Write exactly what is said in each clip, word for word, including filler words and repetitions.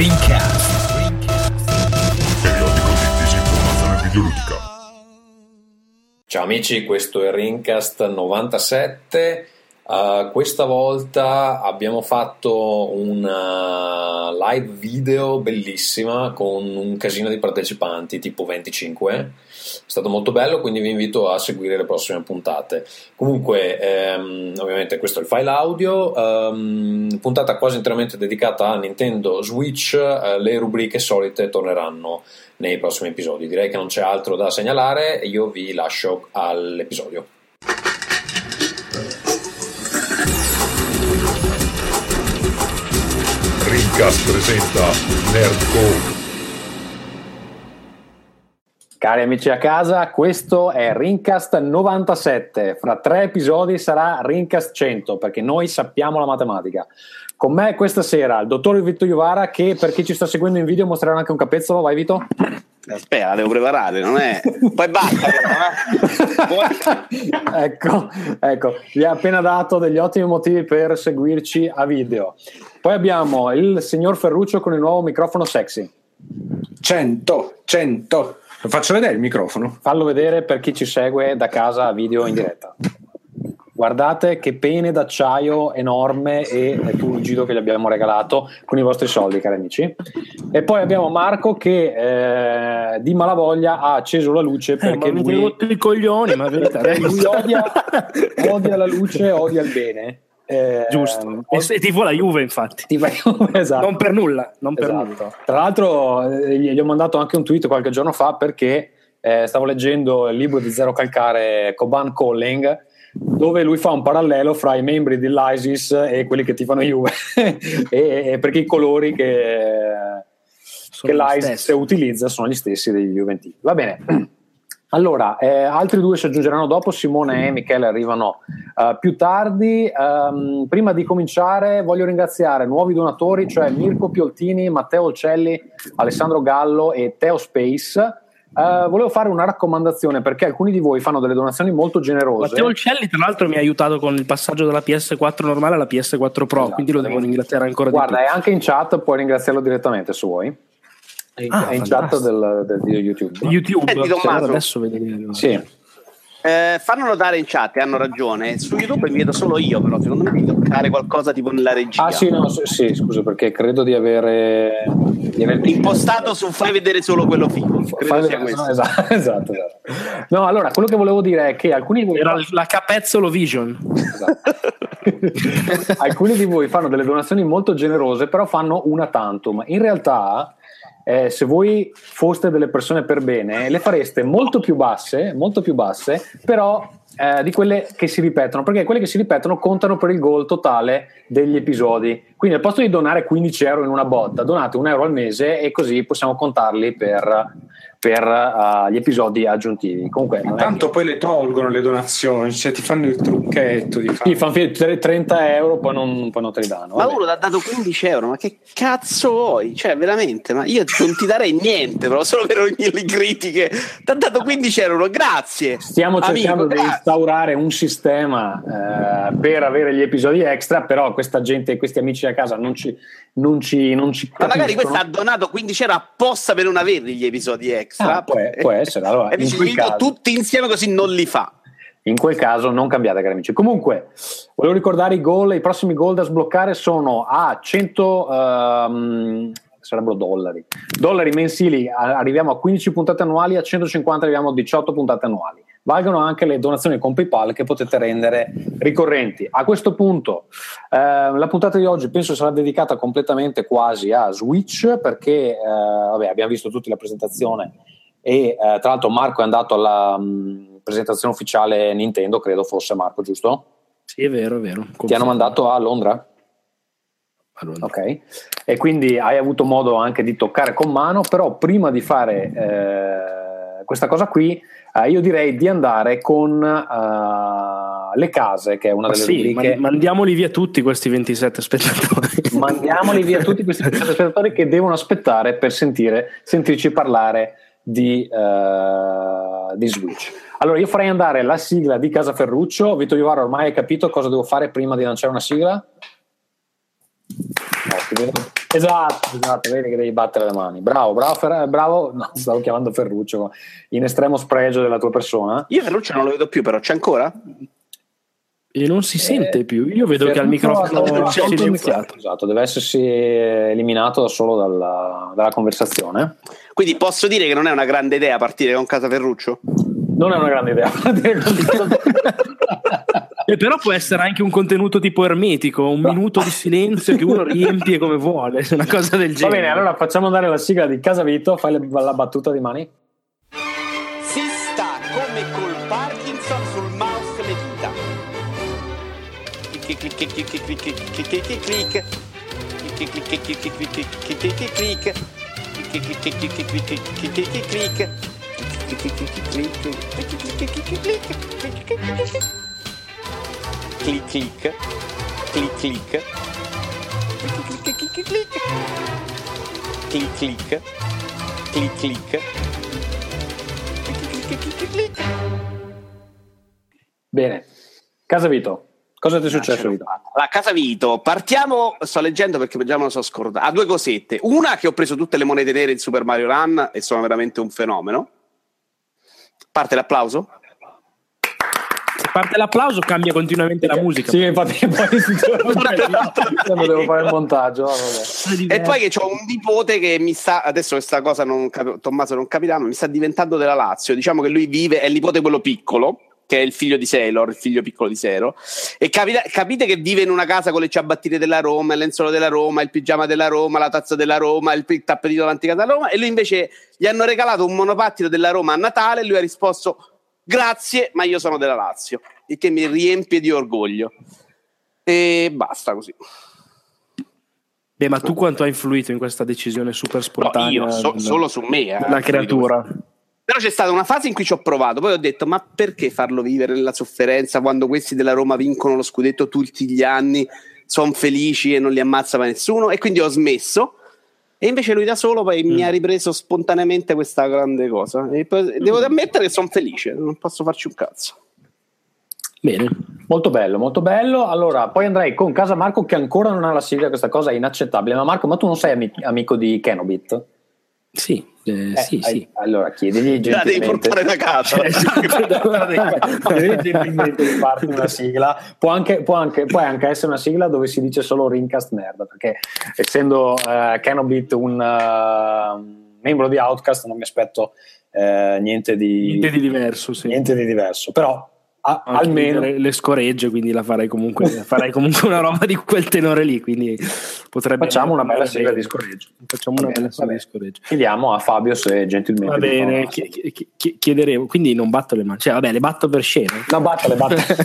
Rincast. Periodico di disinformazione videoludica. Ciao amici, questo è Rincast novantasette. Uh, questa volta abbiamo fatto una live video bellissima con un casino di partecipanti, tipo venticinque. È stato molto bello, quindi vi invito a seguire le prossime puntate. Comunque, ehm, ovviamente questo è il file audio, ehm, puntata quasi interamente dedicata a Nintendo Switch. Eh, le rubriche solite torneranno nei prossimi episodi. Direi che non c'è altro da segnalare e io vi lascio all'episodio. Rincast presenta Nerdcore. Cari amici a casa, questo è Rincast novantasette. Fra tre episodi sarà Rincast cento, perché noi sappiamo la matematica. Con me questa sera il dottor Vito Iovara, che per chi ci sta seguendo in video mostrerà anche un capezzolo. Vai Vito. Aspetta, devo preparare, non è? Poi basta. ecco, ecco, vi ha appena dato degli ottimi motivi per seguirci a video. Poi abbiamo il signor Ferruccio con il nuovo microfono sexy. cento, cento. Lo faccio vedere il microfono? Fallo vedere per chi ci segue da casa a video in diretta. Guardate che pene d'acciaio enorme e è turgido che gli abbiamo regalato con i vostri soldi, cari amici. E poi abbiamo Marco che eh, di malavoglia ha acceso la luce perché eh, ma lui, rotto i coglioni, ma perché lui odia, odia la luce, odia il bene. Eh, Giusto, e se tifo la Juve, infatti. Tifo la Juve, esatto. Non per nulla, non per esatto. nulla. Tra l'altro eh, gli ho mandato anche un tweet qualche giorno fa perché eh, stavo leggendo il libro di Zero Calcare, Coban Calling, dove lui fa un parallelo fra i membri dell'ISIS e quelli che tifano Juve e, e perché i colori che, che l'ISIS utilizza sono gli stessi degli Juventini. Va bene. Allora, eh, altri due si aggiungeranno dopo, Simone e Michele arrivano uh, più tardi. Um, prima di cominciare voglio ringraziare nuovi donatori, cioè Mirko Pioltini, Matteo Olcelli, Alessandro Gallo e Teo Space. Uh, volevo fare una raccomandazione perché alcuni di voi fanno delle donazioni molto generose. Matteo Olcelli tra l'altro mi ha aiutato con il passaggio dalla P S quattro normale alla P S quattro Pro, esatto, quindi lo devo ringraziare ancora Guarda, di più. Guarda, è anche in chat, puoi ringraziarlo direttamente se vuoi. È in, ah, è in chat del, del video YouTube. YouTube, eh, di Tommaso. Adesso vedete. Sì. Eh, fanno notare in chat e hanno ragione. Su YouTube mi vedo solo io, però secondo me devi toccare qualcosa tipo nella regia. Ah sì, no, sì, scusa, perché credo di avere, di aver impostato su fai vedere solo quello figo. Credo sia questo. No, esatto, esatto, esatto. No, allora, quello che volevo dire è che alcuni di voi era la capezzolo Vision. Esatto. Alcuni di voi fanno delle donazioni molto generose, però fanno una tantum. In realtà Eh, se voi foste delle persone per bene le fareste molto più basse molto più basse però eh, di quelle che si ripetono, perché quelle che si ripetono contano per il goal totale degli episodi. Quindi al posto di donare quindici euro in una botta, donate un euro al mese e così possiamo contarli per, per uh, gli episodi aggiuntivi. Comunque ma tanto che... poi le tolgono le donazioni, cioè ti fanno il trucchetto di fare. Sì, fanno trenta euro, poi non, poi non te li danno. Ma uno ti ha dato quindici euro, ma che cazzo vuoi? Cioè veramente, ma io non ti darei niente, però solo per ogni le critiche. Ti ha dato quindici euro, grazie. Stiamo cercando Amico, di grazie. instaurare un sistema eh, per avere gli episodi extra, però questa gente, questi amici a casa non ci non ci, non ci ma magari questo ha donato quindici euro apposta per non averli gli episodi extra. Ah, può, può essere. Allora, e dici, li caso... tutti insieme così non li fa. In quel caso non cambiate, cari amici. Comunque volevo ricordare i goal, i prossimi goal da sbloccare sono a cento um, sarebbero dollari dollari mensili, arriviamo a quindici puntate annuali, a centocinquanta arriviamo a diciotto puntate annuali. Valgono anche le donazioni con PayPal che potete rendere ricorrenti. A questo punto eh, la puntata di oggi penso sarà dedicata completamente quasi a Switch, perché eh, vabbè, abbiamo visto tutti la presentazione e eh, tra l'altro Marco è andato alla mh, presentazione ufficiale Nintendo, credo fosse Marco, giusto? Sì, è vero, è vero. Confermo. Ti hanno mandato a Londra? A Londra. Ok, e quindi hai avuto modo anche di toccare con mano, però prima di fare eh, questa cosa qui Uh, io direi di andare con uh, le case, che è una Ma delle sì, rubriche. Ma mandiamoli via tutti questi ventisette spettatori. Mandiamoli via tutti questi ventisette spettatori che devono aspettare per sentire, sentirci parlare di, uh, di Switch. Allora io farei andare la sigla di Casa Ferruccio. Vito Iovara, ormai hai capito cosa devo fare prima di lanciare una sigla? No, ti vedo, Esatto, esatto, vedi che devi battere le mani. Bravo, bravo, Fer- bravo. No, stavo chiamando Ferruccio in estremo spregio della tua persona. Io Ferruccio non lo vedo più, però c'è ancora? E non si sente Eh, più. Io vedo che al microfono c'è è silenziato. Esatto, deve essersi eliminato solo dalla, dalla conversazione. Quindi posso dire che non è una grande idea partire con Casa Ferruccio? Non è una grande idea. E però può essere anche un contenuto tipo ermetico, un minuto di silenzio che uno riempie come vuole, una cosa del genere. Va bene, allora facciamo andare la sigla di Casa Vito, fai le- la battuta di mani. Si sta come col Parkinson sul mouse le dita. Clic clic clic clic clic clic clic clic clic clic clic clic clic clic clic clic clic clic clic clic Bene, Casa Vito, cosa ti è successo, Vito? La Casa Vito, partiamo, sto leggendo perché già me lo so scordato. Ha due cosette. Una, che ho preso tutte le monete nere in Super Mario Run e sono veramente un fenomeno. Parte l'applauso? Se parte l'applauso cambia continuamente la musica. Sì, infatti poi devo fare il montaggio. Vabbè. E poi che ho un nipote che mi sta, adesso questa cosa non cap- Tommaso non capirà, ma mi sta diventando della Lazio. Diciamo che lui vive, è il nipote quello piccolo, che è il figlio di Sailor, il figlio piccolo di Sero, e capita, capite che vive in una casa con le ciabattine della Roma, il lenzuolo della Roma, il pigiama della Roma, la tazza della Roma, il, il tappetino dell'antica della Roma, e lui invece gli hanno regalato un monopattino della Roma a Natale e lui ha risposto grazie, ma io sono della Lazio, il che mi riempie di orgoglio. E basta così. Beh, ma tu quanto hai influito in questa decisione super spontanea? No, io so, del- solo su me. eh, della creatura. Però c'è stata una fase in cui ci ho provato, poi ho detto ma perché farlo vivere nella sofferenza quando questi della Roma vincono lo scudetto tutti gli anni, sono felici e non li ammazza mai nessuno, e quindi ho smesso. E invece lui da solo poi mm. mi ha ripreso spontaneamente questa grande cosa, e poi devo ammettere che sono felice, non posso farci un cazzo. Bene. Molto bello, molto bello. Allora, poi andrei con Casa Marco che ancora non ha la sigla, questa cosa è inaccettabile. Ma Marco, ma tu non sei ami- amico di Kenobit? Sì, eh, Eh, sì, hai- sì. Allora chiedigli La devi gentilmente. portare da casa. Chiedigli gentilmente di farti una sigla. Può anche, può, anche, può anche essere una sigla dove si dice solo Rincast Nerd, perché essendo uh, Kenobit un uh, membro di Outcast non mi aspetto uh, niente di Niente di diverso, sì. niente di diverso, però a, Anche almeno le, le scoregge, quindi la farei comunque farei comunque una roba di quel tenore lì, quindi potrebbe facciamo una bella andare sigla bene. di scoreggio. Facciamo Va una bene, bella sigla va di bene. scoreggio. Chiediamo a Fabio se gentilmente Va mi fa bene, una chi- sigla. chi- chi- chiederemo, quindi non batto le mani, cioè vabbè, le batto per scena. No, battale, battale.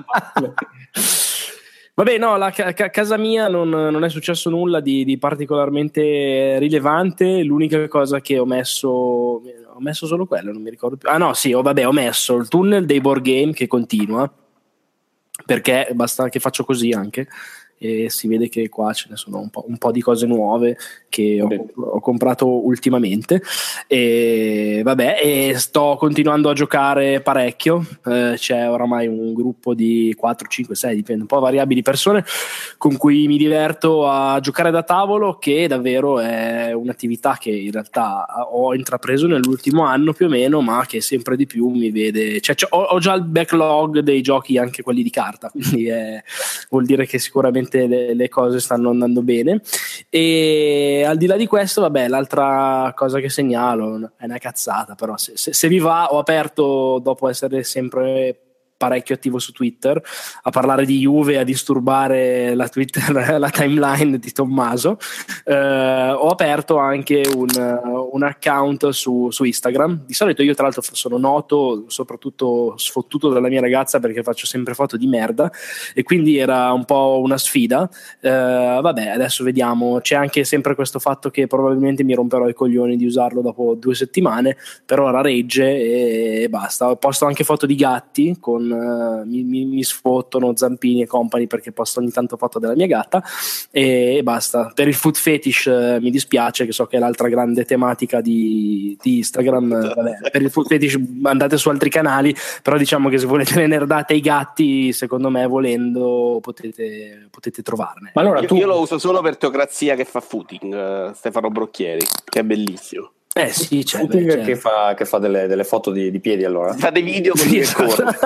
Vabbè, no, la ca- ca- casa mia non, non è successo nulla di, di particolarmente rilevante. L'unica cosa che ho messo, ho messo solo quello, non mi ricordo più. Ah no, sì, oh, vabbè, ho messo il tunnel dei board game che continua, perché basta che faccio così anche, e si vede che qua ce ne sono un po', un po' di cose nuove che ho, ho comprato ultimamente, e vabbè, e sto continuando a giocare parecchio. Eh, c'è oramai un gruppo di quattro, cinque, sei, dipende, un po' variabili persone con cui mi diverto a giocare da tavolo, che davvero è un'attività che in realtà ho intrapreso nell'ultimo anno più o meno, ma che sempre di più mi vede, cioè, ho, ho già il backlog dei giochi, anche quelli di carta, quindi è, vuol dire che sicuramente le, le cose stanno andando bene. E al di là di questo, vabbè, l'altra cosa che segnalo è una cazzata, però se, se, se vi va, ho aperto, dopo essere sempre parecchio attivo su Twitter, a parlare di Juve, a disturbare la Twitter, la timeline di Tommaso. Eh, ho aperto anche un, un account su, su Instagram. Di solito io, tra l'altro, sono noto soprattutto sfottuto dalla mia ragazza perché faccio sempre foto di merda, e quindi era un po' una sfida. Eh, vabbè, adesso vediamo. C'è anche sempre questo fatto che probabilmente mi romperò i coglioni di usarlo dopo due settimane, per ora regge e basta. Ho posto anche foto di gatti con uh, mi, mi, mi sfottono Zampini e compagni perché posto ogni tanto foto della mia gatta e, e basta. Per il food fetish uh, mi dispiace, che so che è l'altra grande tematica di, di Instagram. Vabbè, per il food fetish andate su altri canali, però diciamo che se volete le nerdate ai gatti, secondo me volendo potete, potete trovarne. Ma allora, io, tu... io lo uso solo per Teocrazia che fa footing, uh, Stefano Brocchieri, che è bellissimo. Eh sì, c'è, footing beh, c'è. Che, fa, che fa delle, delle foto di, di piedi, allora fa dei video con lui che corre.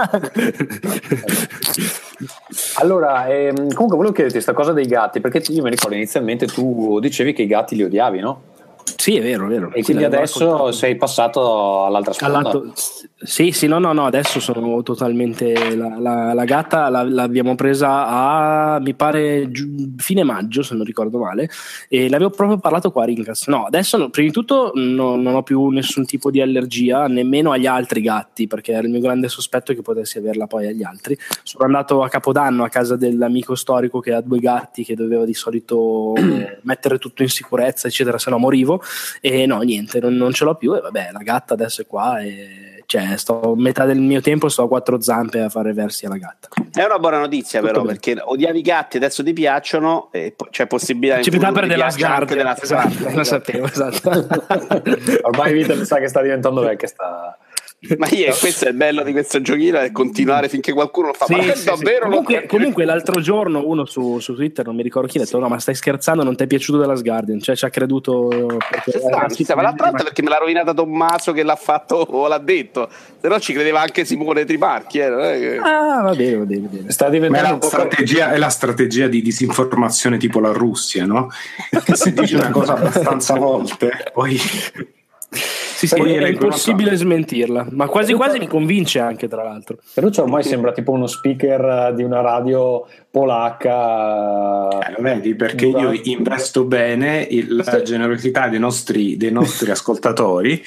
Allora, ehm, comunque volevo chiederti questa cosa dei gatti, perché io mi ricordo inizialmente tu dicevi che i gatti li odiavi, no? Sì, è vero, è vero. E quindi adesso sei passato all'altra sponda. Sì, sì, no, no, no, adesso sono totalmente la, la, la gatta la, l'abbiamo presa a, mi pare, giu, fine maggio, se non ricordo male, e l'avevo proprio parlato qua a Rincast. No, adesso no, prima di tutto no, non ho più nessun tipo di allergia, nemmeno agli altri gatti, perché era il mio grande sospetto che potessi averla poi agli altri. Sono andato a Capodanno a casa dell'amico storico che ha due gatti, che doveva di solito mettere tutto in sicurezza, eccetera, se no morivo. E no, niente, non, non ce l'ho più, e vabbè, la gatta adesso è qua e cioè sto metà del mio tempo sto a quattro zampe a fare versi alla gatta. È una buona notizia, tutto però bene. Perché odiavi i gatti, adesso ti piacciono e po- c'è possibilità ci per della sgarda della esatto, lo sapevo, esatto. Ormai Vita mi sa che sta diventando vecchia, sta... Ma io, questo è il bello di questo giochino, è continuare finché qualcuno lo fa. Sì, ma è sì, davvero sì. Comunque, comunque l'altro giorno uno su, su Twitter, non mi ricordo chi, ha detto no ma stai scherzando, non ti è piaciuto della Guardian, cioè ci ha creduto perché sta, ci stava l'altra volta perché me l'ha rovinata Tommaso che l'ha fatto o l'ha detto, se no ci credeva anche Simone Triparchi, eh, non è che... ah va bene, va bene, va bene. Sta diventando la strategia, è la strategia di disinformazione tipo la Russia, no? Che se dici una cosa abbastanza volte poi sì, sì, è impossibile smentirla, ma quasi quasi mi convince anche, tra l'altro. Ferruccio ormai sembra tipo uno speaker di una radio polacca. Eh, vedi, perché io investo bene il, la generosità dei nostri, dei nostri ascoltatori.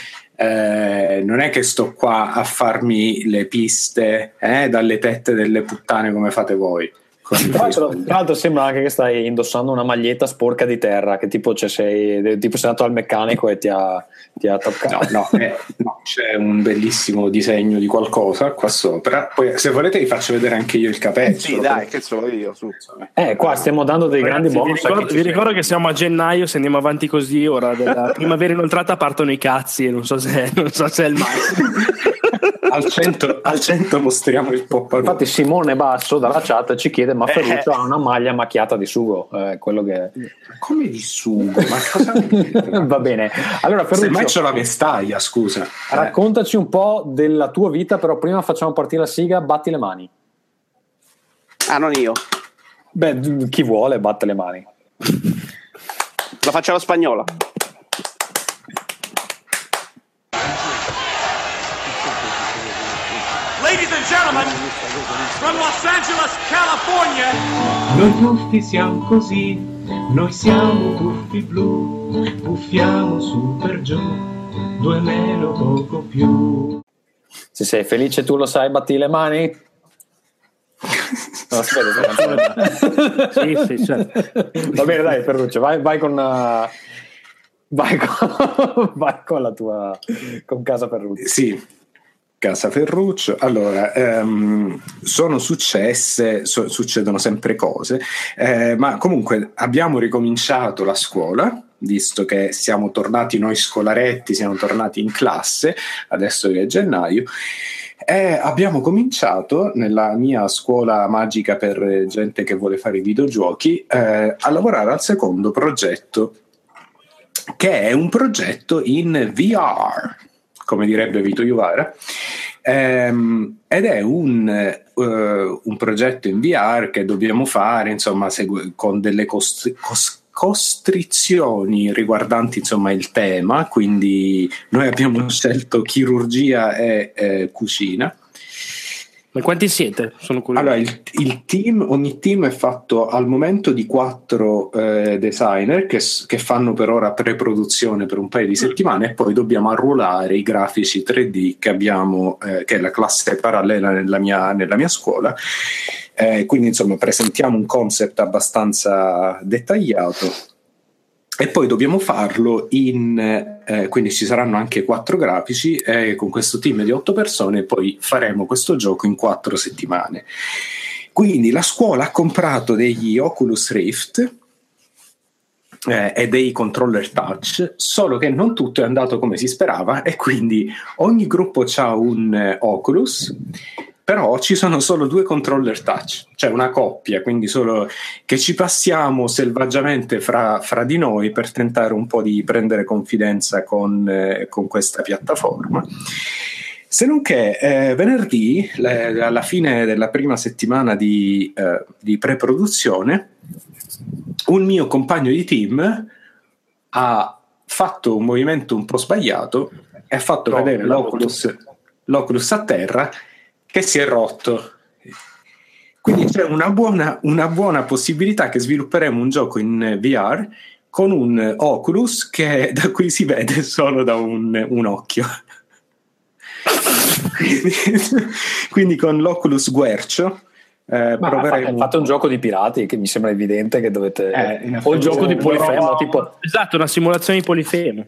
Eh, non è che sto qua a farmi le piste eh, dalle tette delle puttane come fate voi. Tra l'altro sembra anche che stai indossando una maglietta sporca di terra, che tipo, cioè, sei, tipo sei andato al meccanico e ti ha, ti ha toccato. No, no, eh, no, c'è un bellissimo disegno di qualcosa qua sopra. Poi se volete vi faccio vedere anche io il capello. Sì, dai, che so io su. Eh, qua stiamo dando dei Ragazzi, grandi bonus. Vi ricordo, vi ricordo che siamo a gennaio, se andiamo avanti così, ora della primavera inoltrata partono i cazzi e non so se, non so se è il massimo. al, cento, al cento mostriamo il popolo. Infatti Simone Basso dalla chat ci chiede ma Ferruccio eh. ha una maglia macchiata di sugo, eh, quello che... come di sugo? Ma cosa va bene, allora Ferruccio, se mai c'ho la vestaglia, scusa, raccontaci un po' della tua vita, però prima facciamo partire la sigla. Batti le mani. Ah, non io? Beh, chi vuole batte le mani. La faccio alla spagnola. Ladies and gentlemen, from Los Angeles, California. Noi buffi siamo così, noi siamo buffi blu, buffiamo su per giù, due meno poco più. Se sei felice tu lo sai, batti le mani. No, aspetta, sì, sì, certo. Va bene, dai Ferruccio, vai, vai con uh, vai con vai con la tua con Casa Ferruccio. Sì. Casa Ferruccio, allora ehm, sono successe, so, succedono sempre cose, eh, ma comunque abbiamo ricominciato la scuola, visto che siamo tornati noi scolaretti, siamo tornati in classe, adesso che è gennaio, e abbiamo cominciato nella mia scuola magica per gente che vuole fare i videogiochi eh, a lavorare al secondo progetto, che è un progetto in V R, come direbbe Vito Juvara, ehm, ed è un, uh, un progetto in V R che dobbiamo fare, insomma, segu- con delle costri- cos- costrizioni riguardanti, insomma, il tema. Quindi noi abbiamo scelto chirurgia e eh, cucina. Ma quanti siete? Sono curioso. Allora, il, il team, ogni team è fatto al momento di quattro eh, designer che, che fanno per ora pre-produzione per un paio di settimane, e poi dobbiamo arruolare i grafici tre D che abbiamo, eh, che è la classe parallela nella mia, nella mia scuola. Eh, quindi, insomma, presentiamo un concept abbastanza dettagliato. e poi dobbiamo farlo in eh, quindi ci saranno anche quattro grafici eh, con questo team di otto persone, e poi faremo questo gioco in quattro settimane. Quindi la scuola ha comprato degli Oculus Rift eh, e dei controller touch, solo che non tutto è andato come si sperava, e quindi ogni gruppo ha un eh, Oculus, però ci sono solo due controller touch, cioè una coppia, quindi solo che ci passiamo selvaggiamente fra, fra di noi per tentare un po' di prendere confidenza con, eh, con questa piattaforma. Se non che eh, venerdì, le, alla fine della prima settimana di, eh, di pre-produzione, un mio compagno di team ha fatto un movimento un po' sbagliato e ha fatto no, vedere l'Oculus, l'Oculus a terra, che si è rotto. Quindi c'è una buona, una buona possibilità che svilupperemo un gioco in V R con un Oculus che da cui si vede solo da un, un occhio. quindi, quindi con l'Oculus Guercio eh, proveremo... fate, fate un gioco di pirati, che mi sembra evidente che dovete eh, o il gioco di Polifemo no, tipo... esatto, una simulazione di Polifemo.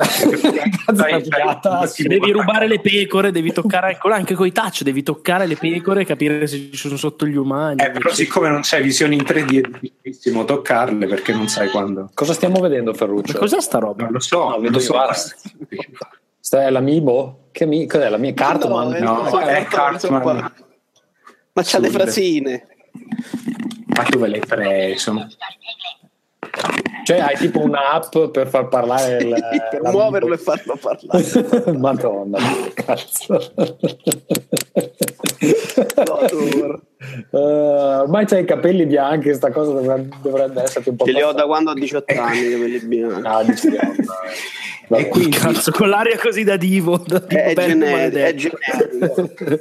Devi rubare le pecore, devi toccare anche coi touch, devi toccare le pecore e capire se ci sono sotto gli umani. Eh, però siccome non c'è visione in tre D è difficilissimo toccarle, perché non sai quando. Cosa stiamo vedendo, Ferruccio? Ma cos'è sta roba? Non lo so, no, non lo so. Sta è l'Amiibo? Che mi... Cos'è la mia Cartman? No, no, è Cartman. Ma c'ha le frasine. Ma tu ve l'hai preso? Cioè hai tipo un'app per far parlare il, per muoverlo e farlo parlare. Madonna, cazzo. uh, ormai c'hai i capelli bianchi, sta cosa dovrebbe, dovrebbe essere un po'. Ce li ho da quando ho diciotto anni i capelli bianchi. Ah, diciamo, e quindi cazzo, con l'aria così da divo, da divo è, generico, è generico.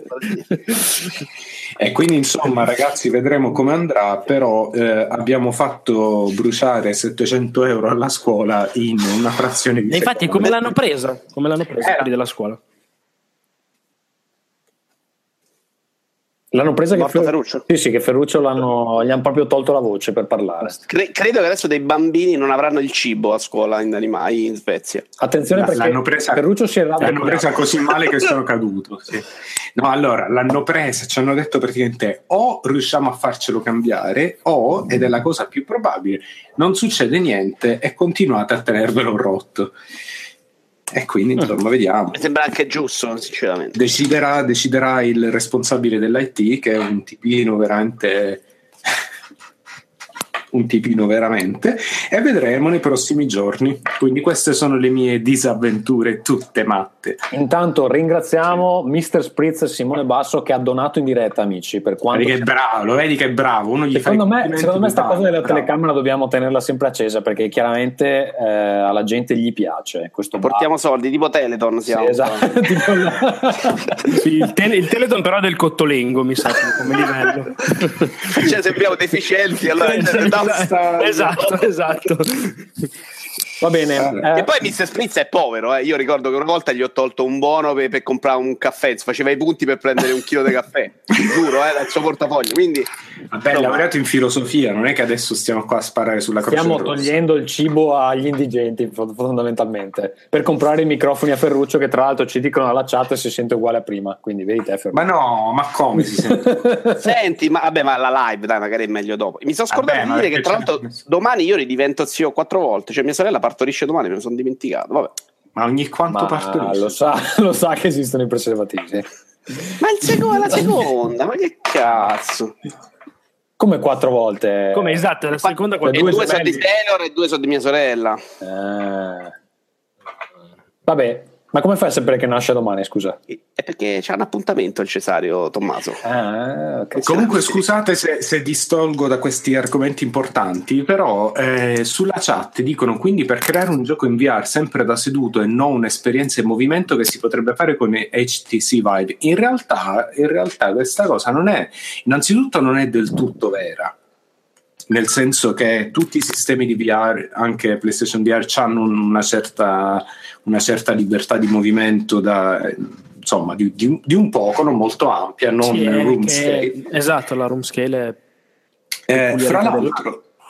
E quindi insomma ragazzi vedremo come andrà, però eh, abbiamo fatto bruciare settecento euro alla scuola in una frazione di e infatti secondo. come l'hanno presa? Come l'hanno presa quelli della scuola? L'hanno presa che Fer- Ferruccio? Sì, sì, che Ferruccio l'hanno, gli hanno proprio tolto la voce per parlare. Cre- credo che adesso dei bambini non avranno il cibo a scuola in, Danima- in Svezia. Attenzione, no, perché l'hanno presa, Ferruccio si è l'hanno presa così male che sono caduto. Sì. No, allora l'hanno presa, ci hanno detto praticamente o riusciamo a farcelo cambiare o, ed è la cosa più probabile, non succede niente e continuate a tenervelo rotto. E quindi insomma vediamo. Mi sembra anche giusto, sinceramente. Deciderà, deciderà il responsabile dell'I T, che è un tipino veramente un tipino veramente, e vedremo nei prossimi giorni. Quindi queste sono le mie disavventure tutte matte. Intanto ringraziamo mister Spritz Simone Basso, che ha donato in diretta, amici, per quanto vedi che è bravo, lo vedi che è bravo. Uno gli secondo me, secondo me sta cosa della bravo. telecamera dobbiamo tenerla sempre accesa, perché chiaramente eh, alla gente gli piace questo. Portiamo soldi tipo Teleton, siamo. Sì, esatto. Tipo la... sì, il, tele, il Teleton però è del Cottolengo, mi sa, come livello. Cioè sembriamo deficienti, allora esatto, esatto. Va bene. Eh. E poi mister Spritz è povero, eh. Io ricordo che una volta gli ho tolto un buono per, per comprare un caffè, faceva i punti per prendere un chilo di caffè, giuro, eh, dal suo portafoglio. Quindi vabbè, insomma, laureato in filosofia, non è che adesso stiamo qua a sparare sulla croce stiamo rossa. Togliendo il cibo agli indigenti, fondamentalmente, per comprare i microfoni a Ferruccio, che tra l'altro ci dicono alla chat si sente uguale a prima, quindi vedi te, Ferruccio. Ma no, ma come si sente? Senti, ma vabbè, ma la live, dai, magari è meglio dopo. Mi sono scordato vabbè, di dire che tra l'altro domani io ridivento zio quattro volte, cioè mia sorella partorisce domani, me lo sono dimenticato. Vabbè. Ma ogni quanto partorisce? Lo sa, lo sa che esistono i preservativi. Sì. Ma il secondo, la seconda, ma che cazzo? Come quattro volte? Come esatto, la seconda e due, due sono di Taylor e due sono di mia sorella. Eh. Vabbè, ma come fai a sapere che nasce domani, scusa? È perché c'è un appuntamento il Cesario, Tommaso. Ah, okay. Comunque scusate se, se distolgo da questi argomenti importanti, però eh, sulla chat dicono quindi per creare un gioco in V R sempre da seduto e non un'esperienza in movimento che si potrebbe fare con H T C Vive. In realtà, in realtà questa cosa non è, innanzitutto non è del tutto vera. Nel senso che tutti i sistemi di V R, anche PlayStation V R, hanno una certa, una certa libertà di movimento da, insomma, di, di, di un poco, non molto ampia, non sì, room che, scale. Esatto, la room scale è eh, fra l'altro,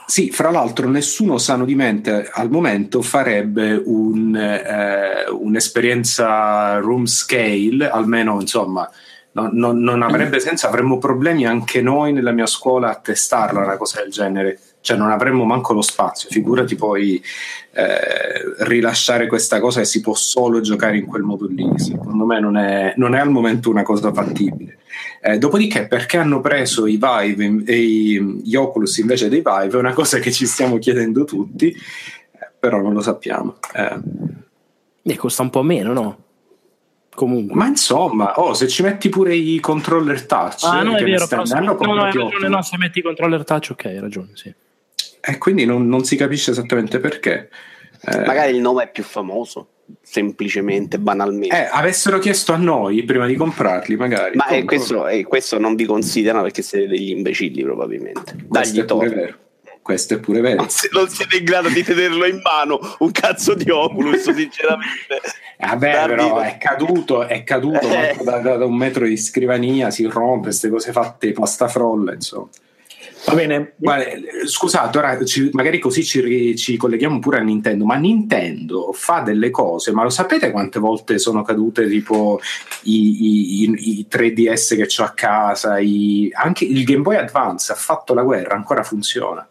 Sì, fra l'altro nessuno sano di mente al momento farebbe un, eh, un'esperienza room scale, almeno insomma no, no, non avrebbe senso, avremmo problemi anche noi nella mia scuola a testarla una cosa del genere, cioè non avremmo manco lo spazio, figurati poi eh, rilasciare questa cosa e si può solo giocare in quel modo lì, secondo me non è, non è al momento una cosa fattibile. Eh, dopodiché perché hanno preso i Vive e gli Oculus invece dei Vive è una cosa che ci stiamo chiedendo tutti, eh, però non lo sappiamo. Eh. E costa un po' meno, no? Comunque. Ma insomma, oh, se ci metti pure i controller touch, ah no è vero, stanno, però, no, no, hai ragione, otto. no, se metti i controller touch ok, hai ragione, sì. E quindi non, non si capisce esattamente perché. Eh, Magari il nome è più famoso, semplicemente, banalmente. Eh, avessero chiesto a noi prima di comprarli, magari. Ma eh, questo, eh, questo non vi considerano perché siete degli imbecilli, probabilmente. Questo è pure vero. Questo è pure vero. Non, si, non siete in grado di tenerlo in mano un cazzo di Oculus, sinceramente. Vabbè, Darvi... però è caduto, è caduto eh. da, da, da un metro di scrivania, si rompe, queste cose fatte pasta frolla, insomma. Va bene. Guarda, scusate, ora ci, magari così ci, ci colleghiamo pure a Nintendo, ma Nintendo fa delle cose, ma lo sapete quante volte sono cadute tipo i, i, i tre D S che c'ho a casa, i, anche il Game Boy Advance ha fatto la guerra, ancora funziona.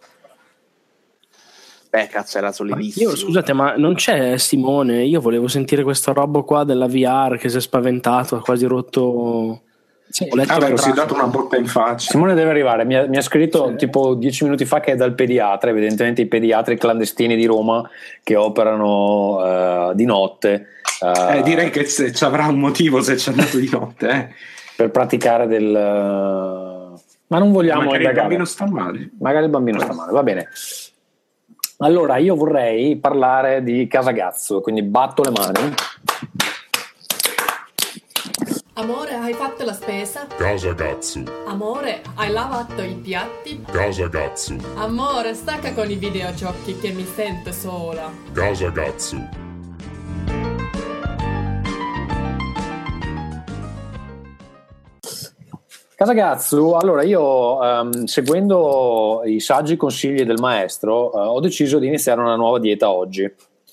Beh, cazzo, era solidissimo. Io, scusate, ma non c'è Simone? Io volevo sentire questo robo qua della V R che si è spaventato, ha quasi rotto... Sì. Ah, vero, si è dato una botta in faccia. Simone deve arrivare, mi ha, mi ha scritto sì. tipo dieci minuti fa che è dal pediatra, evidentemente i pediatri clandestini di Roma che operano uh, di notte. Uh, eh, direi che se, ci avrà un motivo se ci è andato di notte. Eh. Per praticare del... Uh, ma non vogliamo magari indagare. il bambino sta male. Magari il bambino sta male, va bene. Allora, io vorrei parlare di Casagazzo, quindi batto le mani. Amore, hai fatto la spesa? Casagazzo. Amore, hai lavato i piatti? Casagazzo. Amore, stacca con i videogiochi che mi sento sola. Casagazzo. Casagazzo, allora io um, seguendo i saggi consigli del maestro uh, ho deciso di iniziare una nuova dieta oggi.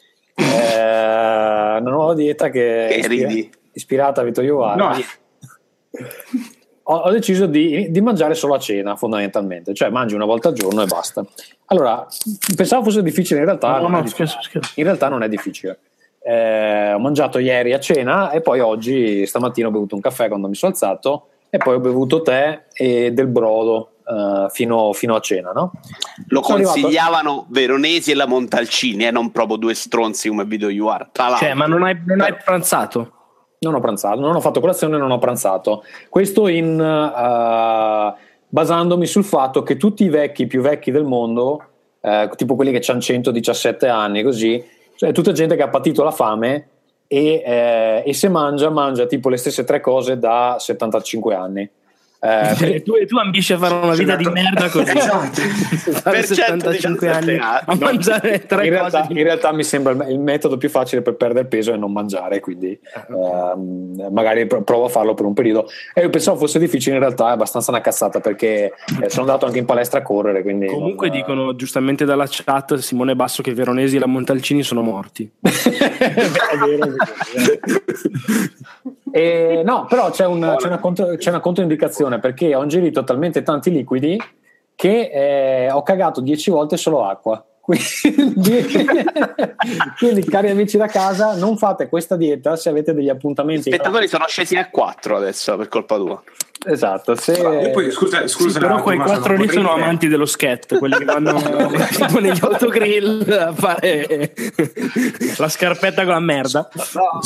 Eh, una nuova dieta che, che è ispira- ridi? ispirata a Vito Iovara. No. ho, ho deciso di, di mangiare solo a cena, fondamentalmente, cioè mangi una volta al giorno e basta. Allora, pensavo fosse difficile, in realtà, no, non, no, è scherzo, difficile. scherzo. In realtà non è difficile. Eh, ho mangiato ieri a cena e poi oggi, stamattina, ho bevuto un caffè quando mi sono alzato e poi ho bevuto tè e del brodo uh, fino, fino a cena, no? Lo sono consigliavano arrivato... Veronesi e la Montalcini, e non proprio due stronzi come Vito Iovara. Cioè, ma non hai, non hai pranzato? Non ho pranzato, non ho fatto colazione, non ho pranzato. Questo in uh, basandomi sul fatto che tutti i vecchi più vecchi del mondo, uh, tipo quelli che hanno centodiciassette anni, così, cioè tutta gente che ha patito la fame e, eh, e se mangia, mangia tipo le stesse tre cose da settantacinque anni. Eh, tu, tu ambisci a fare una vita di merda così, esatto. per settantacinque anni a no, mangiare tre in cose realtà, di... in realtà mi sembra il, il metodo più facile per perdere peso è non mangiare, quindi ehm, magari provo a farlo per un periodo. E io pensavo fosse difficile, in realtà è abbastanza una cazzata perché eh, sono andato anche in palestra a correre, quindi comunque non... dicono giustamente dalla chat Simone Basso che Veronesi e la Montalcini sono morti. Beh, è vero, è vero. E, no, però c'è, un, c'è, una contro, c'è una controindicazione perché ho ingerito talmente tanti liquidi che eh, ho cagato dieci volte solo acqua. Quindi, quindi, cari amici da casa, non fate questa dieta se avete degli appuntamenti. Gli spettatori sono scesi a quattro adesso per colpa tua. Esatto. Se... E poi, scusa, scusa, sì, però quei quattro lì sono amanti dello scat, quelli che vanno tipo negli autogrill a fare la scarpetta con la merda. No.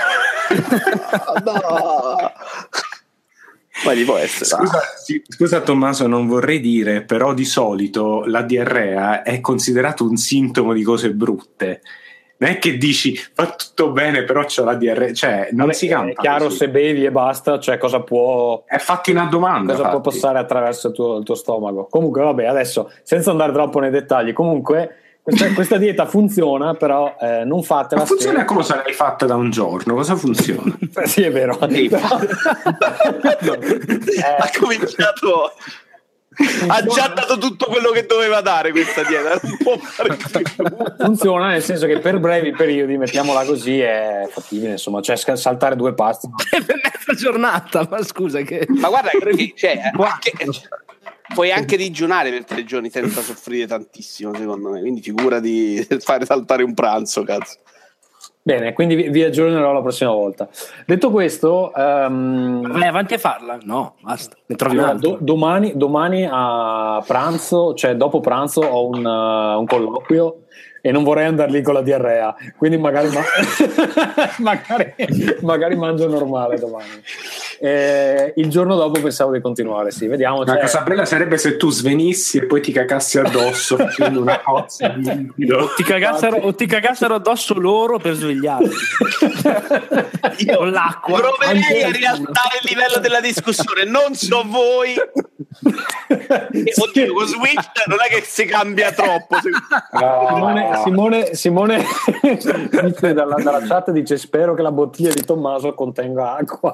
No. Ma gli può essere. Scusa, scusa Tommaso, non vorrei dire, però di solito la diarrea è considerato un sintomo di cose brutte. Non è che dici va tutto bene, però c'ho la diarrea, cioè non Vabbè, si campa. È chiaro, così. se bevi e basta, cioè cosa può. È fatti una domanda. Cosa fatti. può passare attraverso il tuo, il tuo stomaco? Comunque, vabbè, adesso senza andare troppo nei dettagli, comunque. Questa, questa dieta funziona, però eh, non fatela. Ma funziona se... come se l'hai fatta da un giorno. Cosa funziona? Sì, è vero. Sì. Però... Ha cominciato Ha già dato tutto quello che doveva dare questa dieta, non può fare più. Funziona nel senso che per brevi periodi, mettiamola così, è fattibile, insomma, cioè saltare due pasti per mezza giornata, ma scusa che... Ma guarda che cioè, anche, puoi anche digiunare per tre giorni senza soffrire tantissimo, secondo me, quindi figura di fare saltare un pranzo, cazzo. Bene, quindi vi, vi aggiornerò la prossima volta. Detto questo, um, vai avanti a farla? No, basta. Ne trovi allora, un altro. do, domani, domani a pranzo, cioè dopo pranzo, ho un, uh, un colloquio e non vorrei andare lì con la diarrea, quindi magari, ma- magari, magari mangio normale domani. Eh, il giorno dopo pensavo di continuare, sì, vediamo. La cioè... cosa bella sarebbe se tu svenissi e poi ti cacassi addosso facendo una cozza di liquido. O ti cagassero, o ti cagassero addosso loro per svegliarti. Io con l'acqua. proverei a rialzare il livello della discussione, non so voi. Oddio, con Switch non è che si cambia troppo. Simone, Simone, Simone dice dalla, dalla chat, dice spero che la bottiglia di Tommaso contenga acqua.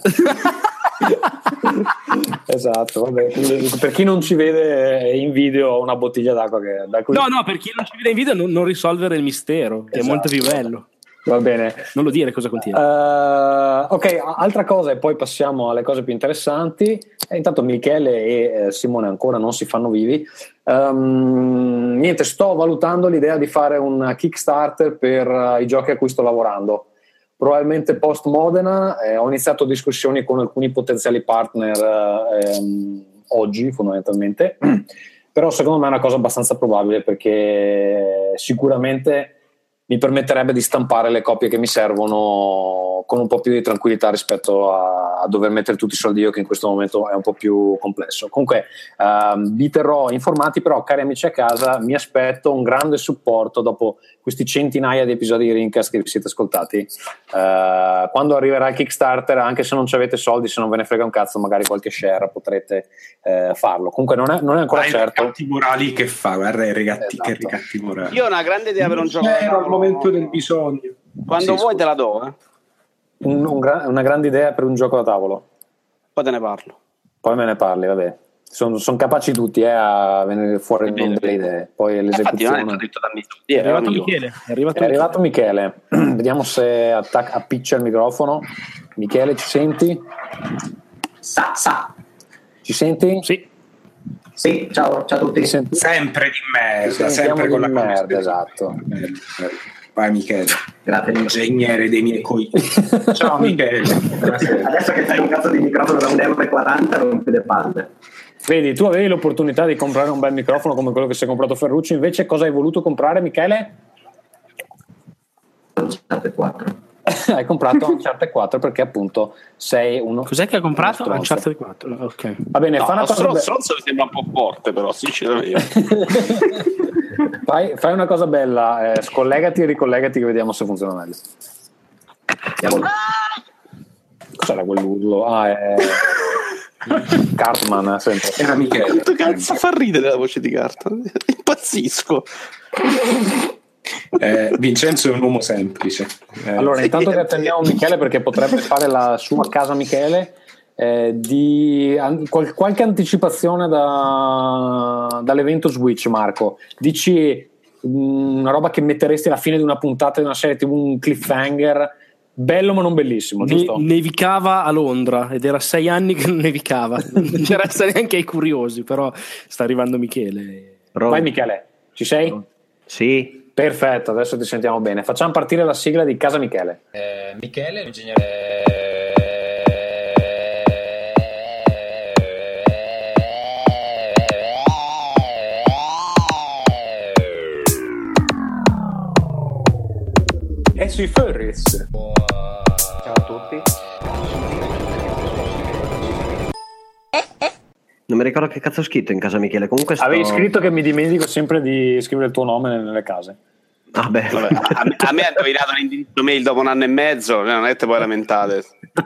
Esatto, vabbè. Per chi non ci vede in video, ho una bottiglia d'acqua che da cui... no no per chi non ci vede in video non, non risolvere il mistero, che esatto. È molto più bello. Va bene, non lo dire cosa contiene. Uh, ok, altra cosa e poi passiamo alle cose più interessanti. E intanto Michele e eh, Simone ancora non si fanno vivi. Um, niente, sto valutando l'idea di fare un Kickstarter per uh, i giochi a cui sto lavorando. Probabilmente post Modena. Eh, ho iniziato discussioni con alcuni potenziali partner uh, ehm, oggi fondamentalmente, però secondo me è una cosa abbastanza probabile perché sicuramente mi permetterebbe di stampare le copie che mi servono con un po' più di tranquillità rispetto a, a dover mettere tutti i soldi io, che in questo momento è un po' più complesso. Comunque ehm, vi terrò informati, però cari amici a casa, mi aspetto un grande supporto dopo questi centinaia di episodi di Rincast che vi siete ascoltati. Eh, quando arriverà il Kickstarter, anche se non ci avete soldi, se non ve ne frega un cazzo, magari qualche share potrete eh, farlo. Comunque non è, non è ancora Dai, certo. I ricatti morali che fa, guarda i ricatti, esatto. Che ricatti morali. Io ho una grande idea per un gioco al momento del bisogno. Quando sì, vuoi te la do, eh. un, un gra- una grande idea per un gioco da tavolo, poi te ne parlo, poi me ne parli, vabbè. Sono son capaci tutti eh, a venire fuori il mondo delle idee, poi l'esecuzione. Infatti, detto da è, è arrivato Michele, è arrivato, è arrivato Michele. Michele. Vediamo se attacca, appiccia il microfono. Michele, ci senti? Sa, sa. Ci senti? Sì. Sì, ciao, ciao a tutti. Sempre di merda, sempre con la merda, esatto. Vai Michele, grazie, ingegnere dei miei coglioni. Ciao Michele. Adesso che fai un cazzo di microfono da un euro e quaranta non più le palle. Vedi, tu avevi l'opportunità di comprare un bel microfono come quello che si è comprato Ferruccio, invece cosa hai voluto comprare, Michele? Uncharted quattro. Hai comprato Uncharted quattro perché appunto sei uno. Cos'è che ha comprato? Uncharted quattro. Ok. Va bene, no, fa una cosa stronzo, be- stronzo mi sembra un po' forte, però sinceramente. fai, fai una cosa bella, eh, scollegati e ricollegati che vediamo se funziona meglio. Andiamo. Cos'era quell'urlo? Ah, è Cartman, sempre. Era Michele. Quanto cazzo fa ridere la voce di Cartman? Impazzisco. Eh, Vincenzo è un uomo semplice. Eh, allora, intanto che attendiamo Michele, perché potrebbe fare la sua casa Michele, eh, di an- qual- qualche anticipazione da, dall'evento Switch, Marco. Dici mh, una roba che metteresti alla fine di una puntata di una serie, tipo un cliffhanger bello ma non bellissimo, giusto? Ne- nevicava a Londra ed era sei anni che non nevicava. Non interessa neanche ai curiosi, però sta arrivando Michele. Vai Michele, ci sei? Sì. Perfetto, adesso ti sentiamo bene. Facciamo partire la sigla di Casa Michele. Eh, Michele, l'ingegnere. È sui furries. Ciao a tutti. Non mi ricordo che cazzo ho scritto in Casa Michele. Comunque sto... Avevi scritto che mi dimentico sempre di scrivere il tuo nome nelle case. Ah beh. Vabbè, a, me, a me hanno dato l'indirizzo mail dopo un anno e mezzo, non è che poi lamentate.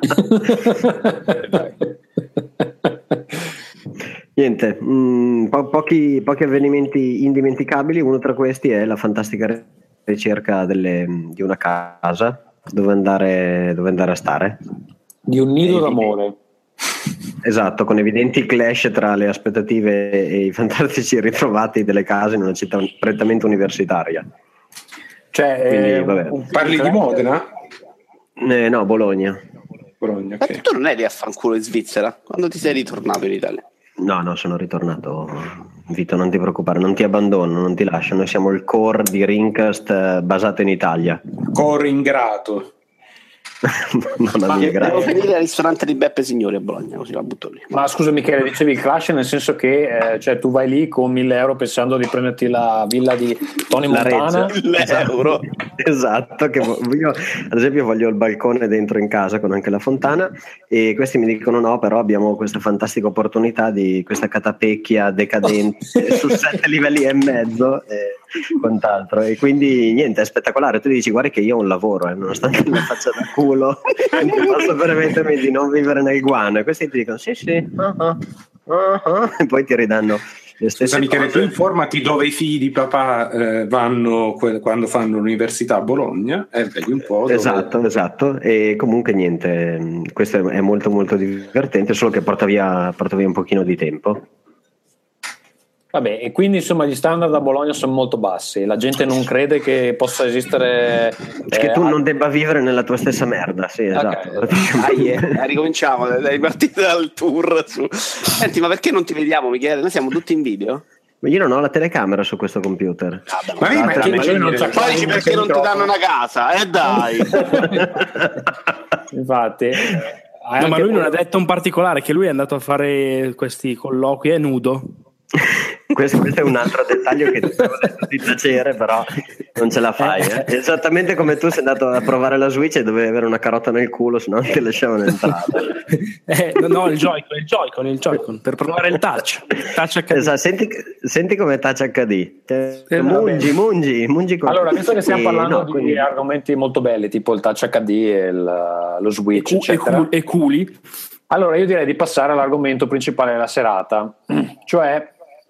Niente, mh, po- pochi, pochi avvenimenti indimenticabili. Uno tra questi è la fantastica ricerca delle, di una casa dove andare, dove andare a stare. Di un nido d'amore. esatto, con evidenti clash tra le aspettative e i fantastici ritrovati delle case in una città prettamente universitaria. Cioè, Quindi, eh, vabbè. un- Parli di Modena? Eh, no, Bologna. Bologna, Ma ok. tu non eri a fanculo in Svizzera? Quando ti sei ritornato in Italia? No, no, sono ritornato. Vito, non ti preoccupare, non ti abbandono, non ti lascio. Noi siamo il core di Rincast eh, basato in Italia. Core ingrato. Mamma Ma mia, devo grazie. finire al ristorante di Beppe Signori a Bologna, così la butto lì. Ma scusa Michele, dicevi il clash nel senso che eh, cioè, tu vai lì con mille euro pensando di prenderti la villa di Tony La Montana. Reggia. L'euro. Esatto, che vo- io ad esempio voglio il balcone dentro in casa con anche la fontana e questi mi dicono no, però abbiamo questa fantastica opportunità di questa catapecchia decadente su sette livelli e mezzo e quant'altro, e quindi niente, è spettacolare. Tu dici guarda che io ho un lavoro, eh, nonostante la faccia da culo non posso permettermi di non vivere nel guano, e questi ti dicono sì sì ah, ah, ah, ah, e poi ti ridanno le stesse Scusa Michele, tu cose. informati dove i figli di papà eh, vanno que- quando fanno l'università a Bologna e vedi un po' dove... Esatto, esatto, e comunque niente, mh, questo è molto molto divertente, solo che porta via, porta via un pochino di tempo. Vabbè, e quindi insomma gli standard a Bologna sono molto bassi, la gente non crede che possa esistere È che eh, tu al- non debba vivere nella tua stessa merda, sì, esatto. Dai, eh, ricominciamo, dai, partite dal tour su. Senti, ma perché non ti vediamo, Michele? Noi siamo tutti in video? Ma io non ho la telecamera su questo computer. Ma vedi, ma Scusate, che ma- dici? non c'ha Poi dici perché non ti danno una casa? Eh dai! infatti hai No, ma anche- lui non ha detto un particolare, che lui è andato a fare questi colloqui, è nudo. questo, questo è un altro dettaglio che ti avevo detto di tacere, però non ce la fai. Eh? Esattamente come tu sei andato a provare la Switch e dovevi avere una carota nel culo, se no non ti lasciavano entrare. Eh, no, no, il Joy-Con, il Joy-Con, il Joy-Con, per provare il touch. Touch acca di. Esatto, senti, senti come touch acca di. Cioè, Eh, mungi, mungi, mungi con... allora, visto che stiamo E, parlando no, di quindi- argomenti molto belli tipo il touch acca di e il- lo switch E, cu- e eccetera, cu- e culi. allora io direi di passare all'argomento principale della serata, cioè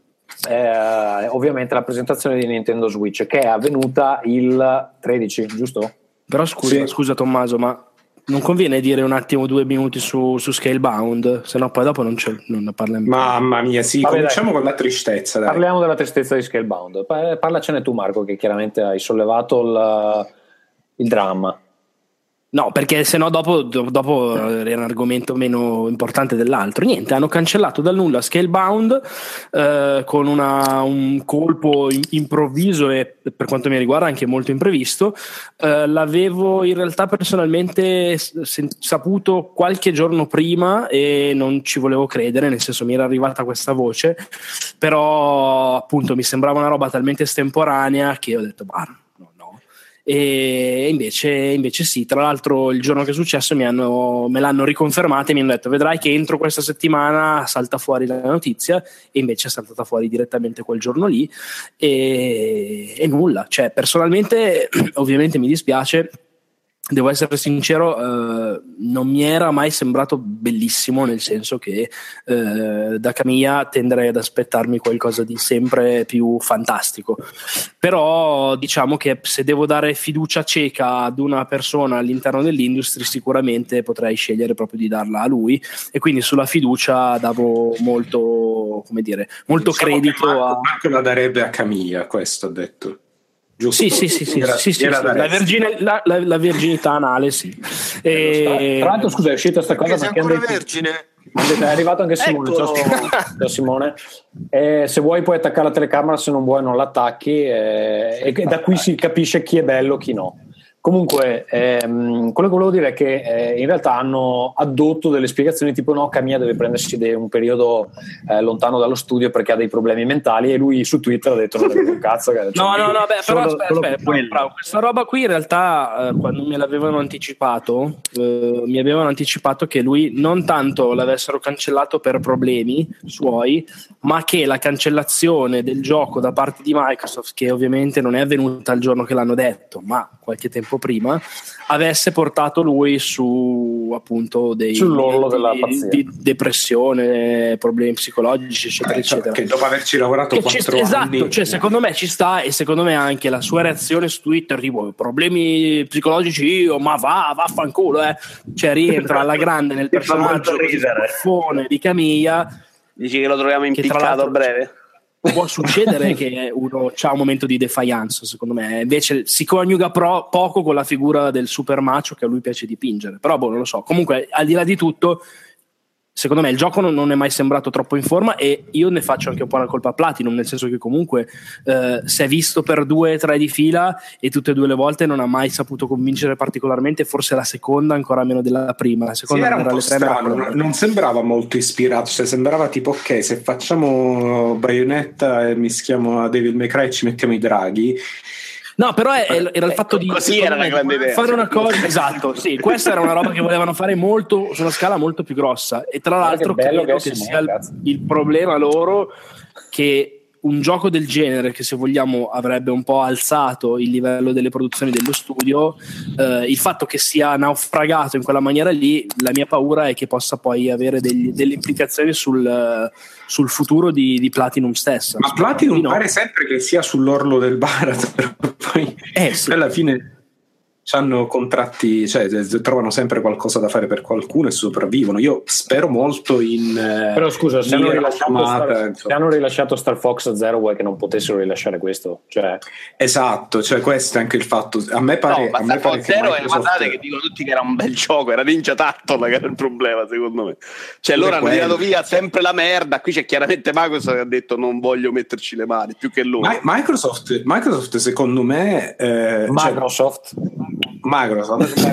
eh, ovviamente la presentazione di Nintendo Switch, che è avvenuta il tredici, giusto? Però scusa, Sì. scusa Tommaso, ma non conviene dire un attimo due minuti su, su Scalebound, se no poi dopo non, c'è, non ne parliamo. Mamma mia, sì, Vabbè, cominciamo dai. con la tristezza, dai. Parliamo della tristezza di Scalebound. Pa- Parlacene tu Marco, che chiaramente hai sollevato il, il dramma. No, perché se no dopo, do- dopo era un argomento meno importante dell'altro. Niente, hanno cancellato dal nulla Scalebound eh, con una, un colpo in- improvviso e per quanto mi riguarda anche molto imprevisto. Eh, l'avevo in realtà personalmente s- sen- saputo qualche giorno prima e non ci volevo credere, nel senso mi era arrivata questa voce, però appunto mi sembrava una roba talmente estemporanea che ho detto bah, no, no. E invece, invece sì, tra l'altro il giorno che è successo mi hanno, me l'hanno riconfermato e mi hanno detto vedrai che entro questa settimana salta fuori la notizia, e invece è saltata fuori direttamente quel giorno lì e, e nulla, cioè personalmente ovviamente mi dispiace. Devo essere sincero, eh, non mi era mai sembrato bellissimo, nel senso che eh, da Kamiya tenderei ad aspettarmi qualcosa di sempre più fantastico, però diciamo che se devo dare fiducia cieca ad una persona all'interno dell'industria sicuramente potrei scegliere proprio di darla a lui, e quindi sulla fiducia davo molto, come dire, molto Diciamo che credito Marco, a... Marco la darebbe a Camilla, questo ha detto. Giusto? Sì, sì, sì, sì, Gliela- sì, sì, gliela sì. La, daresti. vergine- la- la- la virginità anale, sì. E... Tra l'altro, scusa, è uscita questa cosa Perché sei perché hanno ancora detto- vergine? hanno detto- è arrivato anche Simone. Ciao, Eccolo. Simone. Ciao, Simone. Eh, se vuoi puoi attaccare la telecamera, se non vuoi non l'attacchi, eh, e da qui si capisce chi è bello, chi no. Comunque, ehm, quello che volevo dire è che eh, in realtà hanno addotto delle spiegazioni tipo no, Kamiya deve prendersi de- un periodo eh, lontano dallo studio perché ha dei problemi mentali, e lui su Twitter ha detto non è un cazzo che, cioè, No, no, no, beh, però Solo- aspetta, solo aspetta, per quello. bravo, questa roba qui in realtà eh, quando me l'avevano anticipato eh, mi avevano anticipato che lui non tanto l'avessero cancellato per problemi suoi, ma che la cancellazione del gioco da parte di Microsoft, che ovviamente non è avvenuta il giorno che l'hanno detto, ma qualche tempo poco prima, avesse portato lui su appunto dei sull'orlo di, della di, pazzia, di depressione, problemi psicologici, eccetera, eh, eccetera. Che dopo averci lavorato quattro anni, esatto, cioè secondo me ci sta, e secondo me anche la sua reazione su Twitter, tipo problemi psicologici io, ma va, vaffanculo, eh. Cioè rientra alla grande nel personaggio buffone di Camilla. Dici che lo troviamo impiccato a breve? Può succedere che uno c'ha un momento di defiance, secondo me, invece si coniuga pro, poco con la figura del super macho che a lui piace dipingere, però boh, non lo so. Comunque, al di là di tutto, secondo me il gioco non, non è mai sembrato troppo in forma, e io ne faccio anche un po' la colpa a Platinum, nel senso che comunque eh, si è visto per due tre di fila e tutte e due le volte non ha mai saputo convincere particolarmente, forse la seconda ancora meno della prima. La seconda sì, era un po' le strano, non, non sembrava molto ispirato, cioè sembrava tipo ok, se facciamo Bayonetta e mischiamo a Devil May Cry e ci mettiamo i draghi. No, però è, era il fatto di così era la grande idea, fare una cosa, esatto, sì, questa era una roba che volevano fare molto su una scala molto più grossa, e tra l'altro che credo che che sia il, il problema loro che un gioco del genere, che se vogliamo avrebbe un po' alzato il livello delle produzioni dello studio, eh, il fatto che sia naufragato in quella maniera lì, la mia paura è che possa poi avere degli, delle implicazioni sul, sul futuro di, di Platinum stessa. Ma Platinum no. Pare sempre che sia sull'orlo del baratro, poi eh, sì. alla fine hanno contratti, cioè trovano sempre qualcosa da fare per qualcuno e sopravvivono. Io spero molto in però scusa, se hanno, rilasciato Star, se hanno rilasciato Star Fox Zero, vuoi che non potessero rilasciare questo? Cioè... esatto, cioè questo è anche il fatto, a me pare, no, ma a me Star pare Fox Zero Microsoft... è, guardate che dicono tutti che era un bel gioco, era Ninja Turtle che era il problema secondo me, cioè loro hanno tirato via sempre la merda, qui c'è chiaramente Microsoft che ha detto non voglio metterci le mani, più che loro. Ma- Microsoft, Microsoft secondo me eh, Microsoft cioè, Microsoft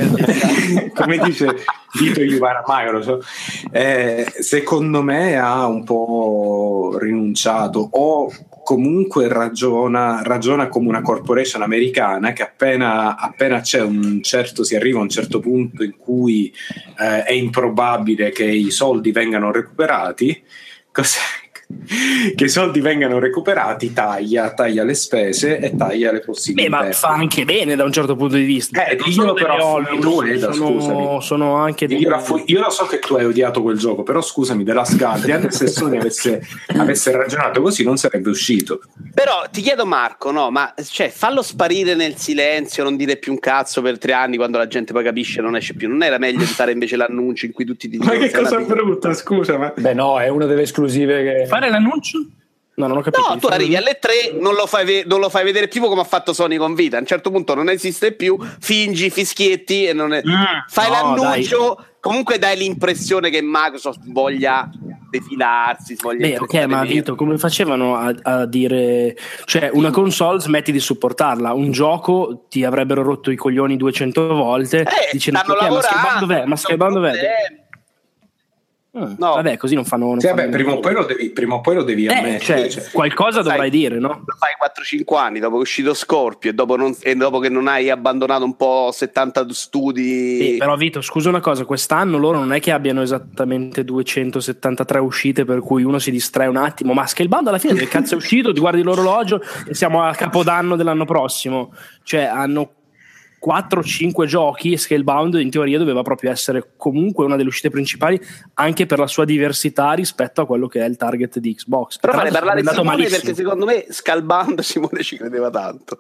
come dice Vito Iuvara, Microsoft eh, secondo me ha un po' rinunciato, o comunque ragiona, ragiona come una corporation americana che appena, appena c'è un certo, si arriva a un certo punto in cui eh, è improbabile che i soldi vengano recuperati, cos'è? che i soldi vengano recuperati, taglia, taglia le spese e taglia le possibilità. Beh, ma fa anche bene da un certo punto di vista. Eh, io però tu, Eda, sono, scusami. Sono anche io, la fu- io lo so che tu hai odiato quel gioco, però scusami, The Last Guardian, se Sony avesse, avesse ragionato così non sarebbe uscito. Però ti chiedo Marco, no, ma cioè fallo sparire nel silenzio, non dire più un cazzo per tre anni, quando la gente poi capisce non esce più. Non era meglio di fare invece l'annuncio in cui tutti ti dicono ma che cosa brutta, scusa, ma... beh no, è una delle esclusive che... fare l'annuncio? No, non ho capito. No, tu arrivi alle tre, non lo fai, ve- non lo fai vedere più come ha fatto Sony con Vita. A un certo punto non esiste più, fingi, fischietti e non è... mm, fai no, l'annuncio, dai. Comunque dai l'impressione che Microsoft voglia defilarsi, voglia... Beh, ok, ma Vito, come facevano a, a dire... Cioè, una console smetti di supportarla, un gioco ti avrebbero rotto i coglioni duecento volte eh, dicendo che ma Scalebound dov'è? Ma Scalebound dov'è? Ah, no. Vabbè, così non fanno. Non sì, fanno vabbè, prima, o poi lo devi, prima o poi lo devi eh, ammettere. Cioè, cioè, qualcosa dovrai dire, no? Lo fai quattro cinque anni dopo che è uscito Scorpio e dopo, non, e dopo che non hai abbandonato un po' settanta studi. Sì, però Vito, scusa una cosa, quest'anno loro non è che abbiano esattamente duecentosettantatré uscite per cui uno si distrae un attimo, ma Scalebound alla fine del cazzo è uscito, ti guardi l'orologio e siamo a capodanno dell'anno prossimo. Cioè, hanno quattro cinque giochi e Scalebound in teoria doveva proprio essere comunque una delle uscite principali anche per la sua diversità rispetto a quello che è il target di Xbox. Però fare parlare Simone malissimo. Perché secondo me Scalebound Simone ci credeva tanto.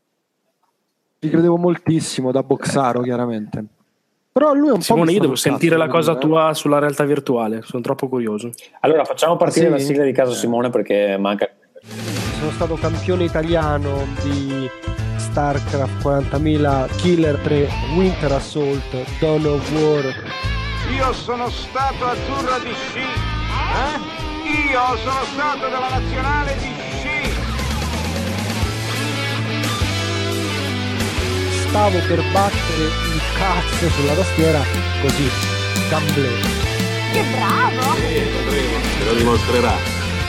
Ci credevo moltissimo da Boxaro chiaramente. Però lui è un Simone, po' io devo sentire la cosa eh. tua sulla realtà virtuale, sono troppo curioso. Allora facciamo partire sì. la sigla di casa Simone perché manca. Sono stato campione italiano di StarCraft quarantamila, Killer tre, Winter Assault, Dawn of War. Io sono stato azzurro di sci. Eh? Io sono stato della nazionale di sci. Stavo per battere il cazzo sulla tastiera così, gamble. Che bravo! Sì, Rodrigo, te lo dimostrerà.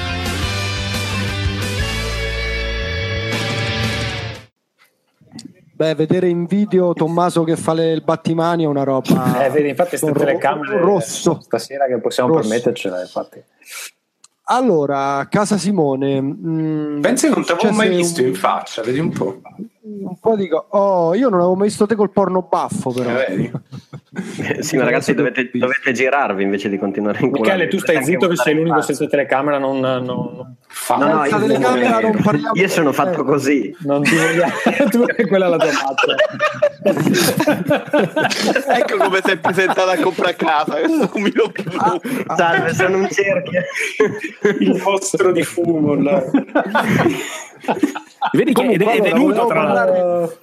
Beh, vedere in video Tommaso che fa le, il battimani è una roba. Eh, vedi, infatti, queste telecamere rosso stasera che possiamo rosso. permettercela, infatti. Allora, casa Simone. Mh, pensi che non ti avevo mai visto un... in faccia, vedi un po'. un po' dico, oh, io non avevo mai visto te col porno baffo, però. Eh, sì, ma ragazzi, dovete, dovete girarvi invece di continuare in Michele, tu stai zitto che sei l'unico senza telecamera, non, non, non fa. No, no, io, telecamera non parliamo. Io sono fatto così. Non ti vogliamo. Tu è quella la tua faccia. Ecco come sei presentato a comprare casa. Ah, salve, sono un cerchio. Il mostro di fumo. Vedi che è, è venuto tra l'altro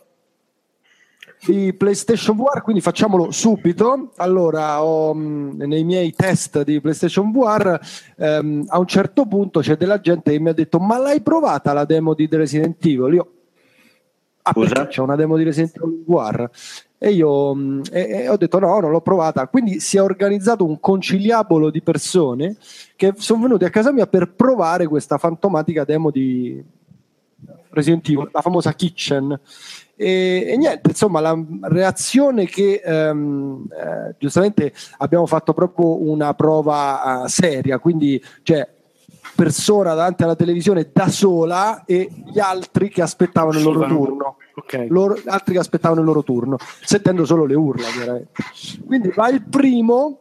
di PlayStation V R, quindi facciamolo subito. Allora, ho, mh, nei miei test di PlayStation V R ehm, a un certo punto c'è della gente che mi ha detto: ma l'hai provata la demo di Resident Evil? Io ah, perché c'è una demo di Resident Evil V R? E io mh, e, e ho detto no, non l'ho provata. Quindi si è organizzato un conciliabolo di persone che sono venute a casa mia per provare questa fantomatica demo di Resident Evil, la famosa Kitchen. E, e niente, insomma, la reazione che ehm, eh, giustamente abbiamo fatto proprio una prova uh, seria, quindi cioè persona davanti alla televisione da sola e gli altri che aspettavano il loro turno. Okay. Loro, altri che aspettavano il loro turno, sentendo solo le urla, chiaramente. Quindi va il primo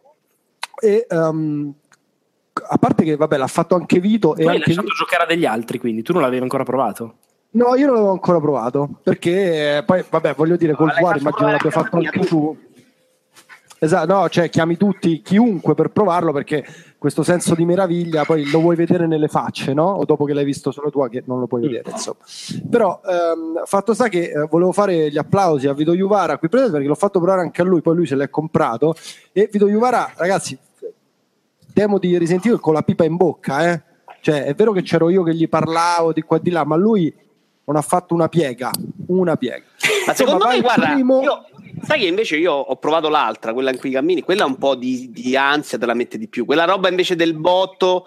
e um, a parte che vabbè l'ha fatto anche Vito tu e hai anche lasciato giocare a degli altri, quindi tu non l'avevi ancora provato. No, io non l'avevo ancora provato perché eh, poi vabbè voglio dire col V R immagino l'abbia fatto anche tu. Esatto, no, cioè chiami tutti, chiunque per provarlo, perché questo senso di meraviglia poi lo vuoi vedere nelle facce, no? O dopo che l'hai visto solo tu che non lo puoi vedere, insomma. Però ehm, fatto sta che eh, volevo fare gli applausi a Vito Juvara qui presente perché l'ho fatto provare anche a lui, poi lui se l'è comprato e Vito Juvara, ragazzi, demo di Resident Evil con la pipa in bocca, eh? Cioè è vero che c'ero io che gli parlavo di qua e di là, ma lui non ha fatto una piega, una piega. Ma secondo Insomma, me, guarda, primo... io, sai che invece io ho provato l'altra, quella in cui cammini, quella un po' di, di ansia te la mette di più. Quella roba invece del botto,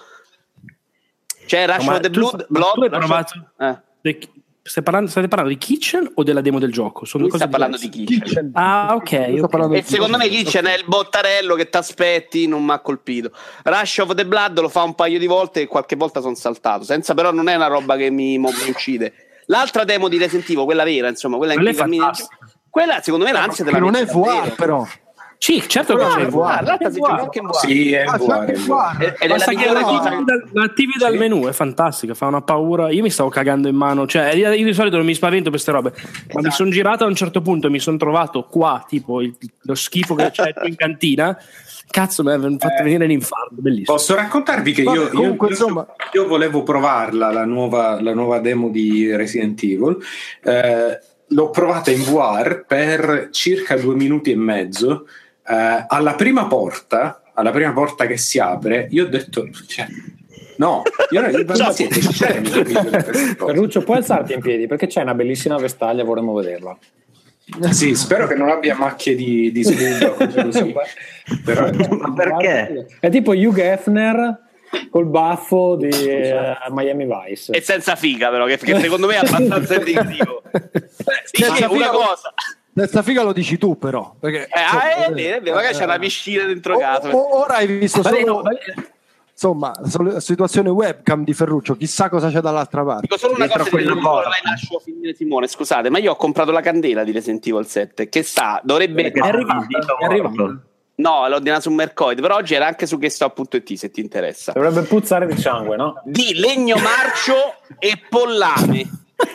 cioè Rush No, of the tu, Blood, ma Blood tu hai Rush provato of... eh. de, stai parlando, state parlando di Kitchen o della demo del gioco? Sono Lui due cose sta parlando diverse. di Kitchen. Kitchen. Ah, ok. okay. E secondo me Kitchen è il bottarello che ti aspetti, non mi ha colpito. Rush of the Blood lo fa un paio di volte e qualche volta sono saltato, senza però non è una roba che mi, mi uccide. L'altra demo di Resident Evil, quella vera, insomma, quella in cui cammini, quella secondo me l'ansia della non è V R però. Sì, certo che c'è V R. L'altra si gioca anche in V R. Sì, è V R. Ed è la migliore cosa. L'attivi dal menu è fantastica, fa una paura. Io mi stavo cagando in mano, cioè io di solito non mi spavento per queste robe, ma mi sono girato a un certo punto e mi sono trovato qua, tipo il, lo schifo che c'è in cantina. Cazzo, mi ha fatto venire l'infarto, bellissimo. Posso raccontarvi che io, comunque, io, insomma... io volevo provarla, la nuova, la nuova demo di Resident Evil. Eh, l'ho provata in V R per circa due minuti e mezzo. Eh, alla prima porta, alla prima porta che si apre, io ho detto, cioè, no, io non, ma siete scemi. Ferruccio, puoi alzarti in piedi perché c'è una bellissima vestaglia, vorremmo vederla. Sì, spero che non abbia macchie di, di sbugo così. Però, ma perché? È tipo Hugh Hefner col baffo di uh, Miami Vice E senza figa però, che, che secondo me è abbastanza indicativo. Sì, sì, una cosa. Senza figa lo dici tu però perché, eh, ah, è vero, è vero, magari c'è una piscina dentro o, casa. O, ora hai visto solo insomma la situazione webcam di Ferruccio, chissà cosa c'è dall'altra parte. Dico solo una cosa di Resident Evil, la lascio finire Simone, scusate, ma io ho comprato la candela di Resident Evil sette che sta, dovrebbe è arrivato, è arrivato. No, l'ho ordinato su Mercoid, però oggi era anche su GameStop punto it se ti interessa. Dovrebbe puzzare di sangue, no? Di legno marcio e pollame.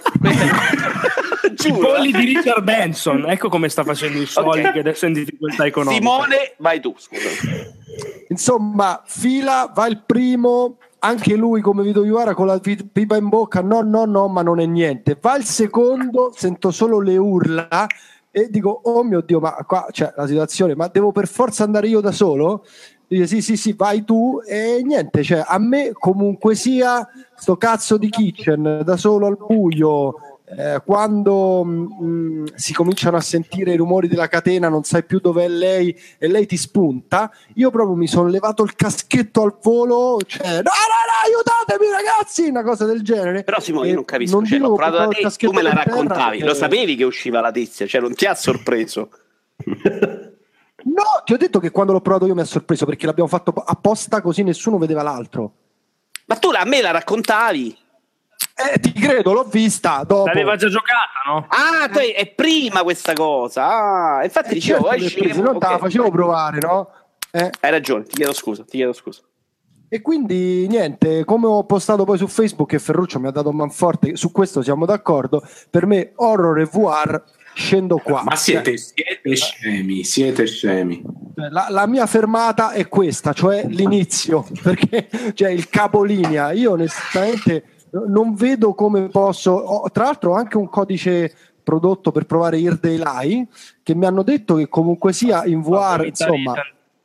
I polli di Richard Benson, ecco come sta facendo i soldi, okay, che adesso è in difficoltà economica. Simone, vai tu, scusa. Insomma, fila, va il primo, anche lui come Vito Juvara con la pipa in bocca, no no no, ma non è niente. Va il secondo, sento solo le urla e dico, oh mio Dio, ma qua c'è la situazione, ma devo per forza andare io da solo? Dice sì sì sì, vai tu, e niente, cioè a me comunque sia sto cazzo di Kitchen da solo al buio, eh, quando mh, si cominciano a sentire i rumori della catena, non sai più dov'è lei e lei ti spunta, io proprio mi sono levato il caschetto al volo, cioè no no no aiutatemi ragazzi, una cosa del genere. Però Simone, io non capisco, non cioè, l'ho provato da te, tu me la raccontavi, perché... lo sapevi che usciva la tizia, cioè non ti ha sorpreso? No, ti ho detto che quando l'ho provato io mi ha sorpreso perché l'abbiamo fatto apposta così nessuno vedeva l'altro. Ma tu a me la raccontavi? Eh, ti credo, l'ho vista dopo. L'aveva già giocata, no? Ah, tu è prima questa cosa. Ah, infatti Eh, dicevo, certo, eh, perché se no te la facevo provare, no? Eh. Hai ragione, ti chiedo scusa, ti chiedo scusa. E quindi niente, come ho postato poi su Facebook e Ferruccio mi ha dato manforte, su questo siamo d'accordo, per me horror e V R scendo qua. Ma siete, siete scemi, siete scemi. La, la mia fermata è questa, cioè l'inizio, perché cioè il capolinea, io onestamente non vedo come posso, ho, tra l'altro ho anche un codice prodotto per provare Here They Lie, che mi hanno detto che comunque sia in V R, oh, insomma...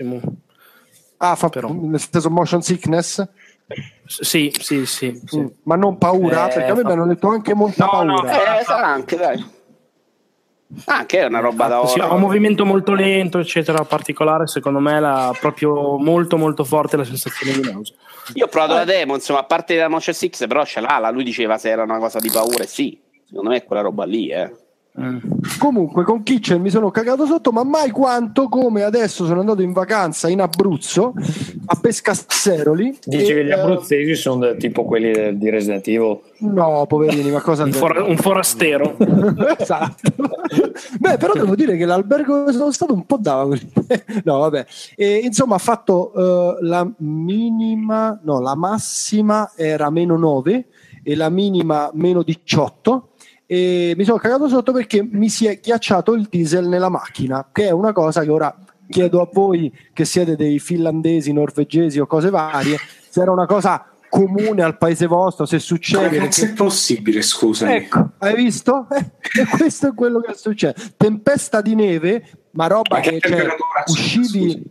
Ah, fa però. Nel senso motion sickness? Sì, sì, sì. sì. Mm, ma non paura? Eh, perché a me fa... mi hanno detto anche molta no, paura. No, eh, sarà anche, dai. Anche è una roba da ora. Sì, ha un movimento molto lento, eccetera, particolare. Secondo me la proprio molto, molto forte la sensazione di nausea. Io ho provato eh. la demo, insomma, a parte la motion sickness, però ce l'ha. Lui diceva se era una cosa di paura, sì. Secondo me è quella roba lì, eh. Mm. Comunque con Kitchen mi sono cagato sotto, ma mai quanto come adesso sono andato in vacanza in Abruzzo a Pescasseroli. Dici e, che gli abruzzesi uh, sono de, tipo quelli di Resident Evil? No, poverini, ma cosa un, for- un forastero. Esatto. Beh, però devo dire che l'albergo dove sono stato un po' dava no vabbè e, insomma ha fatto uh, la minima no la massima era meno nove e la minima meno diciotto. E mi sono cagato sotto perché mi si è ghiacciato il diesel nella macchina, che è una cosa che ora chiedo a voi che siete dei finlandesi, norvegesi o cose varie, se era una cosa comune al paese vostro, se succede. Ma perché... è possibile, scusa. Ecco, hai visto? Eh, questo è quello che succede. Tempesta di neve, ma roba ma che, che cioè, uscivi...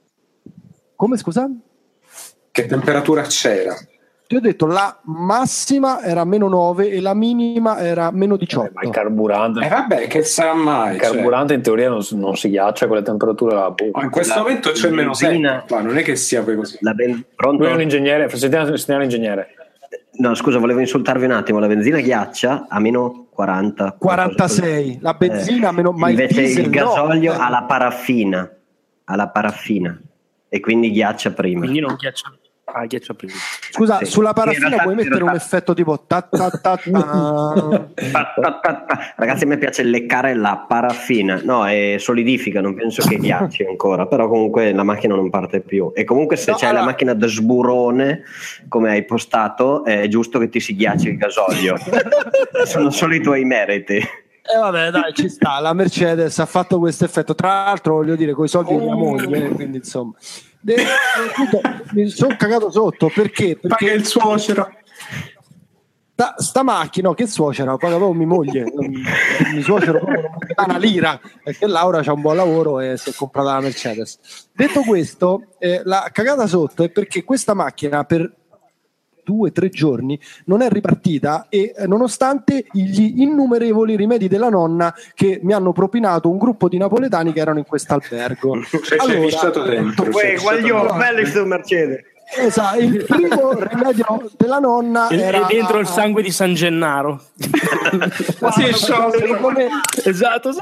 Come, scusa? Che temperatura c'era? Ti ho detto la massima era meno nove e la minima era meno diciotto. Eh, ma il carburante, eh vabbè, che sarà mai? Il carburante cioè... in teoria non, non si ghiaccia con le temperature là. Oh, in questo la momento c'è meno sette, ma non è che sia poi così. La ben... Pronto? Lui è un ingegnere, sentiamo, sentiamo l'ingegnere. No, scusa, volevo insultarvi un attimo. La benzina ghiaccia a meno quaranta. quarantasei. La benzina a eh, meno, ma invece il, diesel, il gasolio no. ha la paraffina, ha la paraffina e quindi ghiaccia prima. Quindi non ghiaccia. Ah, ghiaccia prima. Scusa, sì. Sulla paraffina puoi mettere realtà... un effetto tipo ta ta ta ta. Ragazzi, a me piace leccare la paraffina. No, è solidifica, non penso che ghiacci ancora, però comunque la macchina non parte più. E comunque se no, c'è allora... la macchina da sburone, come hai postato, è giusto che ti si ghiacci il gasolio. Sono solo i tuoi meriti. E eh vabbè, dai, ci sta. La Mercedes ha fatto questo effetto. Tra l'altro, voglio dire, con i soldi di mia moglie, quindi insomma. De- appunto, mi sono cagato sotto perché? Perché paga il suocero. Sta, sta macchina, no, che suocera, paga proprio mia moglie. Mi suocero proprio una lira perché Laura c'ha un buon lavoro e si è comprata la Mercedes. Detto questo, eh, la cagata sotto è perché questa macchina per due tre giorni non è ripartita e eh, nonostante gli innumerevoli rimedi della nonna che mi hanno propinato un gruppo di napoletani che erano in quest'albergo. Cioè, allora, c'è fissato dentro. Uè, guagliò, bello sto Mercedes. Esatto, il primo rimedio della nonna e, era e dentro a, il sangue di San Gennaro. Si è sciolto come... esatto,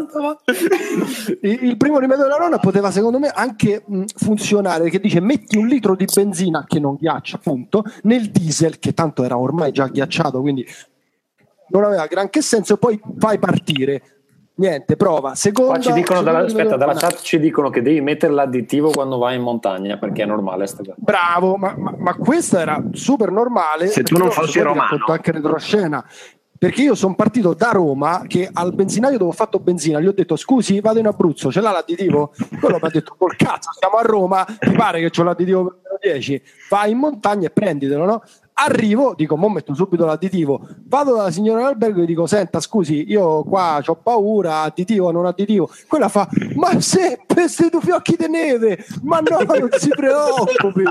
il, il primo rimedio della nonna poteva secondo me anche mh, funzionare, che dice metti un litro di benzina che non ghiaccia appunto nel diesel che tanto era ormai già ghiacciato, quindi non aveva granché senso, e poi fai partire. Niente, prova. Seconda, Qua ci dicono dalla, aspetta, dalla chat ci dicono che devi mettere l'additivo quando vai in montagna perché è normale sta cosa. Bravo, ma, ma, ma questo era super normale. Se tu non fossi romano. Anche retroscena. Perché io sono partito da Roma che al benzinaio dove ho fatto benzina gli ho detto scusi vado in Abruzzo, ce l'ha l'additivo? Quello mi ha detto col cazzo siamo a Roma, ti pare che c'ho l'additivo per meno dieci? Vai in montagna e prenditelo, no? Arrivo, dico, mo metto subito l'additivo, vado dalla signora all'albergo e dico, senta, scusi, io qua ho paura, additivo, non additivo. Quella fa, ma se questi due fiocchi di neve, ma no, non si preoccupi.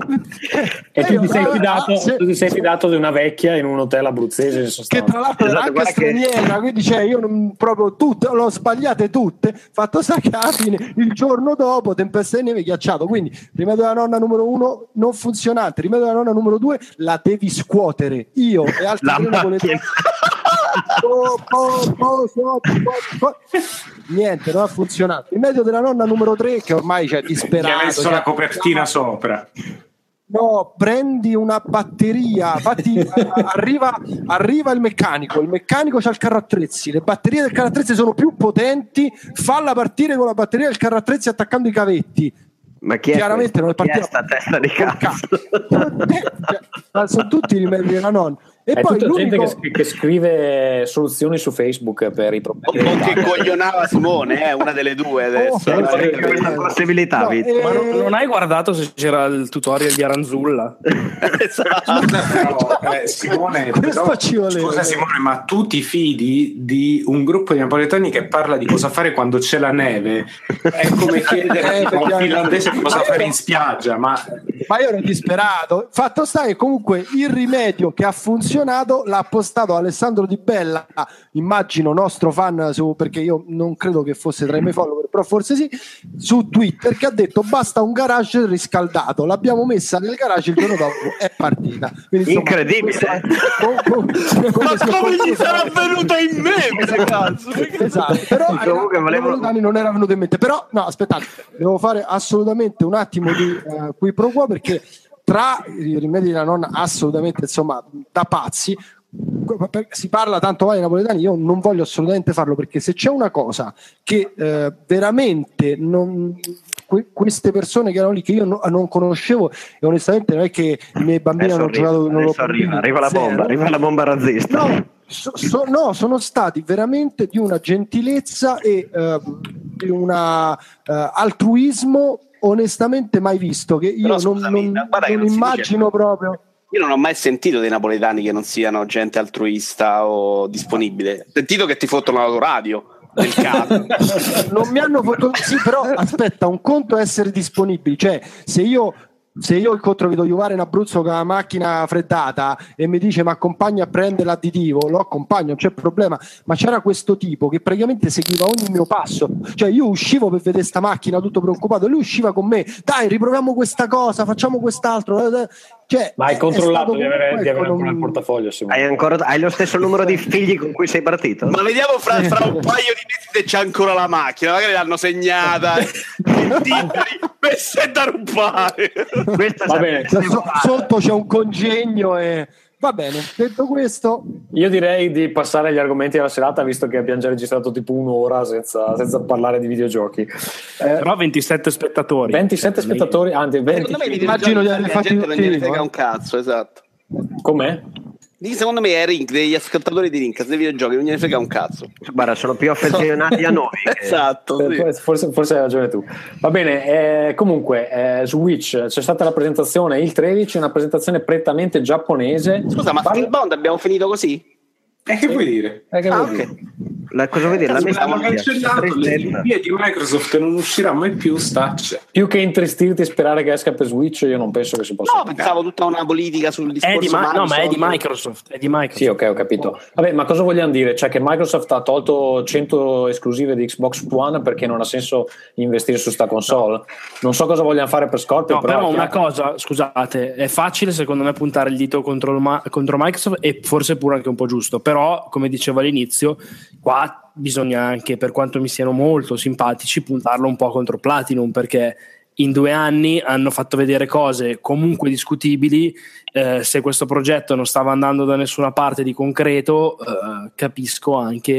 E tu ti sei fidato, ah, se... tu ti sei fidato di una vecchia in un hotel abruzzese in che tra l'altro era anche straniera, che... quindi cioè, io non, proprio tutte, l'ho sbagliate tutte, fatto sta che alla fine il giorno dopo tempesta di neve ghiacciato, quindi rimedio della nonna numero uno non funzionante, rimedio della nonna numero due la devi scuotere io e altri tre napoletani. Oh, oh, oh, oh, oh. Niente, non ha funzionato. Il medio della nonna numero tre che ormai c'è disperato, gli ha messo cioè, la copertina sopra. No, prendi una batteria, infatti arriva, arriva il meccanico, il meccanico c'ha il carro attrezzi, le batterie del carro attrezzi sono più potenti, falla partire con la batteria del carro attrezzi attaccando i cavetti. Ma chi è, chiaramente non è chi è partita sta testa di cazzo? Sono tutti rimedi della nonna. E è poi tutta l'unico... gente che, che scrive soluzioni su Facebook per i problemi. O che coglionava Simone, eh, una delle due adesso. Oh, questa possibilità, no, Vito. eh... Ma non, non hai guardato se c'era il tutorial di Aranzulla? Esatto. Però, eh, Simone, però, scusa Simone, ma tu ti fidi di un gruppo di napoletani che parla di cosa fare quando c'è la neve? È come chiedere a un finlandese cosa fare in spiaggia, ma... ma io ero disperato. Fatto sta che comunque il rimedio che ha funzionato l'ha postato Alessandro Di Bella, immagino nostro fan su, perché io non credo che fosse tra i miei follower, però forse sì, su Twitter, che ha detto basta un garage riscaldato, l'abbiamo messa nel garage, il giorno dopo è partita. Quindi, insomma, incredibile è, com, com, com, ma come gli sarà venuto in mente, cazzo? Esatto, però comunque volevo... non era venuto in mente, però no, aspettate, devo fare assolutamente un attimo di uh, qui pro quo, perché tra i rimedi della nonna assolutamente, insomma, da pazzi, si parla tanto male ai napoletani, io non voglio assolutamente farlo, perché se c'è una cosa che eh, veramente non, que, queste persone che erano lì, che io no, non conoscevo, e onestamente non è che i miei bambini adesso hanno arriva, giocato, non lo arriva, arriva la zero. bomba, arriva la bomba razzista. No, so, so, no, sono stati veramente di una gentilezza e uh, di un uh, altruismo onestamente mai visto, che io Però, non, scusami, non, guarda che non non si immagino dice. proprio. Io non ho mai sentito dei napoletani che non siano gente altruista o disponibile. Ho sentito che ti fottono l'autoradio del caso. Non mi hanno fottuto, sì, però aspetta, un conto è essere disponibili, cioè se io se io incontro Vito Iuvara in Abruzzo con la macchina freddata e mi dice ma accompagno a prendere l'additivo, lo accompagno, non c'è problema, ma c'era questo tipo che praticamente seguiva ogni mio passo, cioè io uscivo per vedere sta macchina tutto preoccupato e lui usciva con me, dai riproviamo questa cosa, facciamo quest'altro, cioè, ma hai controllato di avere, di avere non... ancora il portafoglio, hai, ancora, hai lo stesso numero di figli con cui sei partito? Ma vediamo fra, fra un paio di mesi se c'è ancora la macchina, magari l'hanno segnata messa da rubare. Va bene, so, sotto c'è un congegno e va bene, detto questo io direi di passare agli argomenti della serata, visto che abbiamo già registrato tipo un'ora senza, senza parlare di videogiochi, eh, però ventisette spettatori ventisette spettatori, anzi venti, immagino di aver fatto non gliene frega un cazzo, esatto. Com'è? Secondo me è Rink, degli ascoltatori di Rink dei videogiochi non gliene frega un cazzo. Guarda, sono più affezionati a noi che... Esatto, sì. forse, forse hai ragione tu. Va bene, eh, comunque eh, su Witch c'è stata la presentazione il tredici, una presentazione prettamente giapponese. Scusa, ma Parla... Bond abbiamo finito così? E che vuoi dire? Eh, che ah, vuoi okay. dire? La, cosa vuoi dire? La abbiamo cancellato le vie di Microsoft, non uscirà mai più Stacce. Più che intristirti e sperare che esca per Switch, io non penso che si possa. No, pensavo tutta una politica sul discorso. È di ma- no, ma è di Microsoft. È di Microsoft. Sì, ok, ho capito. Vabbè, ma cosa vogliamo dire? Cioè che Microsoft ha tolto cento esclusive di Xbox One perché non ha senso investire su sta console. Non so cosa vogliano fare per Scorpio. No, però, però una cosa, scusate, è facile secondo me puntare il dito contro, il ma- contro Microsoft e forse pure anche un po' giusto. Però, come dicevo all'inizio, qua bisogna anche, per quanto mi siano molto simpatici, puntarlo un po' contro Platinum, perché in due anni hanno fatto vedere cose comunque discutibili. Eh, se questo progetto non stava andando da nessuna parte di concreto, eh, capisco anche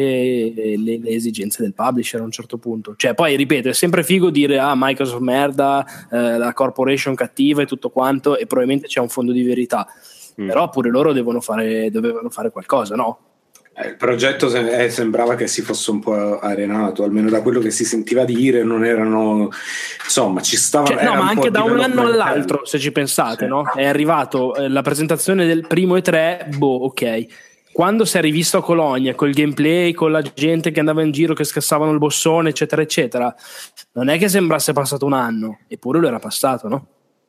le, le esigenze del publisher a un certo punto. Cioè, poi ripeto, è sempre figo dire ah Microsoft merda, eh, la corporation cattiva e tutto quanto, e probabilmente c'è un fondo di verità, mm. però pure loro devono fare, dovevano fare qualcosa, no? Il progetto se- sembrava che si fosse un po' arenato, almeno da quello che si sentiva dire, non erano, insomma, ci stavano. Cioè, no, ma anche da un anno all'altro, se ci pensate, sì. No? È arrivato eh, la presentazione del primo E tre, boh, ok. Quando si è rivisto a Cologna col gameplay, con la gente che andava in giro, che scassavano il bossone, eccetera, eccetera, non è che sembrasse passato un anno, eppure lo era passato, no?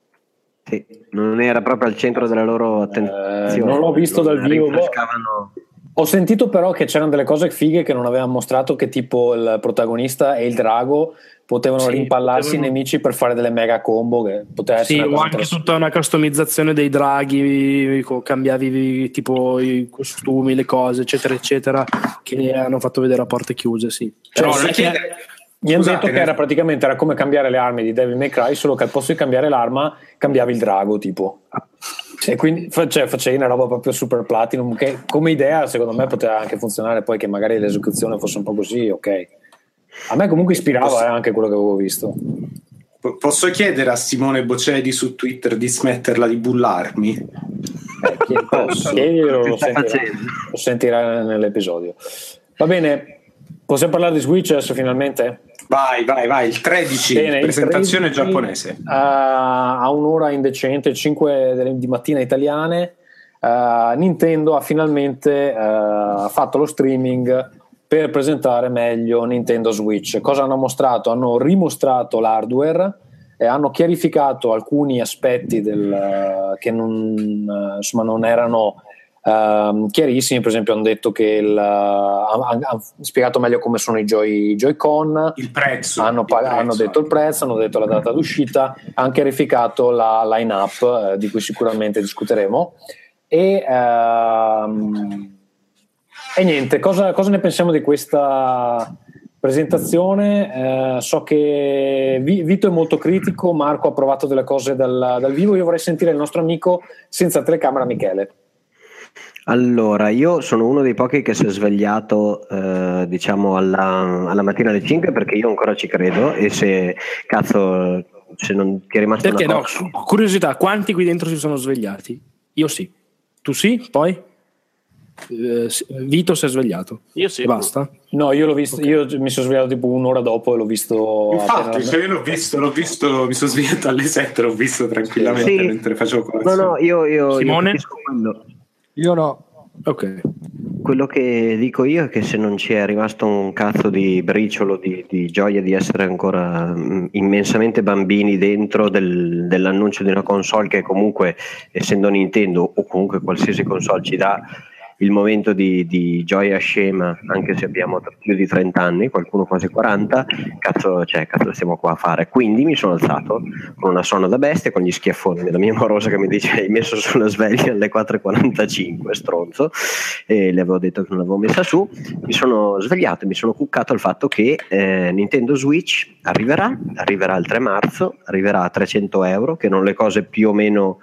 Sì, non era proprio al centro della loro attenzione. Eh, non l'ho visto non dal vivo. Rinfrescavano... Ho sentito però che c'erano delle cose fighe che non avevano mostrato, che tipo il protagonista e il drago potevano sì, rimpallarsi potevano... i nemici per fare delle mega combo, che poteva essere sì, o anche tutta una customizzazione dei draghi, cambiavi tipo i costumi, le cose eccetera eccetera, che hanno fatto vedere a porte chiuse. Sì, cioè, però se, non è che... Mi hanno Scusate, detto che era praticamente era come cambiare le armi di Devil May Cry, solo che al posto di cambiare l'arma cambiavi il drago, tipo. E quindi cioè, facevi una roba proprio super platinum, che come idea secondo me poteva anche funzionare, poi che magari l'esecuzione fosse un po' così, ok. A me comunque ispirava posso, eh, anche quello che avevo visto. Posso chiedere a Simone Bocedi su Twitter di smetterla di bullarmi? Eh, chied- posso, chiedilo, lo, sentirà, lo sentirà nell'episodio. Va bene, possiamo parlare di Switch adesso finalmente? Vai, vai, vai, il tredici, Bene, presentazione il tredici, giapponese. Uh, a un'ora indecente, cinque di mattina italiane, uh, Nintendo ha finalmente uh, fatto lo streaming per presentare meglio Nintendo Switch. Cosa hanno mostrato? Hanno rimostrato l'hardware e hanno chiarificato alcuni aspetti del, uh, che non, uh, insomma, non erano Uh, chiarissimi. Per esempio hanno detto che il, uh, hanno, hanno spiegato meglio come sono i Joy, Joy-Con, il prezzo, hanno, il prezzo hanno detto il prezzo, hanno detto la data d'uscita, hanno chiarificato la line-up uh, di cui sicuramente discuteremo e, uh, e niente, cosa, cosa ne pensiamo di questa presentazione? Uh, so che Vito è molto critico, Marco ha provato delle cose dal, dal vivo. Io vorrei sentire il nostro amico senza telecamera, Michele. Allora, io sono uno dei pochi che si è svegliato eh, diciamo alla, alla mattina alle cinque, perché io ancora ci credo, e se cazzo se non ti è rimasto perché una no, cosa... curiosità, quanti qui dentro si sono svegliati? Io sì, tu sì, poi eh, Vito si è svegliato, io sì, e basta. No, io l'ho visto, okay. Io mi sono svegliato tipo un'ora dopo e l'ho visto. Infatti, cioè io l'ho visto, l'ho visto, mi sono svegliato alle sette, l'ho visto tranquillamente sì. mentre facevo colazione. No, no, io, io, Simone? Io, io no. Ok. Quello che dico io è che se non ci è rimasto un cazzo di briciolo di, di gioia di essere ancora mh, immensamente bambini dentro del, dell'annuncio di una console che comunque, essendo Nintendo o comunque qualsiasi console, ci dà il momento di, di gioia scema, anche se abbiamo più di trenta anni, qualcuno quasi quaranta, cazzo, cioè, cazzo stiamo qua a fare? Quindi mi sono alzato con una sonno da bestia, con gli schiaffoni della mia morosa che mi dice hai messo sulla sveglia alle quattro e quarantacinque, stronzo, e le avevo detto che non l'avevo messa su. Mi sono svegliato e mi sono cuccato al fatto che eh, Nintendo Switch arriverà, arriverà il tre marzo, arriverà a trecento euro, che non le cose più o meno...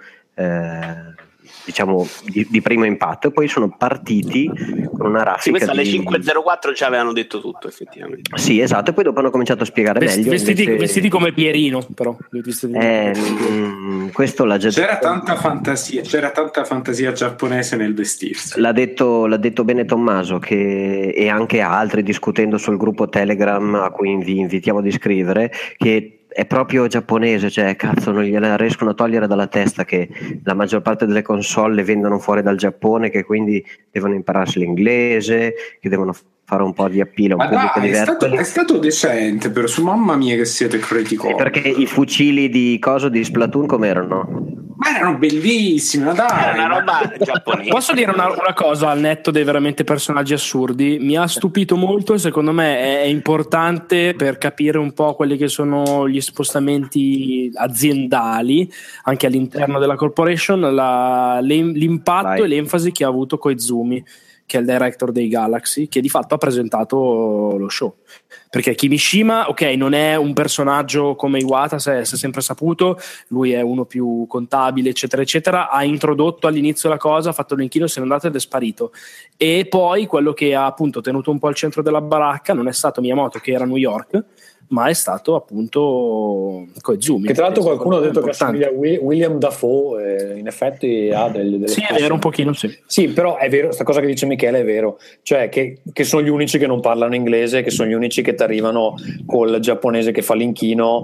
Eh, diciamo di, di primo impatto, e poi sono partiti con una raffica. Sì, questa alle di... cinque e zero quattro ci avevano detto tutto, effettivamente. Sì, esatto, e poi dopo hanno cominciato a spiegare Vesti, meglio. Vestiti, invece... vestiti come Pierino, però. Eh, mh, questo l'ha già c'era detto. tanta fantasia, c'era tanta fantasia giapponese nel vestirsi. L'ha detto, l'ha detto bene Tommaso, che, e anche altri, discutendo sul gruppo Telegram a cui vi invitiamo ad iscrivere, che è proprio giapponese, cioè cazzo non gliela riescono a togliere dalla testa che la maggior parte delle console le vendono fuori dal Giappone, che quindi devono impararsi l'inglese, che devono fare un po' di appeal a un Ma pubblico dai, diverso. È stato, è stato decente, però su mamma mia che siete criticosi. Perché i fucili di coso di Splatoon com'erano? Ma erano bellissimi, ma dai, era una roba giapponese. Posso dire una, una cosa al netto dei veramente personaggi assurdi? Mi ha stupito molto e secondo me è, è importante per capire un po' quelli che sono gli spostamenti aziendali anche all'interno della corporation, la, l'impatto Vai. e l'enfasi che ha avuto Koizumi, che è il director dei Galaxy, che di fatto ha presentato lo show. Perché Kimishima, ok, non è un personaggio come Iwata, si è sempre saputo, lui è uno più contabile, eccetera, eccetera, ha introdotto all'inizio la cosa, ha fatto l'inchino, se n'è andato ed è sparito. E poi quello che ha appunto tenuto un po' al centro della baracca non è stato Miyamoto, che era a New York, ma è stato appunto Koizumi. Che tra l'altro qualcuno ha detto che assomiglia a William Dafoe, eh, in effetti ha delle, delle sì, è vero, un pochino sì. Sì, però è vero, sta cosa che dice Michele è vero, cioè che, che sono gli unici che non parlano inglese, che sono gli unici che ti arrivano col giapponese che fa l'inchino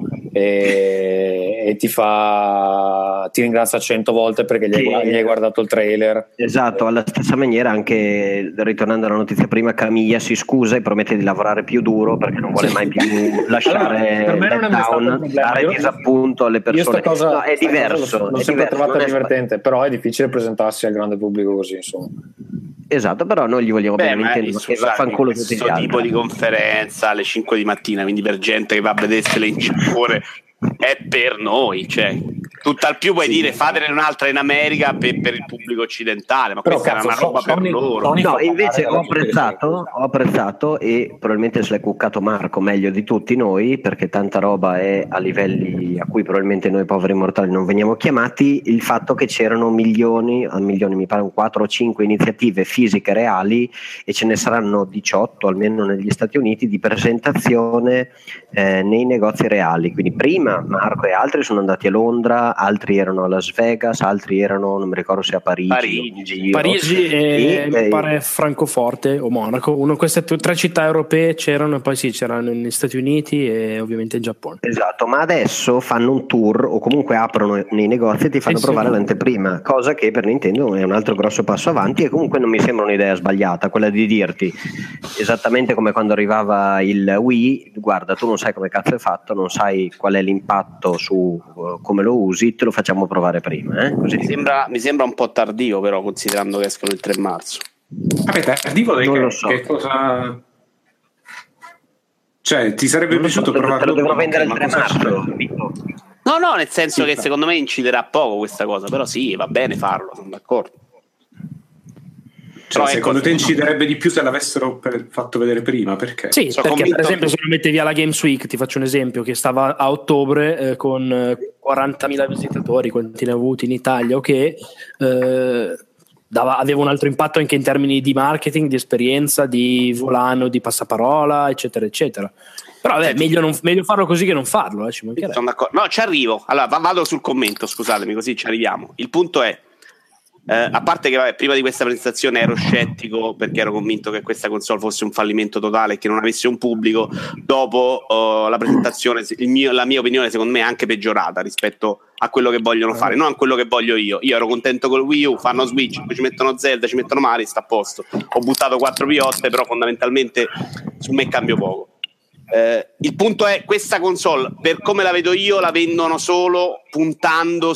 e, e ti fa ti ringrazia cento volte perché gli, hai, gli hai guardato il trailer. Esatto, alla stessa maniera anche, ritornando alla notizia prima, Camilla si scusa e promette di lavorare più duro perché non vuole sì. mai più lasciare allora, per down, dare disappunto alle persone. Cosa, no, è diverso. L'ho, l'ho è sempre diverso, trovata è divertente, però è difficile presentarsi al grande pubblico così, insomma. Esatto, però noi gli vogliamo Beh, bene Nintendo, che vaffanculo tutti gli altri. Questo tipo di conferenza alle cinque di mattina, quindi per gente che va a vedersele in Giappone, è per noi, cioè Tutt'al più puoi sì, dire fatene un'altra in America per, per il pubblico occidentale, ma però questa cazzo, era una roba so, per Sony, loro. Sony no, invece ho apprezzato, ho apprezzato e probabilmente se l'è cuccato Marco meglio di tutti noi, perché tanta roba è a livelli a cui probabilmente noi poveri mortali non veniamo chiamati, il fatto che c'erano milioni, a milioni mi pare quattro o cinque iniziative fisiche reali e ce ne saranno diciotto almeno negli Stati Uniti di presentazione eh, nei negozi reali. Quindi prima Marco e altri sono andati a Londra, altri erano a Las Vegas, altri erano, non mi ricordo se a Parigi, Parigi, Parigi e, e mi pare Francoforte o Monaco, uno, queste tre città europee c'erano, e poi sì, c'erano negli Stati Uniti e ovviamente in Giappone. Esatto, ma adesso fanno un tour o comunque aprono nei negozi e ti fanno eh provare sì. l'anteprima, cosa che per Nintendo è un altro grosso passo avanti e comunque non mi sembra un'idea sbagliata quella di dirti esattamente come quando arrivava il Wii, guarda, tu non sai come cazzo è fatto, non sai qual è l'impatto su uh, come lo usi, te lo facciamo provare prima, eh? Così mi, sembra, mi sembra un po' tardivo però, considerando che escono il tre marzo. Vabbè, tardivo non che, lo so. Che cosa, cioè ti sarebbe non piaciuto so, provare, te lo devono vendere il tre marzo. No no, nel senso sì, che secondo me inciderà poco questa cosa, però sì, va bene farlo, sono d'accordo. Cioè, secondo ecco, te inciderebbe di più se l'avessero per, fatto vedere prima? Perché? Sì, so perché per esempio se lo mette via la Games Week, ti faccio un esempio, che stava a ottobre eh, con eh, quarantamila visitatori, quanti ne ha avuti in Italia, ok, eh, dava, aveva un altro impatto anche in termini di marketing, di esperienza, di volano, di passaparola, eccetera, eccetera. Però vabbè, meglio, non, meglio farlo così che non farlo, eh, ci mancherebbe. Sono d'accordo. No, ci arrivo. Allora, vado sul commento, scusatemi, così ci arriviamo. Il punto è, Eh, a parte che vabbè, prima di questa presentazione ero scettico perché ero convinto che questa console fosse un fallimento totale e che non avesse un pubblico. Dopo uh, la presentazione il mio, la mia opinione secondo me è anche peggiorata rispetto a quello che vogliono fare, non a quello che voglio io. Io ero contento col Wii U, fanno Switch, poi ci mettono Zelda, ci mettono Mario, sta a posto. Ho buttato quattro piotte, però fondamentalmente su me cambio poco. Eh, il punto è, questa console per come la vedo io la vendono solo puntando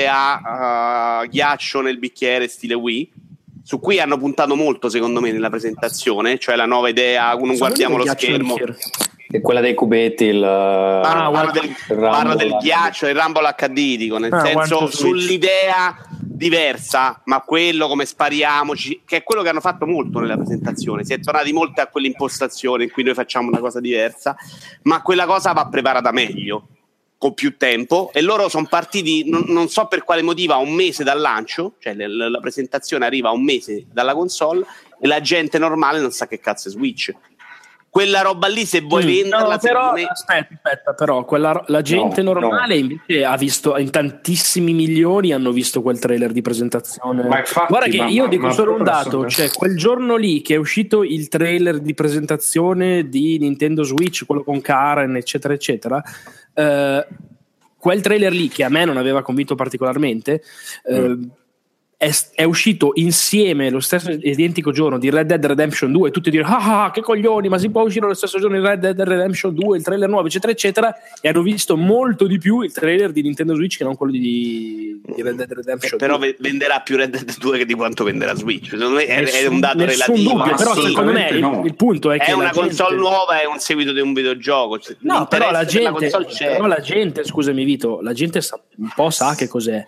sull'idea uh, ghiaccio nel bicchiere stile Wii, su cui hanno puntato molto secondo me nella presentazione, cioè la nuova idea, non guardiamo lo schermo, è quella dei cubetti, il, ah, parlo del, parlo del ghiaccio, il Rumble acca di, dico, nel ah, senso sull'idea diversa, ma quello come spariamoci, che è quello che hanno fatto molto nella presentazione, si è tornati molto a quell'impostazione in cui noi facciamo una cosa diversa, ma quella cosa va preparata meglio, con più tempo, e loro sono partiti, non, non so per quale motivo, a un mese dal lancio, cioè l- la presentazione arriva a un mese dalla console e la gente normale non sa che cazzo è Switch. Quella roba lì, se vuoi mm, venderla, no, però, me... aspetta, aspetta, però quella, la gente no, normale no. invece ha visto, in tantissimi milioni hanno visto quel trailer di presentazione. Ma infatti, guarda che ma, io ma, dico ma solo un dato, cioè quel giorno lì che è uscito il trailer di presentazione di Nintendo Switch, quello con Karen, eccetera, eccetera, eh, quel trailer lì che a me non aveva convinto particolarmente, eh, mm. È, è uscito insieme lo stesso identico giorno di Red Dead Redemption due, tutti dire ah, ah che coglioni, ma si può uscire lo stesso giorno di Red Dead Redemption due, il trailer nuovo, eccetera eccetera, e hanno visto molto di più il trailer di Nintendo Switch che non quello di, di Red Dead Redemption eh, però due. Venderà più Red Dead due che di quanto venderà Switch, secondo me è, nessun, è un dato relativo, dubbio, però secondo me no. il, il punto è, è che è una gente... console nuova, è un seguito di un videogioco, no, però la gente però la gente, scusami Vito, la gente sa, un po' sa che cos'è.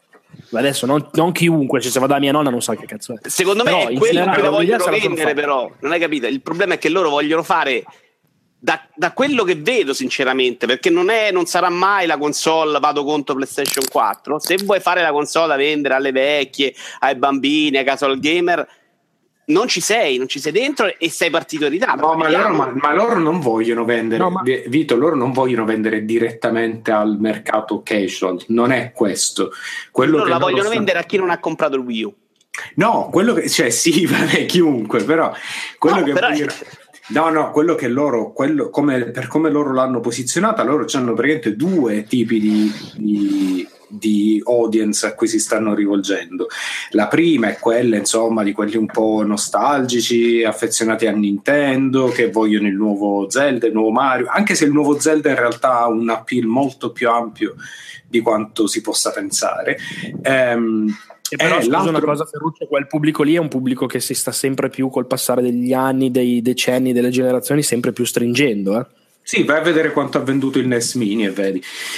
Adesso non, non chiunque, cioè, se va da mia nonna non sa che cazzo è. Secondo però, me è quello che vogliono vendere, però non hai capito, il problema è che loro vogliono fare da, da quello che vedo sinceramente, perché non, è, non sarà mai la console vado contro PlayStation quattro. Se vuoi fare la console da vendere alle vecchie, ai bambini, ai casual gamer, non ci sei, non ci sei dentro e sei partito in ritardo. No, ma loro, ma, ma loro non vogliono vendere, no, ma... Vito, loro non vogliono vendere direttamente al mercato casual, non è questo. Quello loro che la loro vogliono stanno... vendere a chi non ha comprato il Wii U. No, quello che, cioè sì, vabbè, chiunque, però quello no, che però... vogliono... No, no, quello che loro, quello, come, per come loro l'hanno posizionata, loro hanno praticamente due tipi di, di, di audience a cui si stanno rivolgendo. La prima è quella, insomma, di quelli un po' nostalgici, affezionati a Nintendo, che vogliono il nuovo Zelda, il nuovo Mario, anche se il nuovo Zelda in realtà ha un appeal molto più ampio di quanto si possa pensare. Ehm, E però, eh, scusa una cosa, Ferruccio, quel pubblico lì è un pubblico che si sta sempre più col passare degli anni, dei decenni, delle generazioni sempre più stringendo, eh? Sì, vai a vedere quanto ha venduto il N E S Mini e vedi.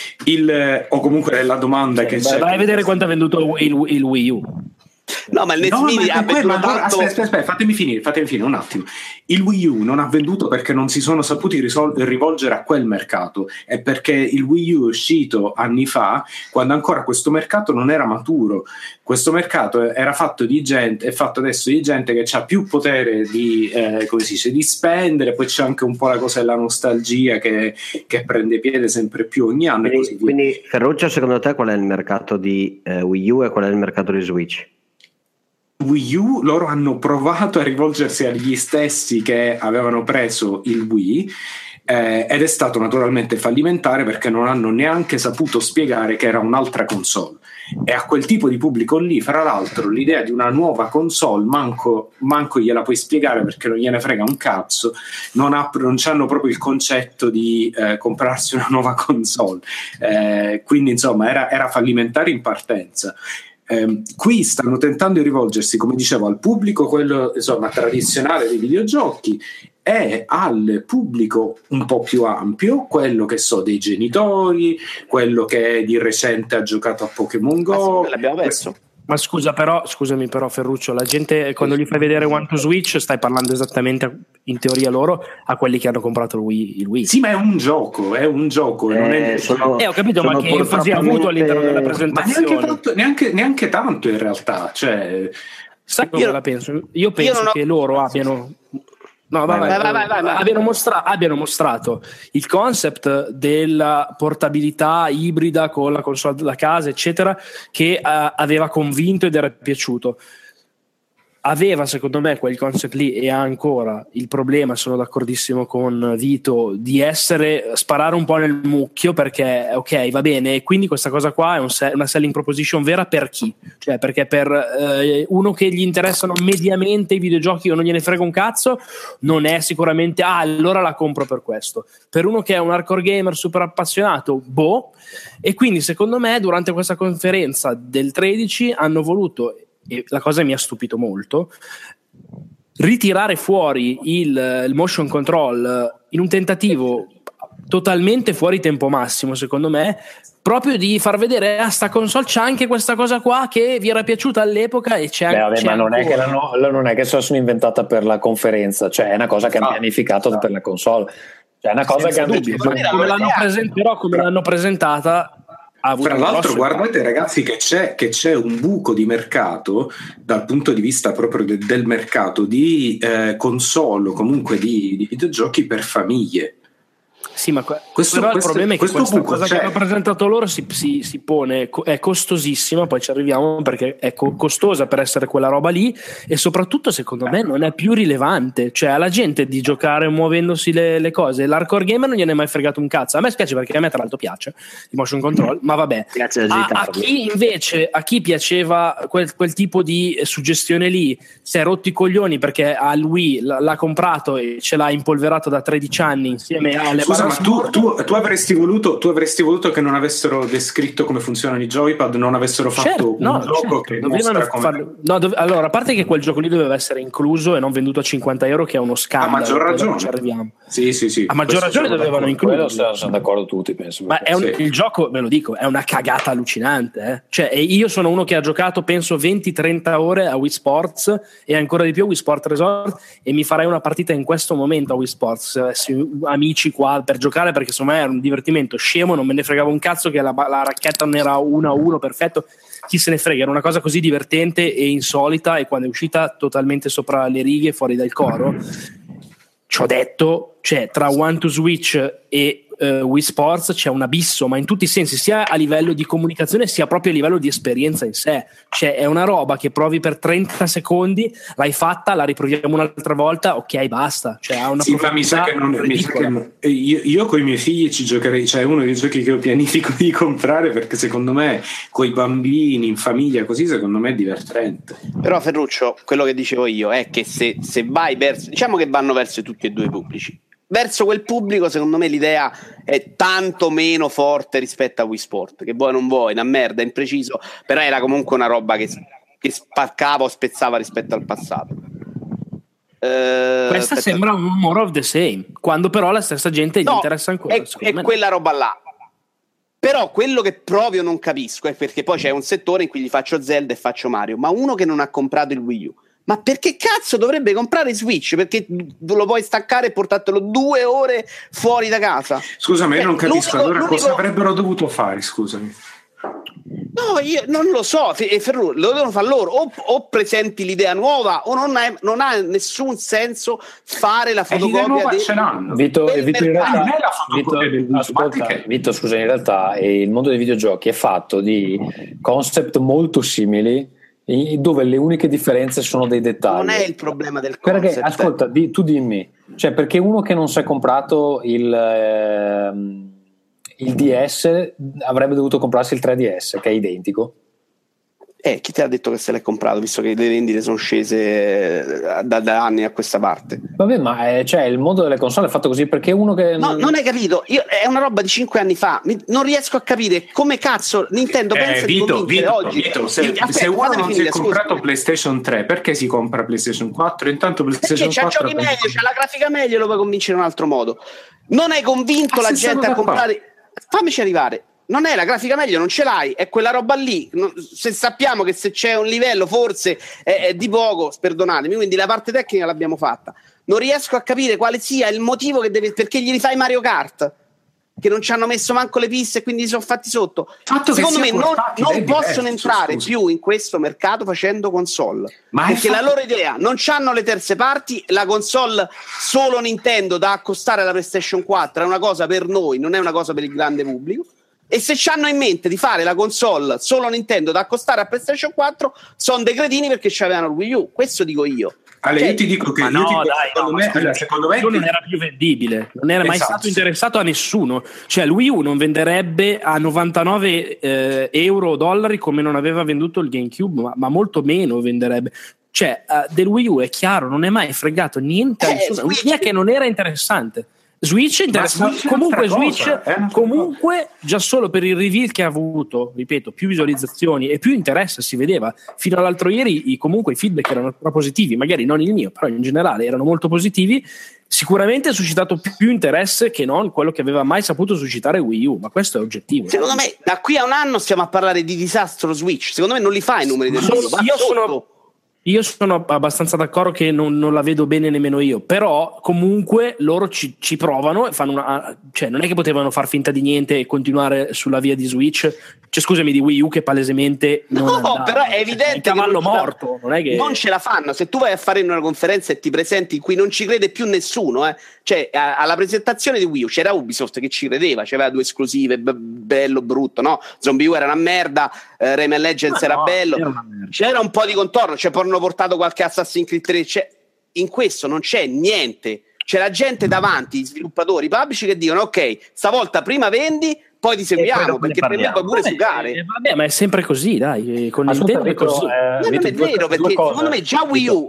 Il, o comunque la domanda sì, che vai, c'è. Vai a vedere quanto ha venduto il, il Wii U. No, ma il N E S no, Mini ha venduto ma tanto... aspetta, aspetta, aspetta, fatemi finire, fatemi finire un attimo. Il Wii U non ha venduto perché non si sono saputi risol- rivolgere a quel mercato, e perché il Wii U è uscito anni fa, quando ancora questo mercato non era maturo. Questo mercato era fatto di gente, è fatto adesso di gente che ha più potere di, eh, come si dice, di spendere. Poi c'è anche un po' la cosa della nostalgia che, che prende piede sempre più ogni anno. Quindi, e così via. quindi Ferruccio, secondo te qual è il mercato di eh, Wii U e qual è il mercato di Switch? Wii U, loro hanno provato a rivolgersi agli stessi che avevano preso il Wii, eh, ed è stato naturalmente fallimentare perché non hanno neanche saputo spiegare che era un'altra console. E a quel tipo di pubblico lì, fra l'altro, l'idea di una nuova console manco, manco gliela puoi spiegare perché non gliene frega un cazzo. Non, ha, non hanno proprio il concetto di eh, comprarsi una nuova console, eh, quindi insomma era, era fallimentare in partenza. Eh, qui stanno tentando di rivolgersi, come dicevo, al pubblico quello insomma tradizionale dei videogiochi e al pubblico un po' più ampio, quello che so dei genitori, quello che di recente ha giocato a Pokémon Go. Ah, sì, l'abbiamo messo. Ma scusa però, scusami però Ferruccio, la gente quando gli fai vedere One to Switch stai parlando esattamente in teoria loro a quelli che hanno comprato il Wii. Il Wii. Sì, ma è un gioco, è un gioco. Eh, non è... sono, eh, ho capito, ma che enfasi ha avuto all'interno della presentazione? Ma neanche tanto, neanche, neanche tanto in realtà. Cioè... Sai come la penso? Io penso io che ho... loro abbiano... No, vai, vai, vai, vai, vai, vai. Abbiano, mostra- abbiano mostrato il concept della portabilità ibrida con la console da casa, eccetera, che uh, aveva convinto ed era piaciuto. Aveva, secondo me, quel concept lì e ha ancora il problema, sono d'accordissimo con Vito, di essere sparare un po' nel mucchio, perché ok, va bene, e quindi questa cosa qua è un se- una selling proposition vera per chi? Cioè, perché per eh, uno che gli interessano mediamente i videogiochi o non gliene frega un cazzo, non è sicuramente ah, allora la compro per questo. Per uno che è un hardcore gamer super appassionato, boh. E quindi secondo me durante questa conferenza del tredici hanno voluto, e la cosa mi ha stupito molto, ritirare fuori il, il motion control in un tentativo totalmente fuori tempo massimo, secondo me, proprio di far vedere a sta console c'è anche questa cosa qua che vi era piaciuta all'epoca e c'è, Beh, vabbè, c'è ma non è, che ancora. l'hanno, non è che se la sono inventata per la conferenza, cioè è una cosa che hanno Ah, pianificato ah. per la console, cioè è una cosa Senza che hanno dubbio, ma come l'hanno presen- però come l'hanno presentata ha avuto Tra un l'altro, grosso guardate ragazzi che c'è, che c'è un buco di mercato dal punto di vista proprio de- del mercato di eh, console o comunque di, di videogiochi per famiglie. Sì, ma que- Questo- però questo- il problema è che questo questa buco cosa c'è. che hanno presentato loro si, si, si pone, co- è costosissima, poi ci arriviamo perché è co- costosa per essere quella roba lì e soprattutto secondo me non è più rilevante, cioè alla gente di giocare muovendosi le, le cose, l'hardcore gamer non gliene è mai fregato un cazzo, a me spiace perché a me tra l'altro piace il motion control, ma vabbè. Grazie a A, a agitarmi. chi invece, a chi piaceva quel, quel tipo di suggestione lì, si è rotti i coglioni perché al Wii l- l'ha comprato e ce l'ha impolverato da tredici anni insieme alle Scusa, ma barre tu, smart. tu, tu avresti voluto, tu avresti voluto che non avessero descritto come funzionano i joypad, non avessero fatto Certo, un no, gioco certo, che dovevano mostra come... farlo. No, dove- allora, a parte che quel gioco lì doveva essere incluso e non venduto a cinquanta euro, che è uno scandalo. A maggior poi dopo ragione. Ci arriviamo. Sì, sì, sì. A maggior Questo ragione sono dovevano d'accordo. quello includerlo. sono, sono d'accordo tutti, penso. Ma è un, Sì. il gioco, ve lo dico, è una cagata allucinante. Eh? Cioè, e io sono uno che ha giocato, penso, venti trenta ore a Wii Sports e ancora di più a Wii Sport Resort e mi farei una partita in questo momento a Wii Sports se avessi amici qua per giocare, perché secondo me era un divertimento scemo, non me ne fregava un cazzo che la, la racchetta non era uno a uno perfetto, chi se ne frega, era una cosa così divertente e insolita e quando è uscita totalmente sopra le righe, fuori dal coro. Ci ho detto, cioè tra One to Switch e uh, Wii Sports c'è un abisso, ma in tutti i sensi, sia a livello di comunicazione sia proprio a livello di esperienza in sé. Cioè è una roba che provi per trenta secondi, l'hai fatta, la riproviamo un'altra volta, ok, basta. Cioè ha una Sì, ma mi sa che non, mi sa che non- io, io con i miei figli ci giocherei, cioè è uno dei giochi che io pianifico di comprare, perché secondo me coi bambini in famiglia così secondo me è divertente. Però Ferruccio, quello che dicevo io è che se, se vai verso, diciamo che vanno verso tutti e due i pubblici, verso quel pubblico secondo me l'idea è tanto meno forte rispetto a Wii Sport, che vuoi non vuoi, una merda, impreciso, però era comunque una roba che, che spaccava o spezzava rispetto al passato. Uh, Questa aspetta. Sembra un more of the same, quando però la stessa gente no, gli interessa ancora. È, è quella roba là. Però quello che proprio non capisco è perché poi c'è un settore in cui gli faccio Zelda e faccio Mario, ma uno che non ha comprato il Wii U, ma perché cazzo dovrebbe comprare Switch? Perché lo puoi staccare e portartelo due ore fuori da casa? Scusami, Beh, io non capisco allora l'unico... cosa avrebbero dovuto fare, scusami. No, io non lo so, Ferru, lo devono fare loro, o, o presenti l'idea nuova o non, è, non ha nessun senso fare la fotocopia del, ce l'hanno. Vito, del Vito, in realtà, non è la fotocopia Vito, del ascolta, che... Vito, scusa, in realtà il mondo dei videogiochi è fatto di concept molto simili dove le uniche differenze sono dei dettagli. Non è il problema del concept. Perché, ascolta, di, tu dimmi, cioè perché uno che non si è comprato il... Eh, il D S avrebbe dovuto comprarsi il tre D S che è identico. Eh, chi ti ha detto che se l'è comprato, visto che le vendite sono scese da, da anni a questa parte? Vabbè, ma è, cioè, il mondo delle console è fatto così perché uno che... No, non hai capito, io, è una roba di cinque anni fa, mi, non riesco a capire come cazzo Nintendo eh, pensa Vito, di convincere Vito, oggi. Vito, se, Aspetta, se uno non si è scusa. comprato PlayStation tre, perché si compra PlayStation quattro? Intanto PlayStation perché quattro... c'ha giochi meglio, c'ha la grafica meglio, lo puoi convincere in un altro modo. Non hai convinto ah, la gente a comprare... Qua. Fammici arrivare. Non è la grafica meglio, non ce l'hai, è quella roba lì. Se sappiamo che se c'è un livello forse è, è di poco, perdonatemi, quindi la parte tecnica l'abbiamo fatta. Non riesco a capire quale sia il motivo che deve, perché gli rifai Mario Kart, che non ci hanno messo manco le piste e quindi si sono fatti sotto. Fatto Secondo me non, non possono diverso, entrare scusa. più in questo mercato facendo console, ma perché fatto... la loro idea non c'hanno le terze parti, la console solo Nintendo da accostare alla PlayStation quattro è una cosa per noi, non è una cosa per il grande pubblico. E se c'hanno in mente di fare la console solo Nintendo da accostare a PlayStation quattro, sono dei cretini perché c'avevano il Wii U. Questo dico io. Allora, cioè, io ti dico che ma io no, dico, dai, secondo, no, me, scusa, allora, secondo me il Wii U non era più vendibile, non era mai esatto, stato interessato a nessuno. Cioè, il Wii U non venderebbe a novantanove eh, euro o dollari come non aveva venduto il GameCube, ma, ma molto meno venderebbe. Cioè, uh, del Wii U è chiaro, non è mai fregato niente a Eh, nessuno. Switch- Un'idea che non era interessante. Switch interessante. Switch è Comunque un'altra Switch cosa, è un'altra comunque già solo per il reveal che ha avuto, ripeto, più visualizzazioni e più interesse si vedeva. Fino all'altro ieri i, comunque i feedback erano positivi, magari non il mio, però in generale erano molto positivi. Sicuramente ha suscitato più interesse che non quello che aveva mai saputo suscitare Wii U, ma questo è oggettivo. Secondo me da qui a un anno stiamo a parlare di disastro Switch. Secondo me non li fa i numeri del Wii U, va io sotto. sono Io sono abbastanza d'accordo che non, non la vedo bene nemmeno io, però comunque loro ci, ci provano e fanno una, cioè non è che potevano far finta di niente e continuare sulla via di Switch, cioè scusami, di Wii U che palesemente non no, andava. però è evidente è un cavallo che non morto, non è che non ce la fanno. Se tu vai a fare in una conferenza e ti presenti in cui non ci crede più nessuno, eh. Cioè a, alla presentazione di Wii U c'era Ubisoft che ci credeva, c'aveva due esclusive, b- bello brutto, no? Zombie U era una merda, eh, Rayman Legends Ma era no, bello, era una merda. c'era un po' di contorno, cioè poi hanno portato qualche Assassin's Creed tre, c'è, in questo non c'è niente. C'è la gente davanti, gli sviluppatori, i publisher che dicono ok, stavolta prima vendi, poi ti seguiamo, perché per me puoi pure vabbè, sugare. eh, vabbè, ma è sempre così, dai, con Ascolta, Nintendo è Vito, così. eh, Ma non Vito, è due- vero, due perché cose. secondo me già Wii U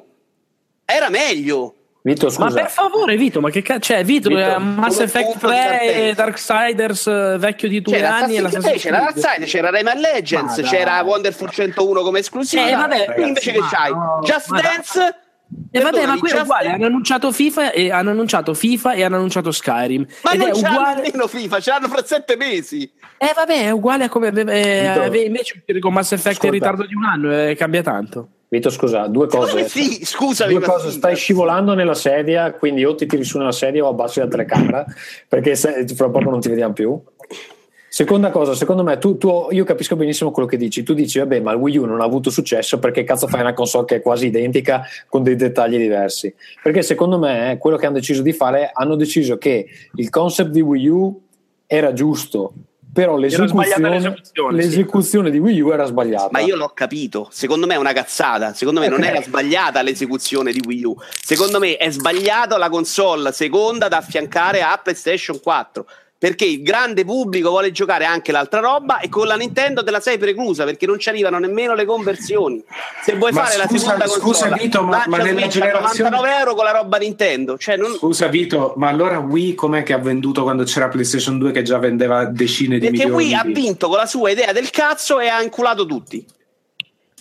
era meglio. Vito, scusa. Ma per favore, Vito, ma che cazzo? Cioè, Vito, Vito, eh, Mass come Effect punto di tre partenza. e Darksiders eh, vecchio di due C'era anni e Assassin's Creed, c'era Darkseid, c'era Rayman Legends, Ma c'era dai. Wonderful centouno come esclusiva. Eh, vabbè, Qui invece che ma c'hai no, Just ma Dance. E vabbè, ma perdonami, qui è Just uguale, Dance- hanno annunciato FIFA e hanno annunciato FIFA e hanno annunciato Skyrim. Ma ed non è c'hanno uguale. nemmeno FIFA, ce l'hanno fra sette mesi. Eh vabbè, è uguale a come aveva, eh, Vito. aveva invece con Mass Effect Ascolta. in ritardo di un anno, eh, cambia tanto. Vito, scusa, due Secondo cose. me sì, scusami. Due ma cose, sì. stai scivolando nella sedia, quindi o ti tiri su nella sedia o abbassi la telecamera, perché se, fra poco non ti vediamo più. Seconda cosa, secondo me, tu, tu, io capisco benissimo quello che dici. Tu dici, vabbè, ma il Wii U non ha avuto successo perché cazzo fai una console che è quasi identica con dei dettagli diversi? Perché secondo me quello che hanno deciso di fare, hanno deciso che il concept di Wii U era giusto, però l'esecuzione, l'esecuzione, l'esecuzione di Wii U era sbagliata. Ma io l'ho capito, secondo me è una cazzata, secondo me non Ok. era sbagliata l'esecuzione di Wii U, secondo me è sbagliata la console seconda da affiancare a PlayStation quattro, perché il grande pubblico vuole giocare anche l'altra roba e con la Nintendo te la sei preclusa perché non ci arrivano nemmeno le conversioni. Se vuoi Ma fare la scusa- seconda scusa, console, Vito, ma- lancia ma nella Switch a generazione- novantanove euro con la roba Nintendo, cioè non... Scusa Vito, ma allora Wii com'è che ha venduto quando c'era PlayStation due che già vendeva decine di perché milioni? Wii ha di... vinto con la sua idea del cazzo e ha inculato tutti.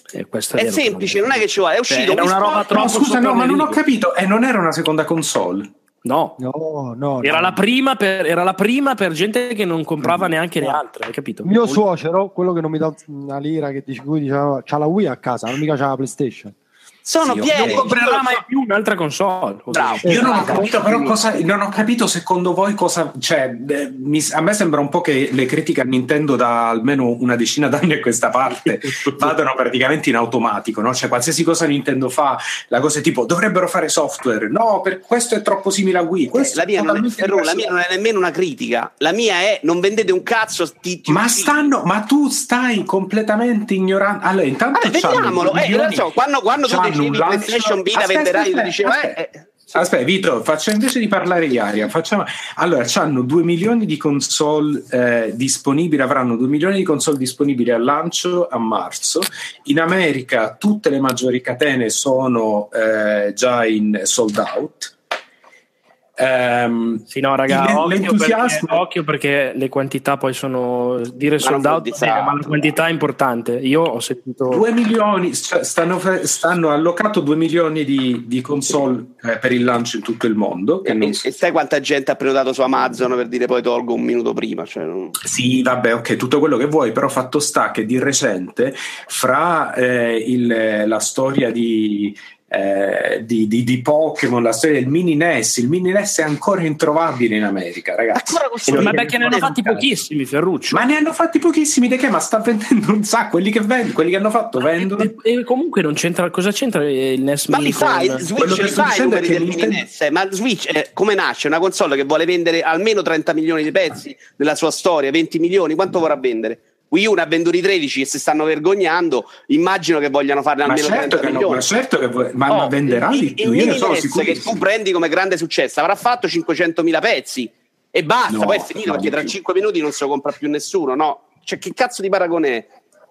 Eh, questo è vero, semplice, non è che ci vuole, è uscito Cioè, era una roba troppo No, scusa, no, ma non ho sopra capito, e eh, non era una seconda console? No, no, no, era, no. La prima per, era la prima per gente che non comprava neanche le altre, hai capito? Mio suocero, quello che non mi dà una lira, che dice, cui diceva, c'ha la Wii a casa, non mica c'ha la PlayStation. Sono Sì, pieni, non comprerà mai più un'altra console. Bravo. Io non ho capito, però cosa, non ho capito secondo voi cosa, cioè, eh, mi, a me sembra un po' che le critiche a Nintendo da almeno una decina d'anni a questa parte vadano praticamente in automatico, no? Cioè qualsiasi cosa Nintendo fa, la cosa è tipo dovrebbero fare software, no, per questo è troppo simile a Wii. Questo la mia, non è, Ferro, la mia non è nemmeno una critica, la mia è non vendete un cazzo. Ti, ti ma stanno, ma tu stai completamente ignorando. Allora, intanto allora, vediamolo, eh, milioni, so, quando, quando tu dicevi PlayStation Vita aspetta, venderai, aspetta, dicevo, aspetta. Eh, eh. Aspetta, Vito, faccio invece di parlare di Aria. Facciamo... Allora, c'hanno due milioni di console eh, disponibili, avranno due milioni di console disponibili al lancio a marzo. In America tutte le maggiori catene sono eh, già in sold out. Um, sì, no, raga, occhio l'entusiasmo... perché, occhio perché le quantità poi sono dire sold out, sì, ma la quantità è importante. Io ho sentito due milioni, stanno, stanno allocato due milioni di, di console eh, per il lancio in tutto il mondo. Che e, non... e sai quanta gente ha prenotato su Amazon per dire poi tolgo un minuto prima? Cioè, non... Sì, vabbè, ok, tutto quello che vuoi, però fatto sta che di recente fra eh, il, la storia di Eh, di, di, di Pokémon, la storia del mini N E S, il mini N E S è ancora introvabile in America, ragazzi. Ma perché ne hanno fatti pochissimi, Ferruccio? Ma ne hanno fatti pochissimi, di che? Ma sta vendendo un sacco, quelli che vendono, quelli che hanno fatto vendono. E, e comunque non c'entra, cosa c'entra il N E S ma mini? li fai, con... Switch li fai i numeri del Nintendo... mini N E S, ma Switch eh, come nasce? Una console che vuole vendere almeno trenta milioni di pezzi nella sua storia, venti milioni, quanto vorrà vendere? Wii U ne ha venduti tredici e si stanno vergognando, immagino che vogliano farne ma almeno certo trenta che milioni. No, ma certo che vuoi, ma, oh, ma venderà il, di più. Il Io mini ne sono N E S che tu prendi come grande successo avrà fatto cinquecentomila pezzi e basta, no, poi è finito perché tra cinque minuti non se lo compra più nessuno, no? Cioè che cazzo di paragone è?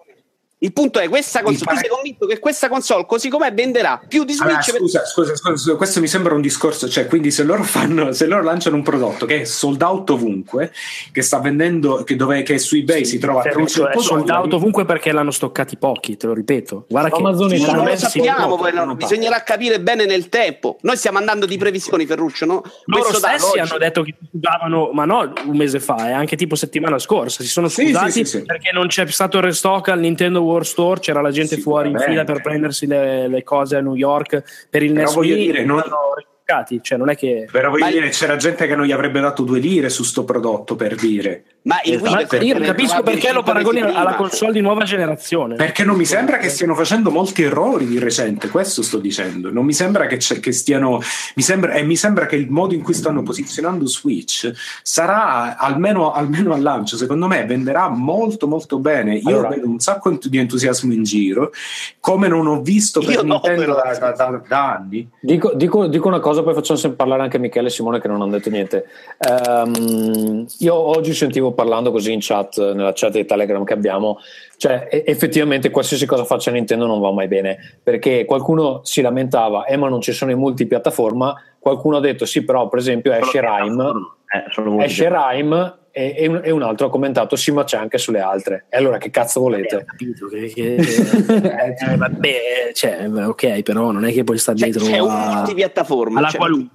Il punto è questa console, tu sei convinto che questa console così com'è venderà più di Switch? Allora, scusa, per... scusa, scusa, scusa, questo mi sembra un discorso, cioè quindi se loro fanno, se loro lanciano un prodotto che è sold out ovunque, che sta vendendo, che, dove, che su eBay sì, si trova a Ferruccio, è sold out ovunque perché l'hanno stoccati pochi, te lo ripeto. Guarda che Amazon sì, non lo sappiamo, poi, no, bisognerà capire bene nel tempo. Noi stiamo andando di previsioni, Ferruccio, no? Loro Questo stessi hanno detto che si scusavano, ma no un mese fa, eh, anche tipo settimana scorsa, si sono scusati sì, sì, sì, perché non c'è stato il restock al Nintendo World Store, c'era la gente sì, fuori in fila per prendersi le, le cose a New York per il N E S voglio dire, non... cioè non è che però voglio ma dire c'era gente che non gli avrebbe dato due lire su sto prodotto, per dire. Ma il esatto. Wii, per io capisco perché lo paragoni alla console di nuova generazione, perché non mi sembra che stiano facendo molti errori di recente, questo sto dicendo, non mi sembra che, che stiano mi sembra, e mi sembra che il modo in cui stanno posizionando Switch sarà almeno, almeno al lancio, secondo me venderà molto molto bene. Io allora, vedo un sacco di entusiasmo in giro, come non ho visto per no, Nintendo da, da, da, da anni. Dico, dico, dico una cosa, poi facciamo sempre parlare anche Michele e Simone che non hanno detto niente. Um, io oggi sentivo parlando così in chat, nella chat di Telegram che abbiamo, cioè effettivamente qualsiasi cosa faccia Nintendo non va mai bene, perché qualcuno si lamentava eh ma non ci sono i multipiattaforma, qualcuno ha detto sì però per esempio esce Rime eh, esce Rime e, e, un, e un altro ha commentato sì ma c'è anche sulle altre, e allora che cazzo volete? Eh, capito che, che eh, vabbè, cioè, ok, però non è che poi sta dietro c'è, c'è a, un multipiattaforma alla cioè, qualunque.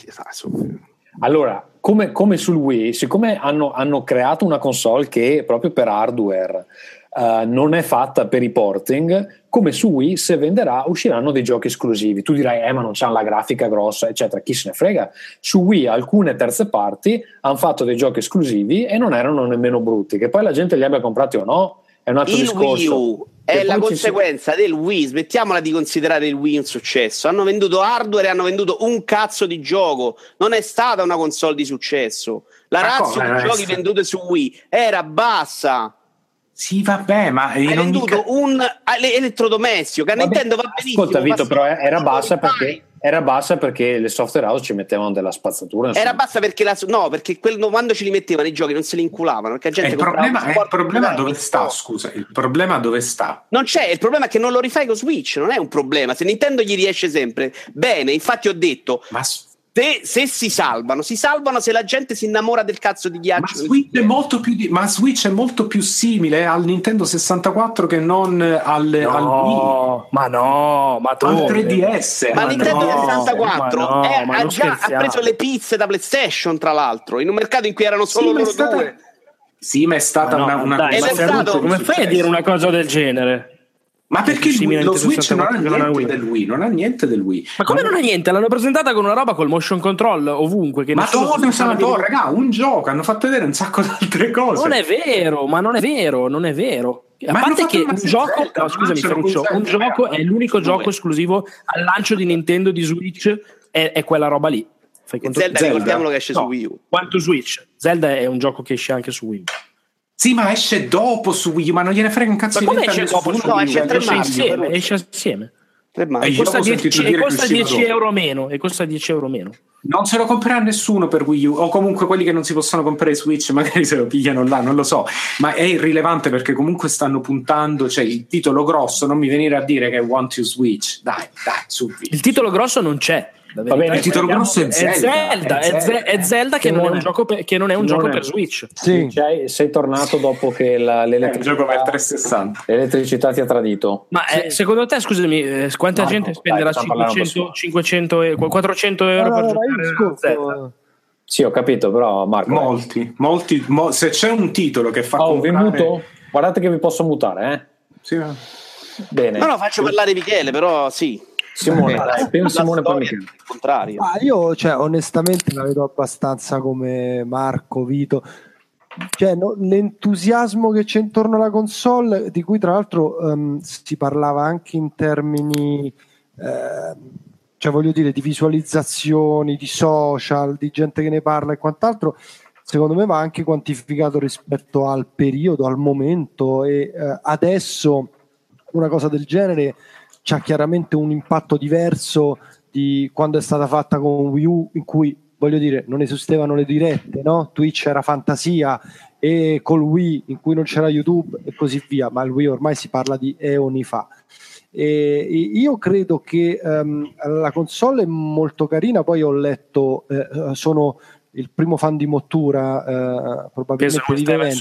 Allora, come, come sul Wii, siccome hanno, hanno creato una console che proprio per hardware uh, non è fatta per i porting, come su Wii se venderà usciranno dei giochi esclusivi. Tu dirai eh ma non c'hanno la grafica grossa eccetera, chi se ne frega. Su Wii alcune terze parti hanno fatto dei giochi esclusivi e non erano nemmeno brutti, che poi la gente li abbia comprati o no è un altro il discorso. Wii U è la conseguenza si... del Wii, smettiamola di considerare il Wii un successo. Hanno venduto hardware e hanno venduto un cazzo di gioco, non è stata una console di successo. La razza di giochi venduti su Wii era bassa. Sì, vabbè, ma hai venduto mica... un elettrodomestico che a Nintendo va benissimo. Ascolta Vito, però era bassa perché era bassa perché le software house ci mettevano della spazzatura. Insomma. Era bassa perché la no, perché quel, quando ci li mettevano i giochi non se li inculavano, perché la gente il problema, il problema dove sta, no. scusa, il problema dove sta? Non c'è, il problema è che non lo rifai con Switch, non è un problema. Se Nintendo gli riesce sempre bene, infatti ho detto ma Se, se si salvano, si salvano se la gente si innamora del cazzo di ghiaccio. Ma Switch è molto più, di, ma Switch è molto più simile al Nintendo sessantaquattro che non al, no, al Wii. Ma no, ma tu al tre D S. Ma, ma Nintendo no, sessantaquattro ma no, è, ma ha già ha preso le pizze da PlayStation, tra l'altro, in un mercato in cui erano solo sì, loro stata, due. Sì, ma è stata ma no, una, una dai, ma stato, come fai a dire una cosa del genere? Ma perché il, lo Switch non ha niente del Wii, non ha niente del Wii. Ma come non ha niente? L'hanno presentata con una roba col motion control ovunque. Che ma dove sono andato, raga, un gioco, hanno fatto vedere un sacco di altre cose. Non è vero, ma non è vero, non è vero. A ma parte che un gioco, Zelda, no, scusami Ferruccio, un gioco è l'unico gioco esclusivo al lancio di Nintendo di Switch, è, è quella roba lì. Fai Zelda, Zelda, ricordiamolo che esce no, su Wii U. Quanto Switch? Zelda è un gioco che esce anche su Wii U. Sì, ma esce dopo su Wii U, ma non gliene frega un cazzo ma di niente. Esce dopo su no, Wii U, esce, esce insieme, esce assieme. E costa dieci, e costa dieci euro meno, e costa dieci euro meno. Non se lo comprerà nessuno per Wii U, o comunque quelli che non si possono comprare Switch magari se lo pigliano là, non lo so, ma è irrilevante perché comunque stanno puntando, cioè il titolo grosso, non mi venire a dire che Want to Switch, dai, dai, subito. Il titolo grosso non c'è. Va bene, il titolo grosso è Zelda, è Zelda, è Zelda, è Zelda che, che non è un gioco per, che non è un non gioco è. per Switch. Sì, sei, sei tornato dopo che la, l'elettricità, gioco per trecentosessanta. l'elettricità ti ha tradito. Ma sì. eh, secondo te, scusami, eh, quanta no, gente no, spenderà dai, cinquecento, cinquecento, quattrocento euro no, per no, giocare a Zelda? Sì, ho capito, però Marco, molti, molti, mo, se c'è un titolo che fa oh, comprare... vi muto? Guardate che vi posso mutare, eh? Sì. Bene. No, no, faccio parlare Michele, però sì. Simone, dai, prima Simone poi il contrario. Ah, io, cioè, onestamente la vedo abbastanza come Marco, Vito. Cioè, no, l'entusiasmo che c'è intorno alla console, di cui tra l'altro um, si parlava anche in termini, eh, cioè voglio dire, di visualizzazioni, di social, di gente che ne parla e quant'altro, secondo me va anche quantificato rispetto al periodo, al momento, e eh, adesso una cosa del genere c'ha chiaramente un impatto diverso di quando è stata fatta con Wii U, in cui, voglio dire, non esistevano le dirette, no? Twitch era fantasia, e col Wii in cui non c'era YouTube e così via, ma il Wii ormai si parla di eoni fa. E io credo che um, la console è molto carina, poi ho letto, eh, sono il primo fan di Mottura, eh, probabilmente di evento.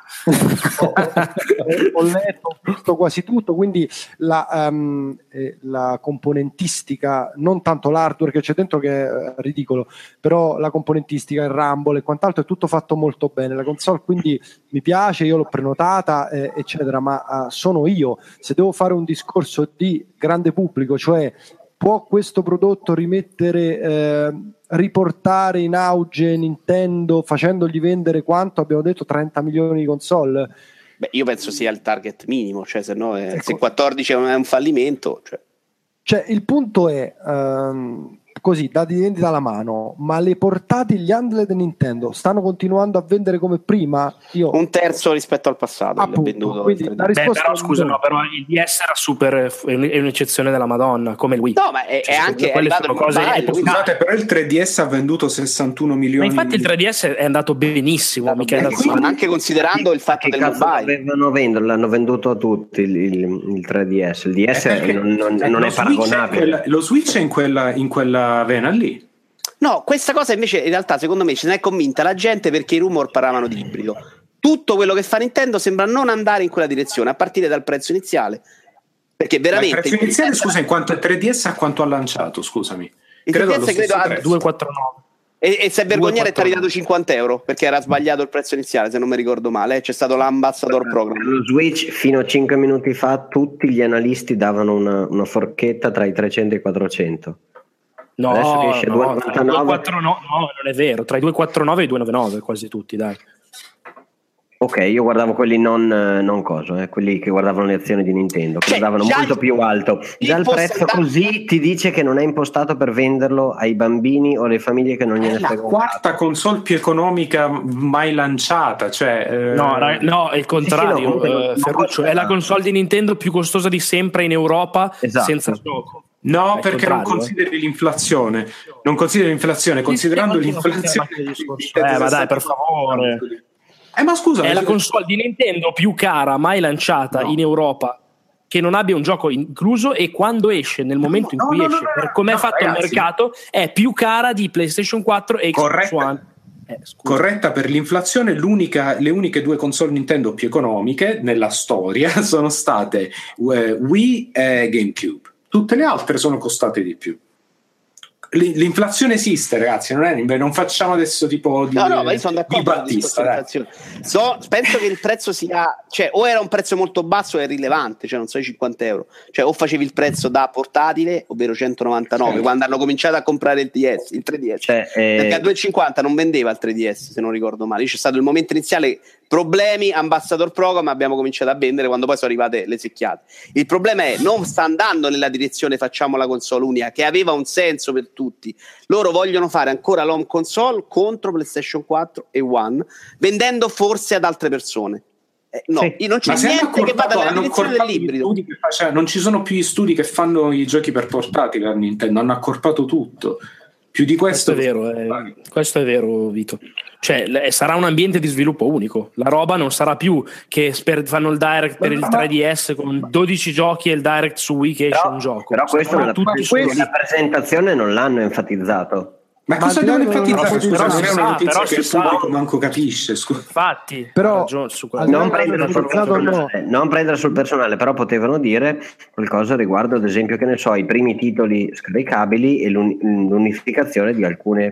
Ho letto, ho visto quasi tutto, quindi la, um, eh, la componentistica, non tanto l'hardware che c'è dentro che è ridicolo, però la componentistica, il rumble e quant'altro è tutto fatto molto bene. La console quindi mi piace, io l'ho prenotata, eh, eccetera, ma uh, sono io. Se devo fare un discorso di grande pubblico, cioè può questo prodotto rimettere, eh, riportare in auge Nintendo facendogli vendere quanto abbiamo detto trenta milioni di console? Beh, io penso sia il target minimo, cioè se no è, ecco. Se quattordici è un fallimento, cioè, cioè il punto è um, così, dati di vendita alla mano, ma le portatili, gli handheld Nintendo stanno continuando a vendere come prima? Io... un terzo rispetto al passato. Appunto, quindi la Beh, però scusa, no, però il D S era super, è un'eccezione della Madonna, come il Wii. No, ma è, cioè, è anche quelle sono cose mobile, scusate, però il tre D S ha venduto sessantuno milioni. Ma infatti il tre D S è andato benissimo, mica è andato quindi, anche considerando il fatto del mobile. Vendono, l'hanno venduto tutti il, il, il tre D S. Il D S eh, non, non, eh, non è paragonabile. È quella, lo Switch è in quella, in quella vena lì. No, questa cosa invece in realtà secondo me ce ne è convinta la gente perché i rumor parlavano di ibrido. Tutto quello che fa Nintendo sembra non andare in quella direzione, a partire dal prezzo iniziale. Perché veramente il prezzo iniziale, scusa, in quanto è tre D S a quanto ha lanciato, scusami. Il credo tre D S credo a duecentoquarantanove. E, e se Vergogniere è arrivato cinquanta euro perché era sbagliato il prezzo iniziale, se non mi ricordo male, eh? C'è stato l'ambassador program. Lo Switch fino a cinque minuti fa tutti gli analisti davano una, una forchetta tra i trecento e i quattrocento. No, adesso che esce no, duecentonovantanove... no, no, non è vero, tra i duecentoquarantanove e i duecentonovantanove quasi tutti, dai. Ok, io guardavo quelli non, non coso, eh, quelli che guardavano le azioni di Nintendo, che cioè, guardavano molto il, più alto. Già il prezzo andare... così ti dice che non è impostato per venderlo ai bambini o alle famiglie che non gliene frega. È la quarta console più economica mai lanciata, cioè eh... no, no, è il contrario, sì, sì, no, eh, Ferruccio, è la console di Nintendo più costosa di sempre in Europa, esatto, senza gioco. No, è perché non consideri eh. l'inflazione, non consideri l'inflazione, considerando l'inflazione. Eh, ma dai, per favore. Eh, ma scusa, è la console di Nintendo più cara mai lanciata no. in Europa che non abbia un gioco incluso, e quando esce, nel momento in no, cui no, esce, no, no, per come no, è fatto ragazzi, il mercato, è più cara di PlayStation quattro e Xbox corretta, One. Eh, corretta per l'inflazione, l'unica, le uniche due console Nintendo più economiche nella storia sono state uh, Wii e GameCube. Tutte le altre sono costate di più. L'inflazione esiste, ragazzi, non, è, non facciamo adesso tipo di, no no ma io sono d'accordo di Battista, so, penso che il prezzo sia, cioè, o era un prezzo molto basso o è rilevante, cioè non so, i cinquanta euro, cioè o facevi il prezzo da portatile, ovvero centonovantanove, certo, quando hanno cominciato a comprare il D S, il tre D S, cioè, eh... perché a due e cinquanta non vendeva il tre D S, se non ricordo male. C'è stato il momento iniziale, problemi, Ambassador Program, abbiamo cominciato a vendere quando poi sono arrivate le secchiate. Il problema è, non sta andando nella direzione facciamo la console unica, che aveva un senso per tutti. Loro vogliono fare ancora l'home console contro PlayStation quattro e One, vendendo forse ad altre persone. Eh, no, sì, non c'è niente che vada nella direzione dell'ibrido. Cioè, non ci sono più gli studi che fanno i giochi per portatili a Nintendo, hanno accorpato tutto. Più di questo, questo è vero, eh, questo è vero, Vito. Cioè, sarà un ambiente di sviluppo unico. La roba non sarà più che sper- fanno il direct per il tre D S con dodici giochi e il direct su Wii che esce però, un gioco. Però questo nella presentazione non l'hanno enfatizzato. Ma, ma cosa devono enfatizzare? Scusa, non è una notizia che il pubblico sa. manco capisce. Scusa. Infatti, però su non, prendere sul personale, non prendere sul personale, però potevano dire qualcosa riguardo, ad esempio, che ne so, i primi titoli scaricabili e l'un- l'unificazione di alcune.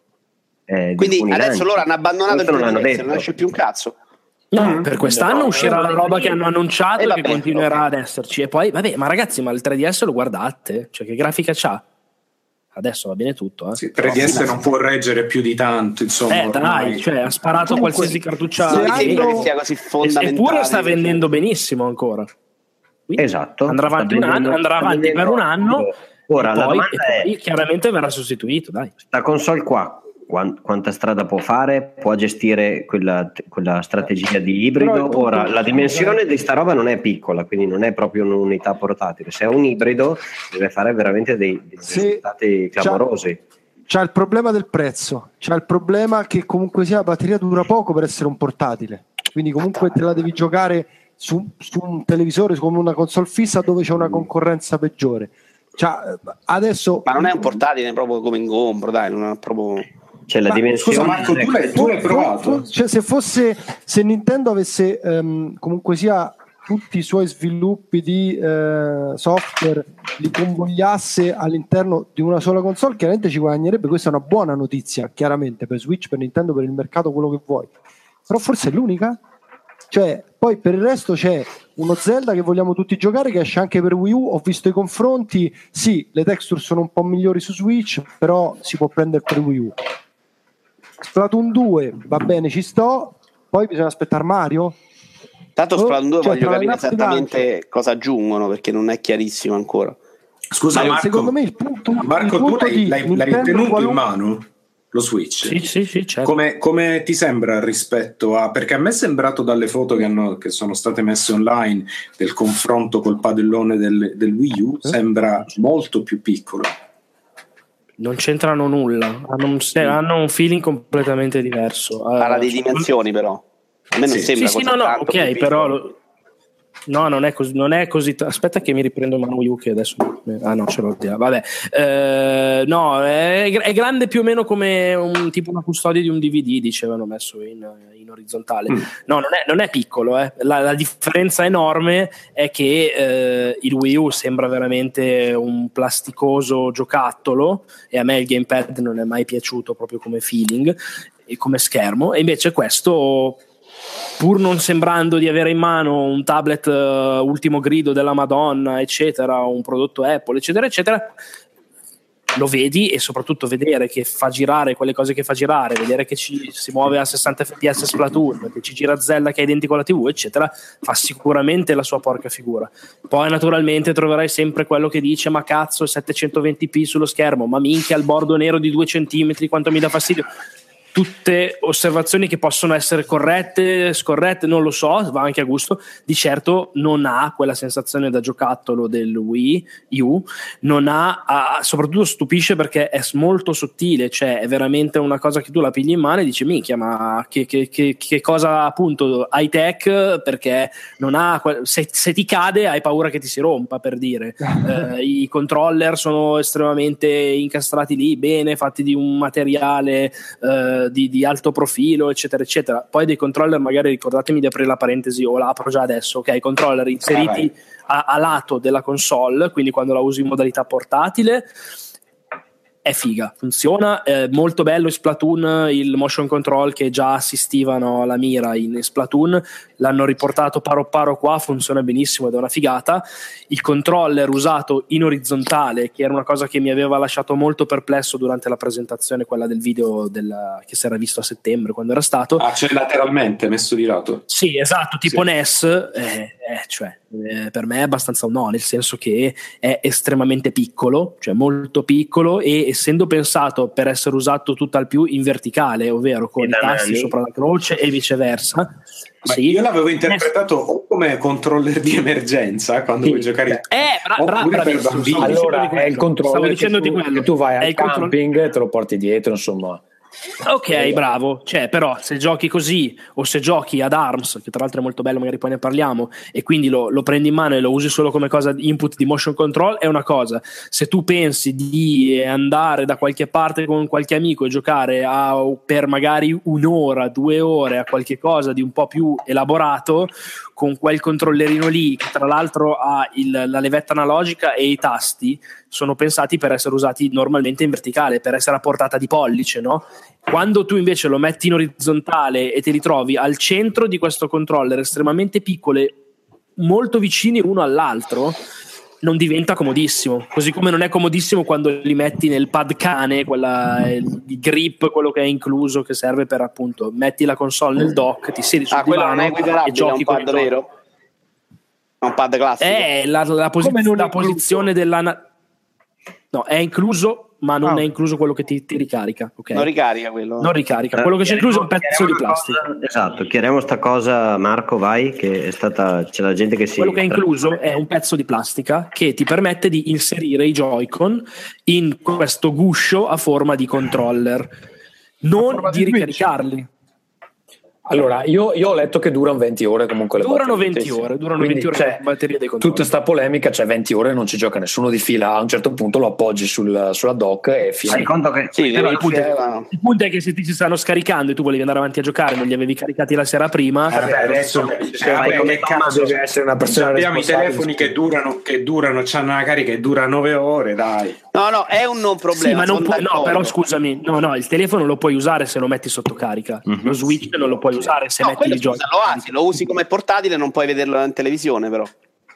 Eh, Quindi di adesso loro hanno abbandonato il tre D S, non esce più un cazzo. No, mm, per quest'anno uscirà la roba che hanno annunciato e, e vabbè, che continuerà okay. ad esserci. E poi, vabbè, ma ragazzi, ma il tre D S lo guardate? Cioè, che grafica c'ha? Adesso va bene tutto, eh. Sì, tre D S non può reggere più di tanto, insomma. Eh dai, cioè, ha sparato comunque, qualsiasi cartuccia hanno... sia così fondamentale, eppure sta vendendo benissimo ancora. Quindi esatto. Andrà avanti un anno, andrà avanti per un anno. Ora e la poi, domanda e poi è, chiaramente verrà sostituito, dai. Sta console qua quanta strada può fare? Può gestire quella, quella strategia di ibrido? Ora, la dimensione di sta roba non è piccola, quindi non è proprio un'unità portatile. Se è un ibrido deve fare veramente dei, dei risultati clamorosi. C'ha il problema del prezzo, c'ha il problema che comunque sia la batteria dura poco per essere un portatile, quindi comunque te la devi giocare su, su un televisore, come una console fissa dove c'è una concorrenza peggiore. Cioè, adesso... Ma non è un portatile proprio come ingombro, dai, non è proprio... C'è la Ma, dimensione. Scusa Marco, tu l'hai, tu l'hai provato? Cioè, se fosse, se Nintendo avesse um, comunque sia tutti i suoi sviluppi di uh, software li convogliasse all'interno di una sola console, chiaramente ci guadagnerebbe. Questa è una buona notizia, chiaramente, per Switch, per Nintendo, per il mercato, quello che vuoi. Però forse è l'unica. Cioè, poi per il resto c'è uno Zelda che vogliamo tutti giocare, che esce anche per Wii U. Ho visto i confronti, sì, le texture sono un po' migliori su Switch, però si può prendere per Wii U. Splatoon due, va bene, ci sto. Poi bisogna aspettare Mario. Tanto Splatoon due, cioè, voglio capire esattamente cosa aggiungono, perché non è chiarissimo ancora. Scusa Marco, secondo me il punto, Marco il punto tu l'hai, l'hai, l'hai tenuto qualunque... in mano lo Switch? Sì, sì, sì, certo. Come, come ti sembra rispetto a... Perché a me è sembrato dalle foto che, hanno, che sono state messe online del confronto col padellone del, del Wii U, eh? Sembra molto più piccolo. Non c'entrano nulla, hanno un, hanno un feeling completamente diverso. Parla di dimensioni, però a me non sì, sembra sì, così sì, no, no, tanto ok, però lo, no, non è così, non è così t- aspetta che mi riprendo Manu Yu, che adesso ah no, ce l'ho già. Vabbè, eh, no, è, è grande più o meno come un tipo una custodia di un D V D, dicevano, messo in, in orizzontale. Mm. No, non è, non è piccolo, eh. la, la differenza enorme è che eh, il Wii U sembra veramente un plasticoso giocattolo, e a me il gamepad non è mai piaciuto proprio come feeling e come schermo, e invece questo, pur non sembrando di avere in mano un tablet uh, ultimo grido della Madonna, eccetera, un prodotto Apple, eccetera, eccetera, lo vedi, e soprattutto vedere che fa girare quelle cose che fa girare, vedere che ci, si muove a sessanta F P S Splatoon, che ci gira Zelda che è identico alla tivù, eccetera, fa sicuramente la sua porca figura. Poi naturalmente troverai sempre quello che dice: ma cazzo, settecentoventi p sullo schermo, ma minchia il bordo nero di due centimetri, quanto mi dà fastidio. tutte osservazioni che possono essere corrette, scorrette, non lo so, va anche a gusto. Di certo non ha quella sensazione da giocattolo del Wii U, non ha, ha soprattutto stupisce perché è molto sottile, cioè è veramente una cosa che tu la pigli in mano e dici minchia, ma che, che, che, che cosa appunto high tech, perché non ha se, se ti cade hai paura che ti si rompa, per dire. eh, i controller sono estremamente incastrati lì bene, fatti di un materiale eh, Di, di alto profilo, eccetera eccetera. Poi dei controller, magari ricordatemi di aprire la parentesi o la apro già adesso, ok, controller inseriti a, a lato della console, quindi quando la usi in modalità portatile è figa, funziona, è molto bello. In Splatoon il motion control che già assistivano alla mira in Splatoon l'hanno riportato paro paro qua, funziona benissimo ed è una figata. Il controller usato in orizzontale, che era una cosa che mi aveva lasciato molto perplesso durante la presentazione, quella del video della, che si era visto a settembre quando era stato. Ah, cioè lateralmente messo di lato? Sì, esatto, tipo sì. N E S, eh, eh, cioè eh, per me è abbastanza un no, nel senso che è estremamente piccolo, cioè molto piccolo, e essendo pensato per essere usato tutt'al più in verticale, ovvero con i tasti mani. sopra la croce e viceversa. Ma sì. Io l'avevo interpretato o come controller di emergenza quando sì. vuoi giocare eh, bra- bra- per bambini. Allora è il controller che tu, quello. che tu vai è al camping e te lo porti dietro, insomma. Ok, bravo, cioè però se giochi così o se giochi ad ARMS, che tra l'altro è molto bello, magari poi ne parliamo, e quindi lo, lo prendi in mano e lo usi solo come cosa input di motion control, è una cosa. Se tu pensi di andare da qualche parte con qualche amico e giocare a, per magari un'ora, due ore a qualche cosa di un po' più elaborato, con quel controllerino lì che tra l'altro ha il, la levetta analogica e i tasti, sono pensati per essere usati normalmente in verticale, per essere a portata di pollice, no? Quando tu invece lo metti in orizzontale e ti ritrovi al centro di questo controller estremamente piccole, molto vicini uno all'altro, non diventa comodissimo. Così come non è comodissimo quando li metti nel pad cane, quella di grip, quello che è incluso, che serve per appunto metti la console nel dock, ti siedi sul ah, divano è e giochi con il pad vero? È un pad classico. È la, la, posi- la posizione della no, è incluso, ma non oh. è incluso quello che ti, ti ricarica. Okay? Non ricarica quello. Non ricarica. Quello che c'è incluso è un pezzo di plastica. Cosa, esatto, chiariamo sta cosa, Marco, vai, che è stata, c'è la gente che si... Quello che è incluso è un pezzo di plastica che ti permette di inserire i Joy-Con in questo guscio a forma di controller, non di, di ricaricarli. Allora, io, io ho letto che durano venti ore comunque le durano batterie. venti ore, durano Quindi, venti ore cioè, la batteria dei controller. Tutta sta polemica, cioè venti ore non ci gioca nessuno di fila, a un certo punto lo appoggi sul, sulla dock e fino. Fai conto che sì, però il, punto è, il punto è che se ti si stanno scaricando e tu volevi andare avanti a giocare, non li avevi caricati la sera prima. Eh, beh, adesso cioè, come caso deve essere una persona. Abbiamo i telefoni che durano, che durano, c'hanno una carica che dura nove ore, dai. No, no, è un non problema. Sì, ma non puoi, no, però scusami, no, no, il telefono lo puoi usare se lo metti sotto carica. Mm-hmm. Lo Switch non lo puoi usare se no, metti i giochi. Lo, ha, lo usi come portatile, non puoi vederlo in televisione, però.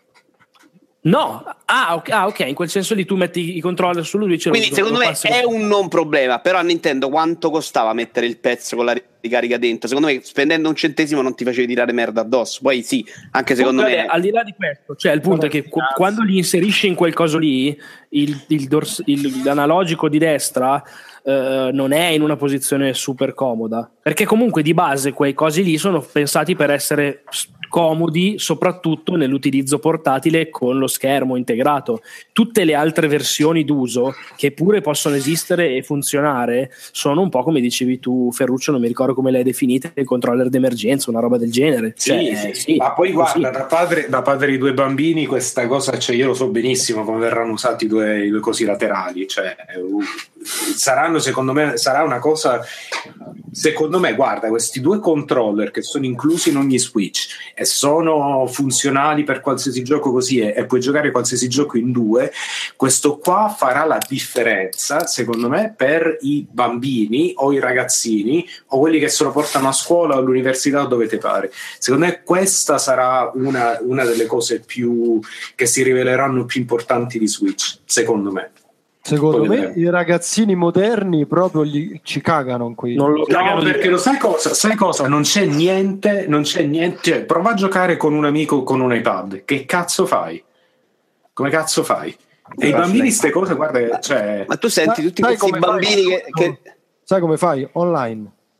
No, ah ok, ah, ok, in quel senso lì tu metti i controller sullo Switch. Quindi secondo me è un non problema, però a Nintendo quanto costava mettere il pezzo con la ricarica dentro? Secondo me spendendo un centesimo non ti facevi tirare merda addosso. Poi sì, anche secondo Punto me è, al di là di questo, cioè il punto è che qu- quando li inserisci in quel coso lì, il, il dors- il, l'analogico di destra Uh, non è in una posizione super comoda, perché comunque di base quei cosi lì sono pensati per essere comodi soprattutto nell'utilizzo portatile con lo schermo integrato. Tutte le altre versioni d'uso che pure possono esistere e funzionare sono un po' come dicevi tu, Ferruccio, non mi ricordo come l'hai definita, il controller d'emergenza, una roba del genere. Sì, cioè, sì, eh, sì, ma poi guarda, sì. da padre, da padre di due bambini questa cosa, cioè io lo so benissimo come verranno usati i due, i due cosi laterali, cioè uh, saranno secondo me sarà una cosa, secondo me guarda, questi due controller che sono inclusi in ogni Switch e sono funzionali per qualsiasi gioco così e, e puoi giocare qualsiasi gioco in due, questo qua farà la differenza secondo me per i bambini o i ragazzini o quelli che se lo portano a scuola o all'università o dove te pare. Secondo me questa sarà una, una delle cose più che si riveleranno più importanti di Switch, secondo me. Secondo Poi me vedremo. I ragazzini moderni proprio gli, ci cagano in quei... Non lo no, perché lo sai cosa? Sai cosa? Non c'è niente, non c'è niente. Cioè, prova a giocare con un amico con un iPad. Che cazzo fai? Come cazzo fai? E i bambini ste cose, guarda, cioè... Ma tu senti tutti sai questi bambini che, che... Sai come fai? Online.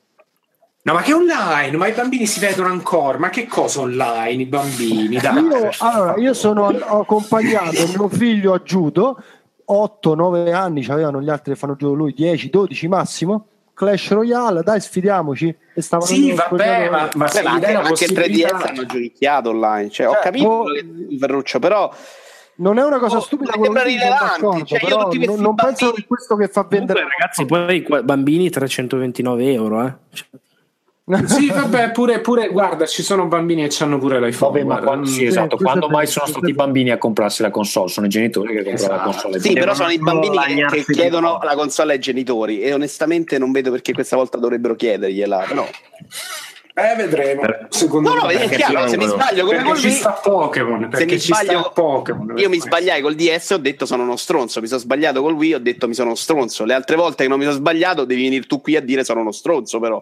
No, ma che online? Ma i bambini si vedono ancora? Ma che cosa online? I bambini? Dai. Io, allora, io sono ho accompagnato mio figlio a judo, otto nove anni, c'avevano gli altri che fanno judo, lui dieci dodici massimo. Clash Royale, dai, sfidiamoci. E stavano sì, vabbè, ma, ma se anche, anche il tre D S hanno giochicchiato online. Cioè, cioè, ho capito oh, il Ferruccio, però non è una cosa oh, stupida, quello che rilevante, cioè, io tutti non, non penso che questo che fa vendere. Comunque, ragazzi, poi i bambini trecentoventinove euro, eh. Sì, vabbè, pure, pure guarda, ci sono bambini che hanno pure l'iPhone. Vabbè, ma quando, sì, esatto, sì, quando mai sono stati i bambini a comprarsi la console? Sono i genitori che comprano esatto. la console. Sì, però sono i bambini che, che chiedono la console ai genitori e onestamente non vedo perché questa volta dovrebbero chiedergliela, no. Eh, vedremo. Secondo no, no, è chiaro, se mi sbaglio come perché ci sta Pokémon, se mi ci sbaglio sta Pokémon. Io mi sbagliai col D S, ho detto sono uno stronzo, mi sono sbagliato col Wii, ho detto mi sono uno stronzo. Le altre volte che non mi sono sbagliato devi venire tu qui a dire sono uno stronzo, però.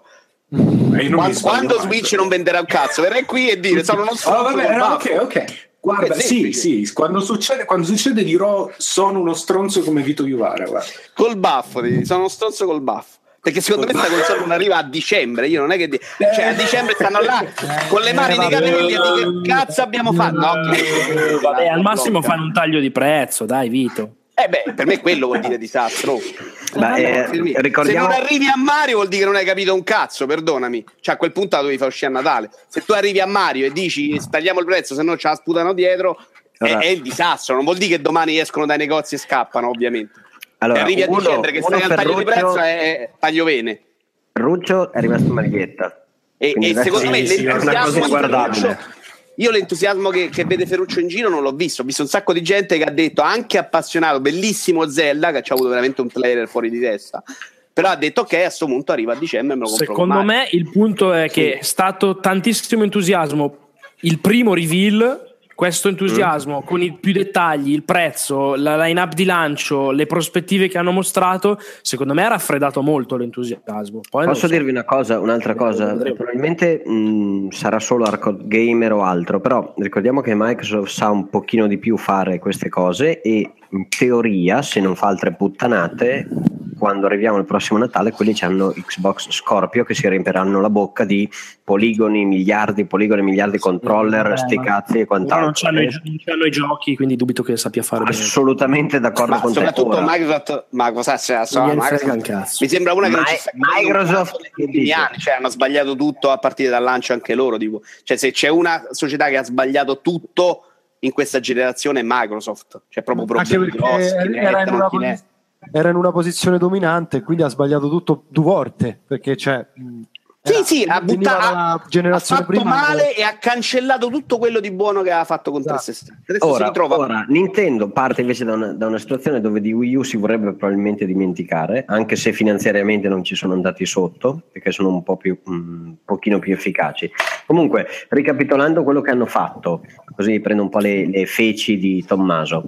Quando, quando Switch non venderà un cazzo, verrai qui e dire sono uno stronzo. Oh, vabbè, no, ok, ok. Guarda, sì, sì, quando succede, quando succede dirò sono uno stronzo come Vito Iuvara, guarda. Col baffo, sono uno stronzo col baffo. Perché secondo me sta console non arriva a dicembre. Io non è che di... cioè a dicembre stanno là con le mani nei capelli e di che cazzo abbiamo fatto? No, vabbè, al massimo fanno un taglio di prezzo, dai, Vito. Eh beh, per me quello vuol dire disastro. Ma, eh, ricordiamo... Se non arrivi a Mario vuol dire che non hai capito un cazzo, perdonami. Cioè a quel punto la dovevi far uscire a Natale. Se tu arrivi a Mario e dici tagliamo il prezzo, se no ce la sputano dietro, allora. è, è il disastro. Non vuol dire che domani escono dai negozi e scappano, ovviamente. Allora, se arrivi a uno, dicembre che stai al taglio Ruccio, di prezzo è taglio vene. Ruccio è rimasto maglietta. E, e secondo me sì, l'entusiasmo è guardabile. Io l'entusiasmo che, che vede Ferruccio in giro non l'ho visto. Ho visto un sacco di gente che ha detto, anche appassionato, bellissimo Zelda, che ci ha avuto veramente un trailer fuori di testa, però ha detto ok, a sto punto arriva a dicembre e me lo compro. Secondo me il punto è che sì. è stato tantissimo entusiasmo il primo reveal, questo entusiasmo mm. con i più dettagli, il prezzo, la line-up di lancio, le prospettive che hanno mostrato, secondo me ha raffreddato molto l'entusiasmo. Poi Posso so. dirvi una cosa, un'altra cosa, probabilmente mh, sarà solo hardcore gamer o altro, però ricordiamo che Microsoft sa un pochino di più fare queste cose e in teoria, se non fa altre puttanate, quando arriviamo al prossimo Natale quelli hanno Xbox Scorpio che si riempiranno la bocca di poligoni, miliardi, poligoni, miliardi di controller, eh, sti cazzi e quant'altro. Non c'hanno, i, non c'hanno i giochi, quindi dubito che sappia fare assolutamente bene. D'accordo ma con soprattutto te. Soprattutto Microsoft, ma cosa c'è? So, Microsoft, mi sembra una che Ma, non ci sta Microsoft negli anni, cioè hanno sbagliato tutto a partire dal lancio anche loro, tipo. Cioè se c'è una società che ha sbagliato tutto in questa generazione è Microsoft, cioè proprio problemi grossi, era in una posizione era in una posizione dominante, quindi ha sbagliato tutto due volte, perché c'è sì sì ha, buttato, generazione ha fatto prima male e ha cancellato tutto quello di buono che aveva fatto con trecentosessanta. Ora, ora Nintendo parte invece da una, da una situazione dove di Wii U si vorrebbe probabilmente dimenticare, anche se finanziariamente non ci sono andati sotto, perché sono un po' più un pochino più efficaci. Comunque, ricapitolando quello che hanno fatto, così prendo un po' le, le feci di Tommaso.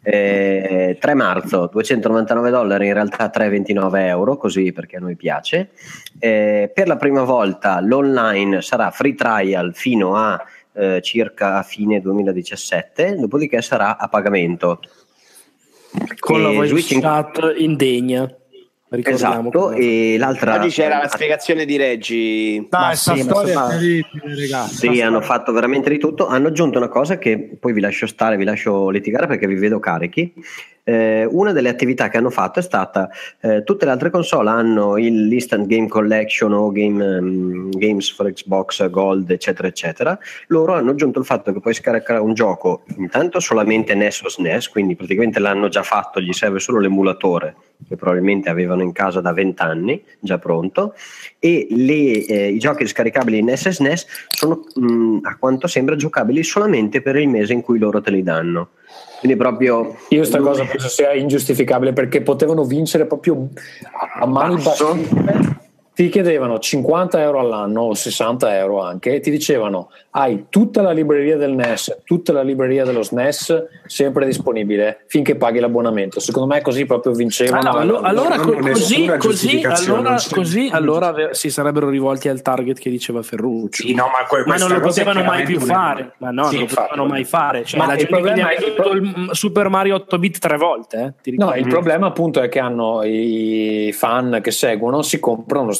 Eh, tre marzo duecentonovantanove dollari, in realtà tre virgola ventinove euro, così perché a noi piace. Eh, per la prima volta l'online sarà free trial fino a eh, circa fine duemiladiciassette, dopodiché sarà a pagamento con e la voice chat indegna. Esatto, e l'altra oggi c'era la spiegazione di Reggi. Dai, questa sì, storia è terribile, ragazzi. Sì, hanno fatto veramente di tutto. Hanno aggiunto una cosa che poi vi lascio stare, vi lascio litigare perché vi vedo carichi. Eh, una delle attività che hanno fatto è stata eh, tutte le altre console hanno il l'Instant Game Collection o game, um, Games for Xbox Gold eccetera eccetera. Loro hanno aggiunto il fatto che puoi scaricare un gioco intanto solamente N E S o S N E S, quindi praticamente l'hanno già fatto, gli serve solo l'emulatore che probabilmente avevano in casa da vent'anni già pronto, e le, eh, i giochi scaricabili in N E S e S N E S sono mh, a quanto sembra giocabili solamente per il mese in cui loro te li danno. Quindi proprio io sta cosa penso sia ingiustificabile, perché potevano vincere proprio a mani basse. Ti chiedevano cinquanta euro all'anno o sessanta euro anche e ti dicevano hai tutta la libreria del N E S, tutta la libreria dello S N E S sempre disponibile finché paghi l'abbonamento. Secondo me così proprio vincevano. Ah, no, allora co- così, così, allora, così allora si sarebbero rivolti al target che diceva Ferruccio. Sì, no, ma, que- ma non lo potevano mai più fare. Ma no, sì, non lo potevano mai fare. Cioè, ma la gente che ha vinto il Super Mario otto bit tre volte. Eh, ti no, il problema appunto è che hanno i fan che seguono, si comprano lo stesso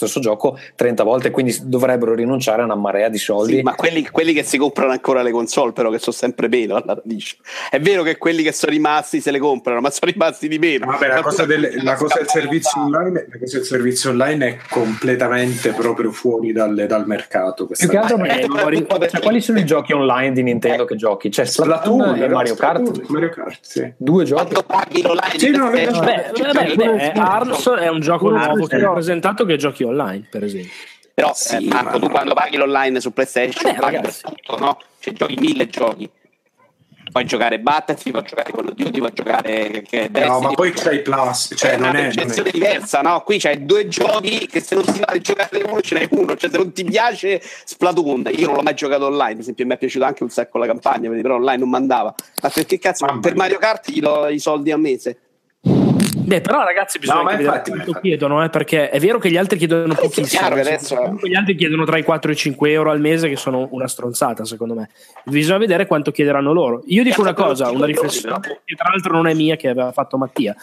stesso gioco trenta volte, quindi dovrebbero rinunciare a una marea di soldi. Sì, ma quelli, quelli che si comprano ancora le console, però, che sono sempre meno alla radice. È vero che quelli che sono rimasti se le comprano, ma sono rimasti di meno. Vabbè, la cosa del, la cosa del servizio online, la cosa del servizio online è completamente proprio fuori dal, dal mercato. Più che altro perché non ricordo, cioè, quali sono i giochi online di Nintendo che giochi? C'è Splatoon, Splatoon e Mario Kart. Mario Kart, sì. Due giochi. Paghi l'online, sì, no, beh, beh, beh, Arms è un gioco nuovo che ho presentato che giochi online, per esempio. Però sì, eh, Marco, tu quando paghi l'online su PlayStation Beh, paghi per tutto, no? Cioè giochi mille giochi. Puoi giocare Battlefield, puoi giocare Call of Duty, puoi giocare che no, Destiny, ma poi c'hai Plus, cioè è non una è percezione diversa, no? Qui c'hai due giochi che se non ti va di giocare uno ce n'hai uno, cioè se non ti piace Splatoon, io non l'ho mai giocato online, per esempio mi è piaciuto anche un sacco la campagna, però online non mandava. Ma perché cazzo, ah, per Mario Kart gli do i soldi a mese? Beh, però ragazzi bisogna no, vedere infatti, quanto chiedono, eh, perché è vero che gli altri chiedono eh, pochissimo, che adesso... gli altri chiedono tra i quattro e i cinque euro al mese, che sono una stronzata secondo me. Bisogna vedere quanto chiederanno loro. Io dico una cosa, una riflessione che tra l'altro non è mia, che aveva fatto Mattia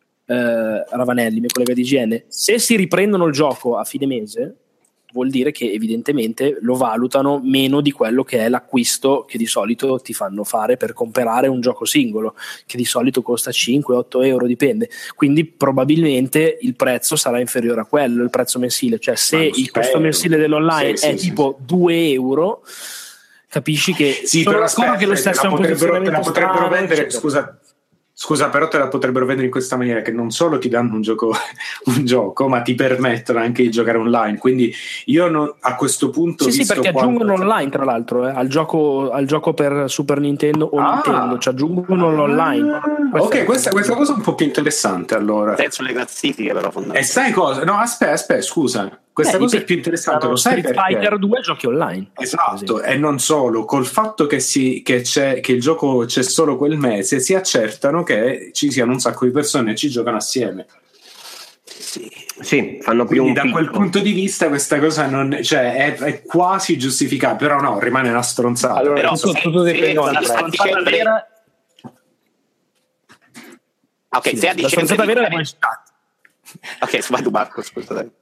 eh, Ravanelli, mio collega di I G N. Se si riprendono il gioco a fine mese, vuol dire che evidentemente lo valutano meno di quello che è l'acquisto che di solito ti fanno fare per comprare un gioco singolo, che di solito costa cinque otto euro, dipende. Quindi probabilmente il prezzo sarà inferiore a quello, il prezzo mensile. Cioè se il costo mensile dell'online sì, è sì, tipo sì. due euro, capisci che sì, sono però d'accordo che lo stesso è un posizionamento te la potrebbero strano, vendere, eccetera. scusa Scusa, però te la potrebbero vendere in questa maniera, che non solo ti danno un gioco, un gioco, ma ti permettono anche di giocare online. Quindi io non, a questo punto... Sì, visto sì, perché quanto... aggiungono online, tra l'altro, eh, al, gioco, al gioco per Super Nintendo o ah, Nintendo, ci aggiungono l'online. Questa ok, questa, questa cosa è un po' più interessante, allora. Penso le classifiche, però, fondamentalmente. E sai cosa? No, aspetta, aspetta, scusa. Questa Beh, cosa è più interessante, lo sai Street perché? Fighter due giochi online. Esatto, e non solo, col fatto che, si, che, c'è, che il gioco c'è solo quel mese, si accertano che ci siano un sacco di persone e ci giocano assieme. Sì, sì, fanno più Quindi un da quel picco. punto di vista questa cosa non, cioè, è, è quasi giustificabile, però no, rimane una stronzata. Allora, però, tutto, se, tutto dipende se, dal la prezzo. stronzata vera... Ok, Sì, se a la dicembre stronzata vera è di... voice chat. Ok, vai tu Marco, scusa, dai.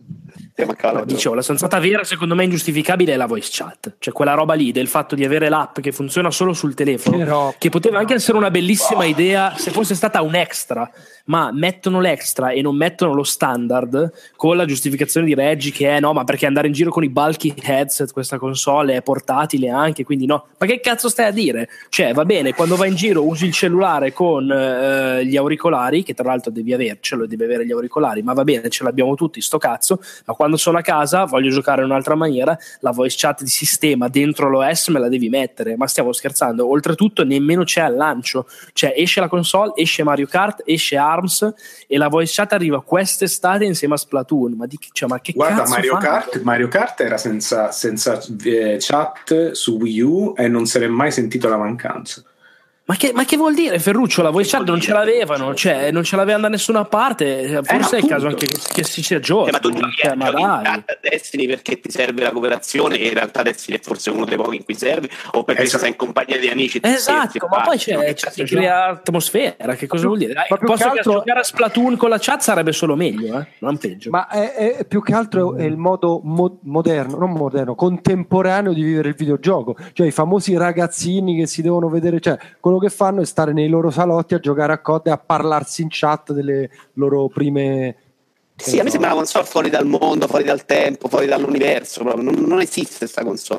No, dicevo, la stronzata vera secondo me ingiustificabile è la voice chat, cioè quella roba lì del fatto di avere l'app che funziona solo sul telefono, Però... che poteva anche essere una bellissima idea se fosse stata un extra, ma mettono l'extra e non mettono lo standard con la giustificazione di Reggie che è no, ma perché andare in giro con i bulky headset, questa console è portatile anche, quindi no, ma che cazzo stai a dire? Cioè va bene, quando vai in giro usi il cellulare con eh, gli auricolari, che tra l'altro devi avercelo, devi avere gli auricolari, ma va bene, ce l'abbiamo tutti sto cazzo, ma quando sono a casa voglio giocare in un'altra maniera, la voice chat di sistema dentro l'O S me la devi mettere, ma stiamo scherzando? Oltretutto nemmeno c'è al lancio, cioè esce la console, esce Mario Kart, esce Arms e la voice chat arriva quest'estate insieme a Splatoon, ma, di, cioè, ma che Guarda, cazzo Mario fanno? Kart, Mario Kart era senza, senza eh, chat su Wii U e non se n'è mai sentito la mancanza. Ma che, ma che vuol dire Ferruccio? La voice chat non ce l'avevano, cioè non ce l'avevano da nessuna parte, forse eh, è il caso anche che, che si sia giochi. Eh, ma tu giochi cioè, ma dai. Destiny perché ti serve la cooperazione e in realtà Destiny è forse uno dei pochi in cui serve, o perché esatto. sei in compagnia di amici. Esatto, ma poi c'è, c'è si crea atmosfera, che cosa vuol dire? Dai, Ma più posso che altro- giocare a Splatoon con la chat sarebbe solo meglio, eh? Non peggio. Ma è, è più che altro è il modo mo- moderno, non moderno, contemporaneo di vivere il videogioco. Cioè i famosi ragazzini che si devono vedere, cioè quello che fanno è stare nei loro salotti a giocare a C O D e a parlarsi in chat delle loro prime... Sì, a me sembra una console fuori dal mondo, fuori dal tempo, fuori dall'universo, proprio. Non, non esiste questa console.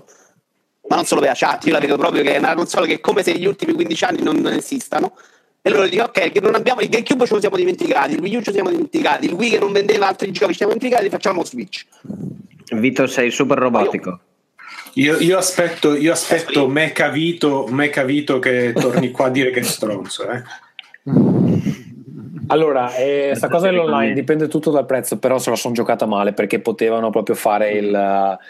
Ma non solo per la chat, io la vedo proprio che è una console che è come se negli ultimi quindici anni non, non esistano. E loro dicono, ok, che non abbiamo il GameCube, ce lo siamo dimenticati, il Wii U ce lo siamo dimenticati, il Wii che non vendeva altri gioci, ci siamo dimenticati, facciamo Switch. Vito, sei super robotico. Io, io aspetto, io aspetto Mecha Vito, Mecha Vito che torni qua a dire che è stronzo. Eh. Allora, eh, sta cosa dell'online dipende tutto dal prezzo, però se la sono giocata male perché potevano proprio fare il,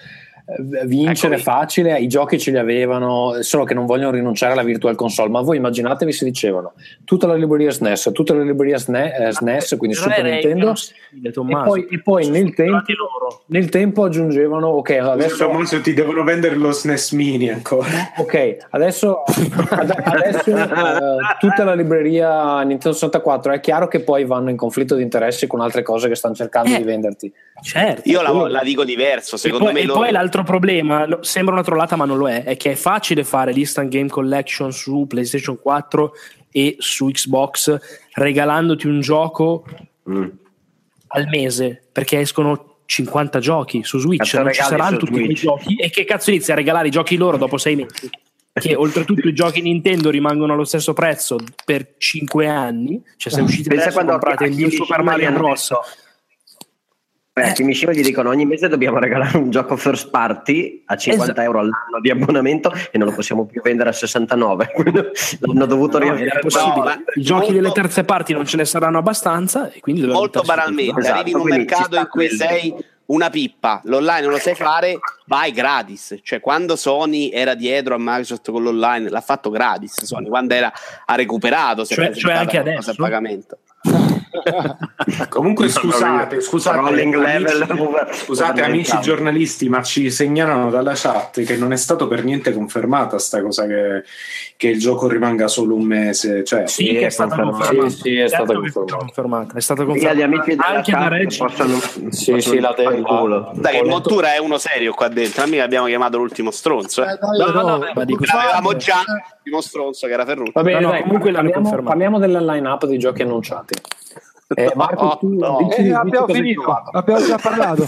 vincere facile, i giochi ce li avevano, solo che non vogliono rinunciare alla Virtual Console. Ma voi immaginatevi se dicevano tutta la libreria S N E S, tutta la libreria S N E S, quindi Super Nintendo, e poi, e poi nel, tempo, nel tempo aggiungevano ok, adesso Tommaso, ti devono vendere lo S N E S Mini ancora. Ok, adesso, adesso uh, tutta la libreria Nintendo sessantaquattro, è chiaro che poi vanno in conflitto di interessi con altre cose che stanno cercando eh, di venderti. Certo, io la, la dico diverso, secondo e poi, me e loro... poi l'altro problema, sembra una trollata ma non lo è, è che è facile fare l'Instant Game Collection su PlayStation quattro e su Xbox regalandoti un gioco mm. al mese, perché escono cinquanta giochi su Switch, cazzo, non ci saranno tutti Switch. Quei giochi, e che cazzo inizia a regalare i giochi loro dopo sei mesi? Che oltretutto i giochi Nintendo rimangono allo stesso prezzo per cinque anni, cioè se uscite pensa adesso quando comprate il New Super Mario Bros. Eh, a Kimishima gli dicono ogni mese dobbiamo regalare un gioco first party a cinquanta esatto. euro all'anno di abbonamento e non lo possiamo più vendere a sessantanove. L'hanno dovuto no, rivedere. È possibile. No, I giochi molto... delle terze parti non ce ne saranno abbastanza e quindi molto banalmente esatto, arrivi in un mercato in cui sei una pippa, l'online non lo sai fare, vai gratis. Cioè quando Sony era dietro a Microsoft con l'online l'ha fatto gratis. Sony quando era ha recuperato, cioè, cioè anche adesso a pagamento. Comunque scusate, scusate, amici, level, scusate amici giornalisti, ma ci segnalano dalla chat che non è stato per niente confermata sta cosa che, che il gioco rimanga solo un mese. Cioè, sì, che è stata confermata. Sì, sì, è stata confermata. È stata confermata. Gli amici anche da Reggi possono, sì, possono sì, la del culo. Dai, il Montura è uno serio qua dentro. A me abbiamo chiamato l'ultimo stronzo. Eh. Eh, dai, no, no, no, ma dico, avevamo già l'ultimo stronzo che era Ferruccio. Va bene, no, no, dai, comunque parliamo, parliamo della line-up dei giochi annunciati. Eh, Marco, no, tu no. dici, Eh, dici abbiamo finito, abbiamo già parlato.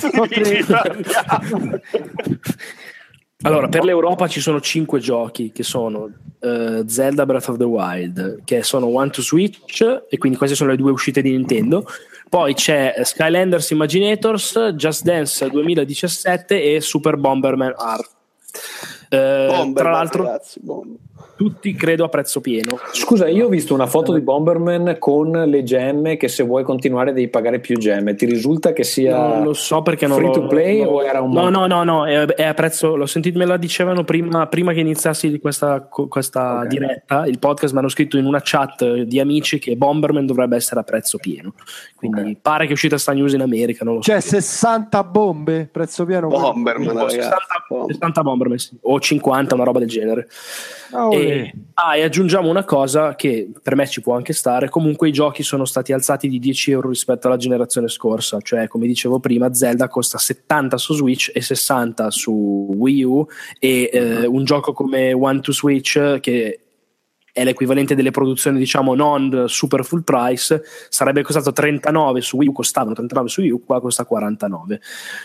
Allora, per l'Europa ci sono cinque giochi che sono uh, Zelda Breath of the Wild, che sono One to Switch, e quindi queste sono le due uscite di Nintendo. Poi c'è Skylanders Imaginators, Just Dance duemiladiciassette e Super Bomberman R. Uh, Bomberman, tra l'altro ragazzi, Bomberman. Tutti credo a prezzo pieno. Scusa, io ho visto una foto di Bomberman con le gemme che se vuoi continuare devi pagare più gemme. Ti risulta che sia non lo so perché non free lo, to play no, o era un no no no no è, è a prezzo, l'ho sentito, me la dicevano prima, prima che iniziassi di questa, questa okay. diretta, il podcast mi hanno scritto in una chat di amici che Bomberman dovrebbe essere a prezzo pieno, quindi okay. pare che è uscita sta news in America, non lo so. Cioè sessanta bombe prezzo pieno Bomberman, sessanta, sessanta Bomberman sì. O cinquanta, una roba del genere. Oh, e, ah, e aggiungiamo una cosa che per me ci può anche stare: comunque i giochi sono stati alzati di dieci euro rispetto alla generazione scorsa, cioè come dicevo prima Zelda costa settanta su Switch e sessanta su Wii U, e eh, un gioco come One to Switch, che è l'equivalente delle produzioni diciamo non super full price, sarebbe costato trentanove su Wii U, costavano trentanove su Wii U, qua costa quarantanove,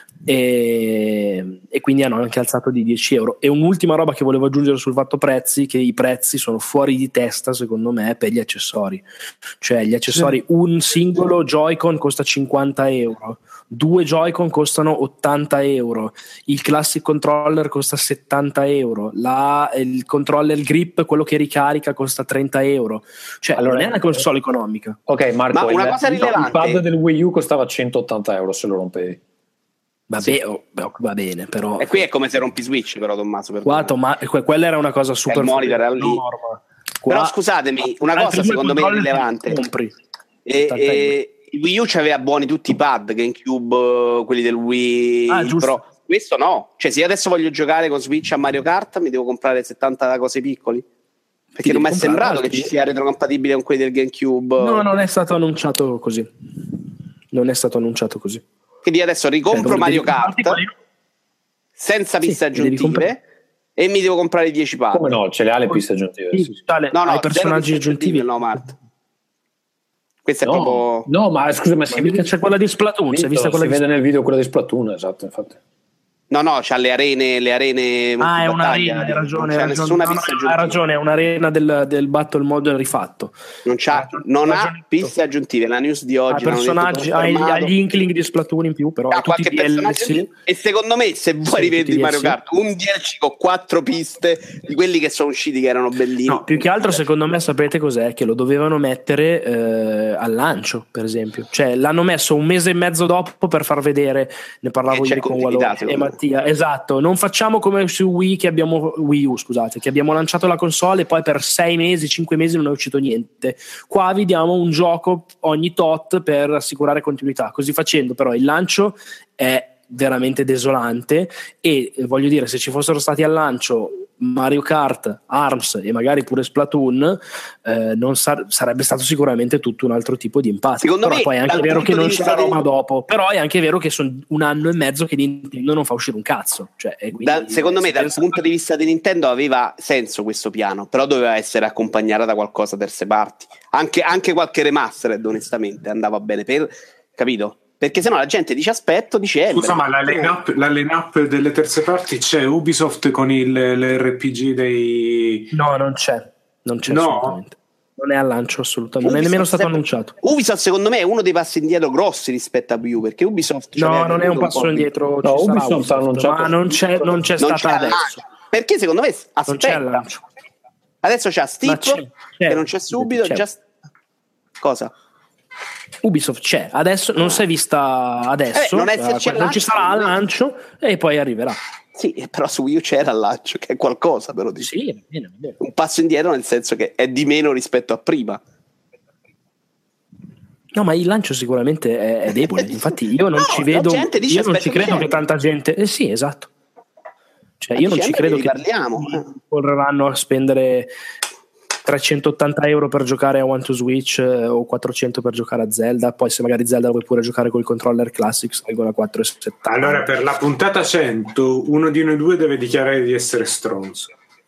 e, e quindi hanno anche alzato di dieci euro. E un'ultima roba che volevo aggiungere sul fatto prezzi, che i prezzi sono fuori di testa secondo me per gli accessori, cioè gli accessori, sì. Un singolo Joy-Con costa cinquanta euro, due Joy-Con costano ottanta euro, il Classic Controller costa settanta euro, la, il controller grip, quello che ricarica, costa trenta euro, cioè allora, non è una console economica. Ok Marco, ma una il, cosa rilevante, il pad del Wii U costava centottanta euro se lo rompevi. Vabbè, sì. oh, va bene, però e qui è come se rompi Switch, però Tommaso, per Guarda, ma quella era una cosa super monitor lì. Qua, però scusatemi, una cosa secondo me rilevante, compri e, e il Wii U c'aveva buoni tutti i pad, GameCube, quelli del Wii ah, Pro. Questo no, cioè se io adesso voglio giocare con Switch a Mario Kart mi devo comprare settanta cose piccoli, perché Ti non mi è sembrato che ci sia retrocompatibile con quelli del GameCube. No, non è stato annunciato così, non è stato annunciato così. Quindi adesso ricompro eh, Mario Kart senza piste sì, aggiuntive e mi devo comprare i dieci pad. Come no, ce le ha le piste aggiuntive? Sì, sì. Tale, no, no, hai personaggi aggiuntivi. No, Marta. Questo no, è proprio no, ma scusa, ma, ma si mica c'è quella di Splatoon, si, vista quella si di... vede nel video quella di Splatoon, esatto, infatti. No, no, c'ha le arene, le arene ah, è un'arena, hai ragione, non c'è nessuna no, pista no, aggiuntiva. Hai ragione, è un'arena del, del Battle Mode rifatto. Non c'ha, non ha piste aggiuntive, la news di oggi. Ha personaggi, hai gli Inkling di Splatoon in più, però ha qualche personaggio. E secondo me, se vuoi sì, rivedi Mario Kart, un D L C con quattro piste di quelli che sono usciti che erano bellini. No, più che altro secondo me sapete cos'è? Che lo dovevano mettere eh, al lancio, per esempio. Cioè l'hanno messo un mese e mezzo dopo per far vedere, ne parlavo ieri con Wallo, eh, ma Mattia, esatto, non facciamo come su Wii che abbiamo Wii U, scusate, che abbiamo lanciato la console e poi per sei mesi, cinque mesi non è uscito niente. Qua vi diamo un gioco ogni tot per assicurare continuità. Così facendo, però, il lancio è veramente desolante e voglio dire, se ci fossero stati al lancio Mario Kart, ARMS e magari pure Splatoon, eh, non sar- sarebbe stato sicuramente tutto un altro tipo di impatto. Secondo però me, poi è anche vero che non c'è la di... roba dopo, però è anche vero che sono un anno e mezzo che Nintendo non fa uscire un cazzo, cioè, da, secondo me dal punto di vista di Nintendo aveva senso questo piano, però doveva essere accompagnata da qualcosa terze parti, anche, anche qualche remastered onestamente andava bene per, capito? Perché sennò la gente dice aspetto dicembre. Scusa, ma la line-up, la line-up delle terze parti c'è Ubisoft con il, l'R P G dei... No, non c'è, non c'è no? assolutamente. Non è al lancio assolutamente, non è nemmeno stato sempre... annunciato. Ubisoft secondo me è uno dei passi indietro grossi rispetto a Wii U, perché Ubisoft... No, non è un passo un indietro, no, Ubisoft, Ubisoft annunciato, ma non c'è, non c'è non stata c'è adesso. Perché secondo me aspetta. Non c'è al lancio. Adesso c'ha Steep, c'è, c'è, che non c'è subito, c'è. Già... Cosa? Ubisoft c'è, adesso non si è vista adesso, eh, non, esserci eh, non ci sarà al lancio e poi arriverà. Sì, però su Wii U c'era al lancio, che è qualcosa però di sì, è bene, è bene. Un passo indietro nel senso che è di meno rispetto a prima. No, ma il lancio sicuramente è, è debole, infatti io non no, ci vedo, dice, io non ci credo che tanta gente, eh sì, esatto. Cioè io non ci credo che parliamo. correranno a spendere trecentottanta euro per giocare a One to Switch eh, o quattrocento per giocare a Zelda, poi se magari Zelda vuoi pure giocare col controller classic salgono a quattro e settanta. Allora per la puntata cento uno di noi due deve dichiarare di essere stronzo.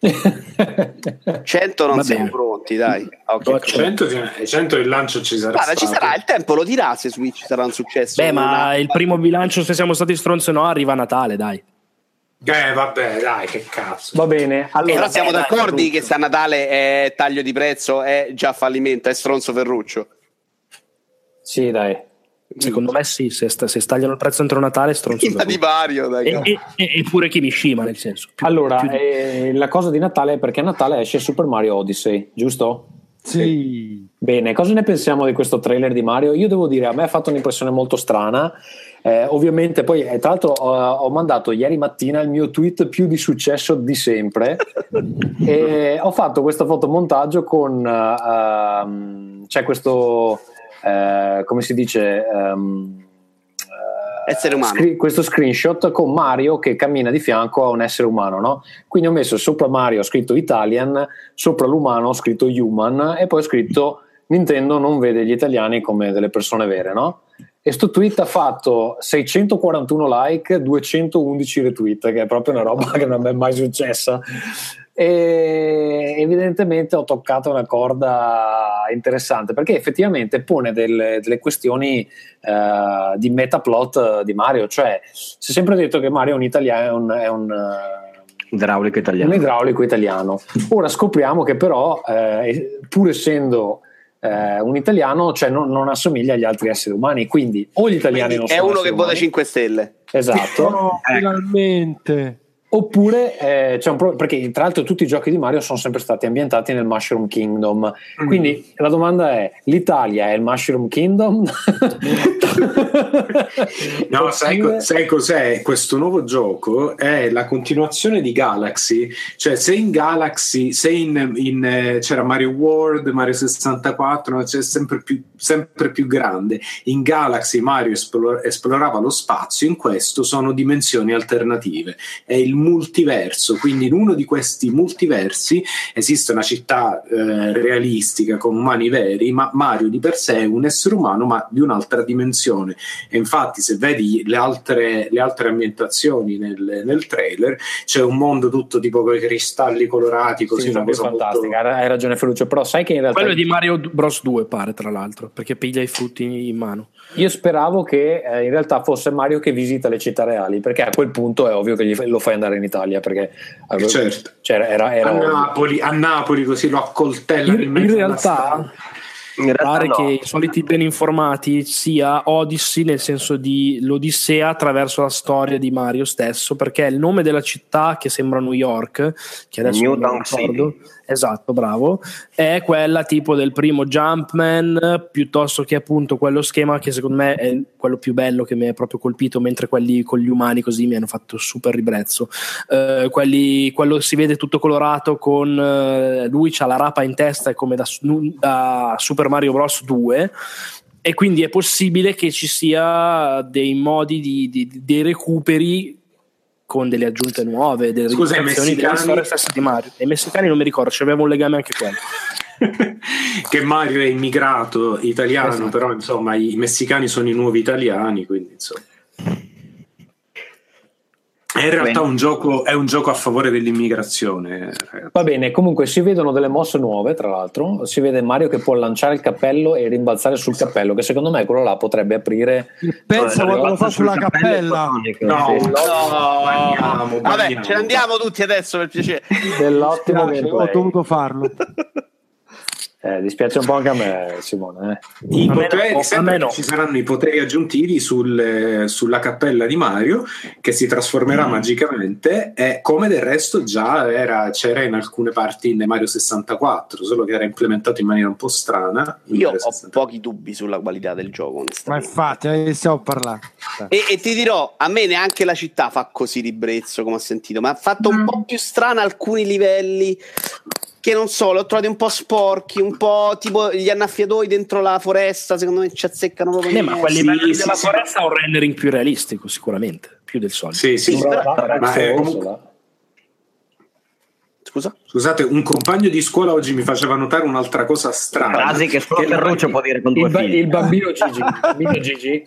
cento non siamo pronti, dai. Okay. cento, cento il lancio ci sarà. Guarda, stato. ci sarà, il tempo lo dirà se Switch sarà un successo. Beh, ma una... il primo bilancio, se siamo stati stronzi no, arriva a Natale, dai. Eh vabbè, dai, che cazzo. Va bene. Allora, però siamo eh, d'accordo dai, che se a Natale è taglio di prezzo, è già fallimento, è stronzo Ferruccio. Sì, dai. Secondo me sì, se, sta, se stagliano il prezzo entro Natale è stronzo. Ma di Mario, dai. E, e, e pure Kimishima, nel senso. Più, allora, più di... eh, la cosa di Natale è perché a Natale esce Super Mario Odyssey, giusto? Sì. Bene, cosa ne pensiamo di questo trailer di Mario? Io devo dire, a me ha fatto un'impressione molto strana. Eh, ovviamente poi eh, tra l'altro ho, ho mandato ieri mattina il mio tweet più di successo di sempre e ho fatto questo fotomontaggio con uh, c'è questo uh, come si dice um, uh, essere umano, scri- questo screenshot con Mario che cammina di fianco a un essere umano, no? Quindi ho messo sopra Mario ho scritto Italian, sopra l'umano ho scritto Human e poi ho scritto Nintendo non vede gli italiani come delle persone vere, no? E sto tweet ha fatto seicentoquarantuno like, duecentoundici retweet, che è proprio una roba che non mi è mai successa. E evidentemente ho toccato una corda interessante perché effettivamente pone delle, delle questioni uh, di metaplot di Mario. Cioè, si è sempre detto che Mario è un italiano, è un, è un uh, idraulico italiano. Un idraulico italiano. Ora scopriamo che però, eh, pur essendo Eh, un italiano, cioè non, non assomiglia agli altri esseri umani, quindi o gli italiani quindi non è sono uno che umani, vota cinque stelle, esatto, no, finalmente, oppure eh, c'è un pro- perché tra l'altro tutti i giochi di Mario sono sempre stati ambientati nel Mushroom Kingdom, mm. quindi la domanda è: l'Italia è il Mushroom Kingdom? No, sai, co- sai cos'è? Questo nuovo gioco è la continuazione di Galaxy, cioè se in Galaxy, se in, in eh, c'era Mario World, Mario sessantaquattro, c'è sempre più, sempre più grande. In Galaxy Mario esplor- esplorava lo spazio, in questo sono dimensioni alternative, è il multiverso, quindi in uno di questi multiversi esiste una città eh, realistica con umani veri, ma Mario di per sé è un essere umano ma di un'altra dimensione. E infatti se vedi le altre, le altre ambientazioni nel, nel trailer c'è un mondo tutto tipo con i cristalli colorati così, sì, una cosa fantastica, molto... hai ragione Ferruccio, però sai che in realtà quello è di Mario Bros due pare, tra l'altro, perché piglia i frutti in mano. Io speravo che eh, in realtà fosse Mario che visita le città reali, perché a quel punto è ovvio che gli, lo fai andare in Italia, perché eh, certo. cioè, era, era a, Napoli, a Napoli così lo accoltella in, in realtà In realtà pare no. che i soliti ben informati sia Odyssey, nel senso di l'Odissea attraverso la storia di Mario stesso, perché è il nome della città che sembra New York, che adesso New non Donk ricordo, City. Esatto, bravo. È quella tipo del primo Jumpman, piuttosto che appunto quello schema che secondo me è quello più bello, che mi è proprio colpito, mentre quelli con gli umani così mi hanno fatto super ribrezzo. Uh, quelli, quello si vede tutto colorato con uh, lui c'ha la rapa in testa, è come da, da Super Mario Bros due, e quindi è possibile che ci sia dei modi di, di, dei recuperi con delle aggiunte nuove, delle Scusa, i messicani... della storia stessa di Mario. E i messicani non mi ricordo, c'aveva un legame anche quello. Che Mario è immigrato italiano, esatto. Però insomma i messicani sono i nuovi italiani, quindi insomma. È in realtà un gioco, è un gioco a favore dell'immigrazione. Va bene, comunque si vedono delle mosse nuove, tra l'altro. Si vede Mario che può lanciare il cappello e rimbalzare sul cappello, che secondo me quello là potrebbe aprire. Pensa quando lo fa sulla cappella. No, no, no, bagniamo, vabbè, bagniamo. ce ne andiamo tutti adesso per piacere. Dell'ottimo Piace, ho dovuto farlo. Eh, dispiace un po' anche a me, Simone. Eh. I A me poteri, no, sempre a me no. ci saranno i poteri aggiuntivi sul, sulla cappella di Mario, che si trasformerà mm. magicamente, e come del resto già era, c'era in alcune parti in Mario sessantaquattro, solo che era implementato in maniera un po' strana. Io ho pochi dubbi sulla qualità del gioco, ma infatti ne stiamo a parlare. E, e ti dirò, a me neanche la città fa così ribrezzo come ho sentito, ma ha fatto mm. un po' più strana alcuni livelli, che non so, l'ho trovati un po' sporchi, un po' tipo gli annaffiatoi dentro la foresta, secondo me ci azzeccano proprio. Eh, ma quelli sì, belli sì, della sì. foresta ha un rendering più realistico, sicuramente, più del solito. Sì, sì, sì, però, ma, ma è comunque... Scusa? Scusate, un compagno di scuola oggi mi faceva notare un'altra cosa strana. Frasi che solo Ferruccio può dire con due il, ba- figli. il bambino Gigi, il bambino Gigi.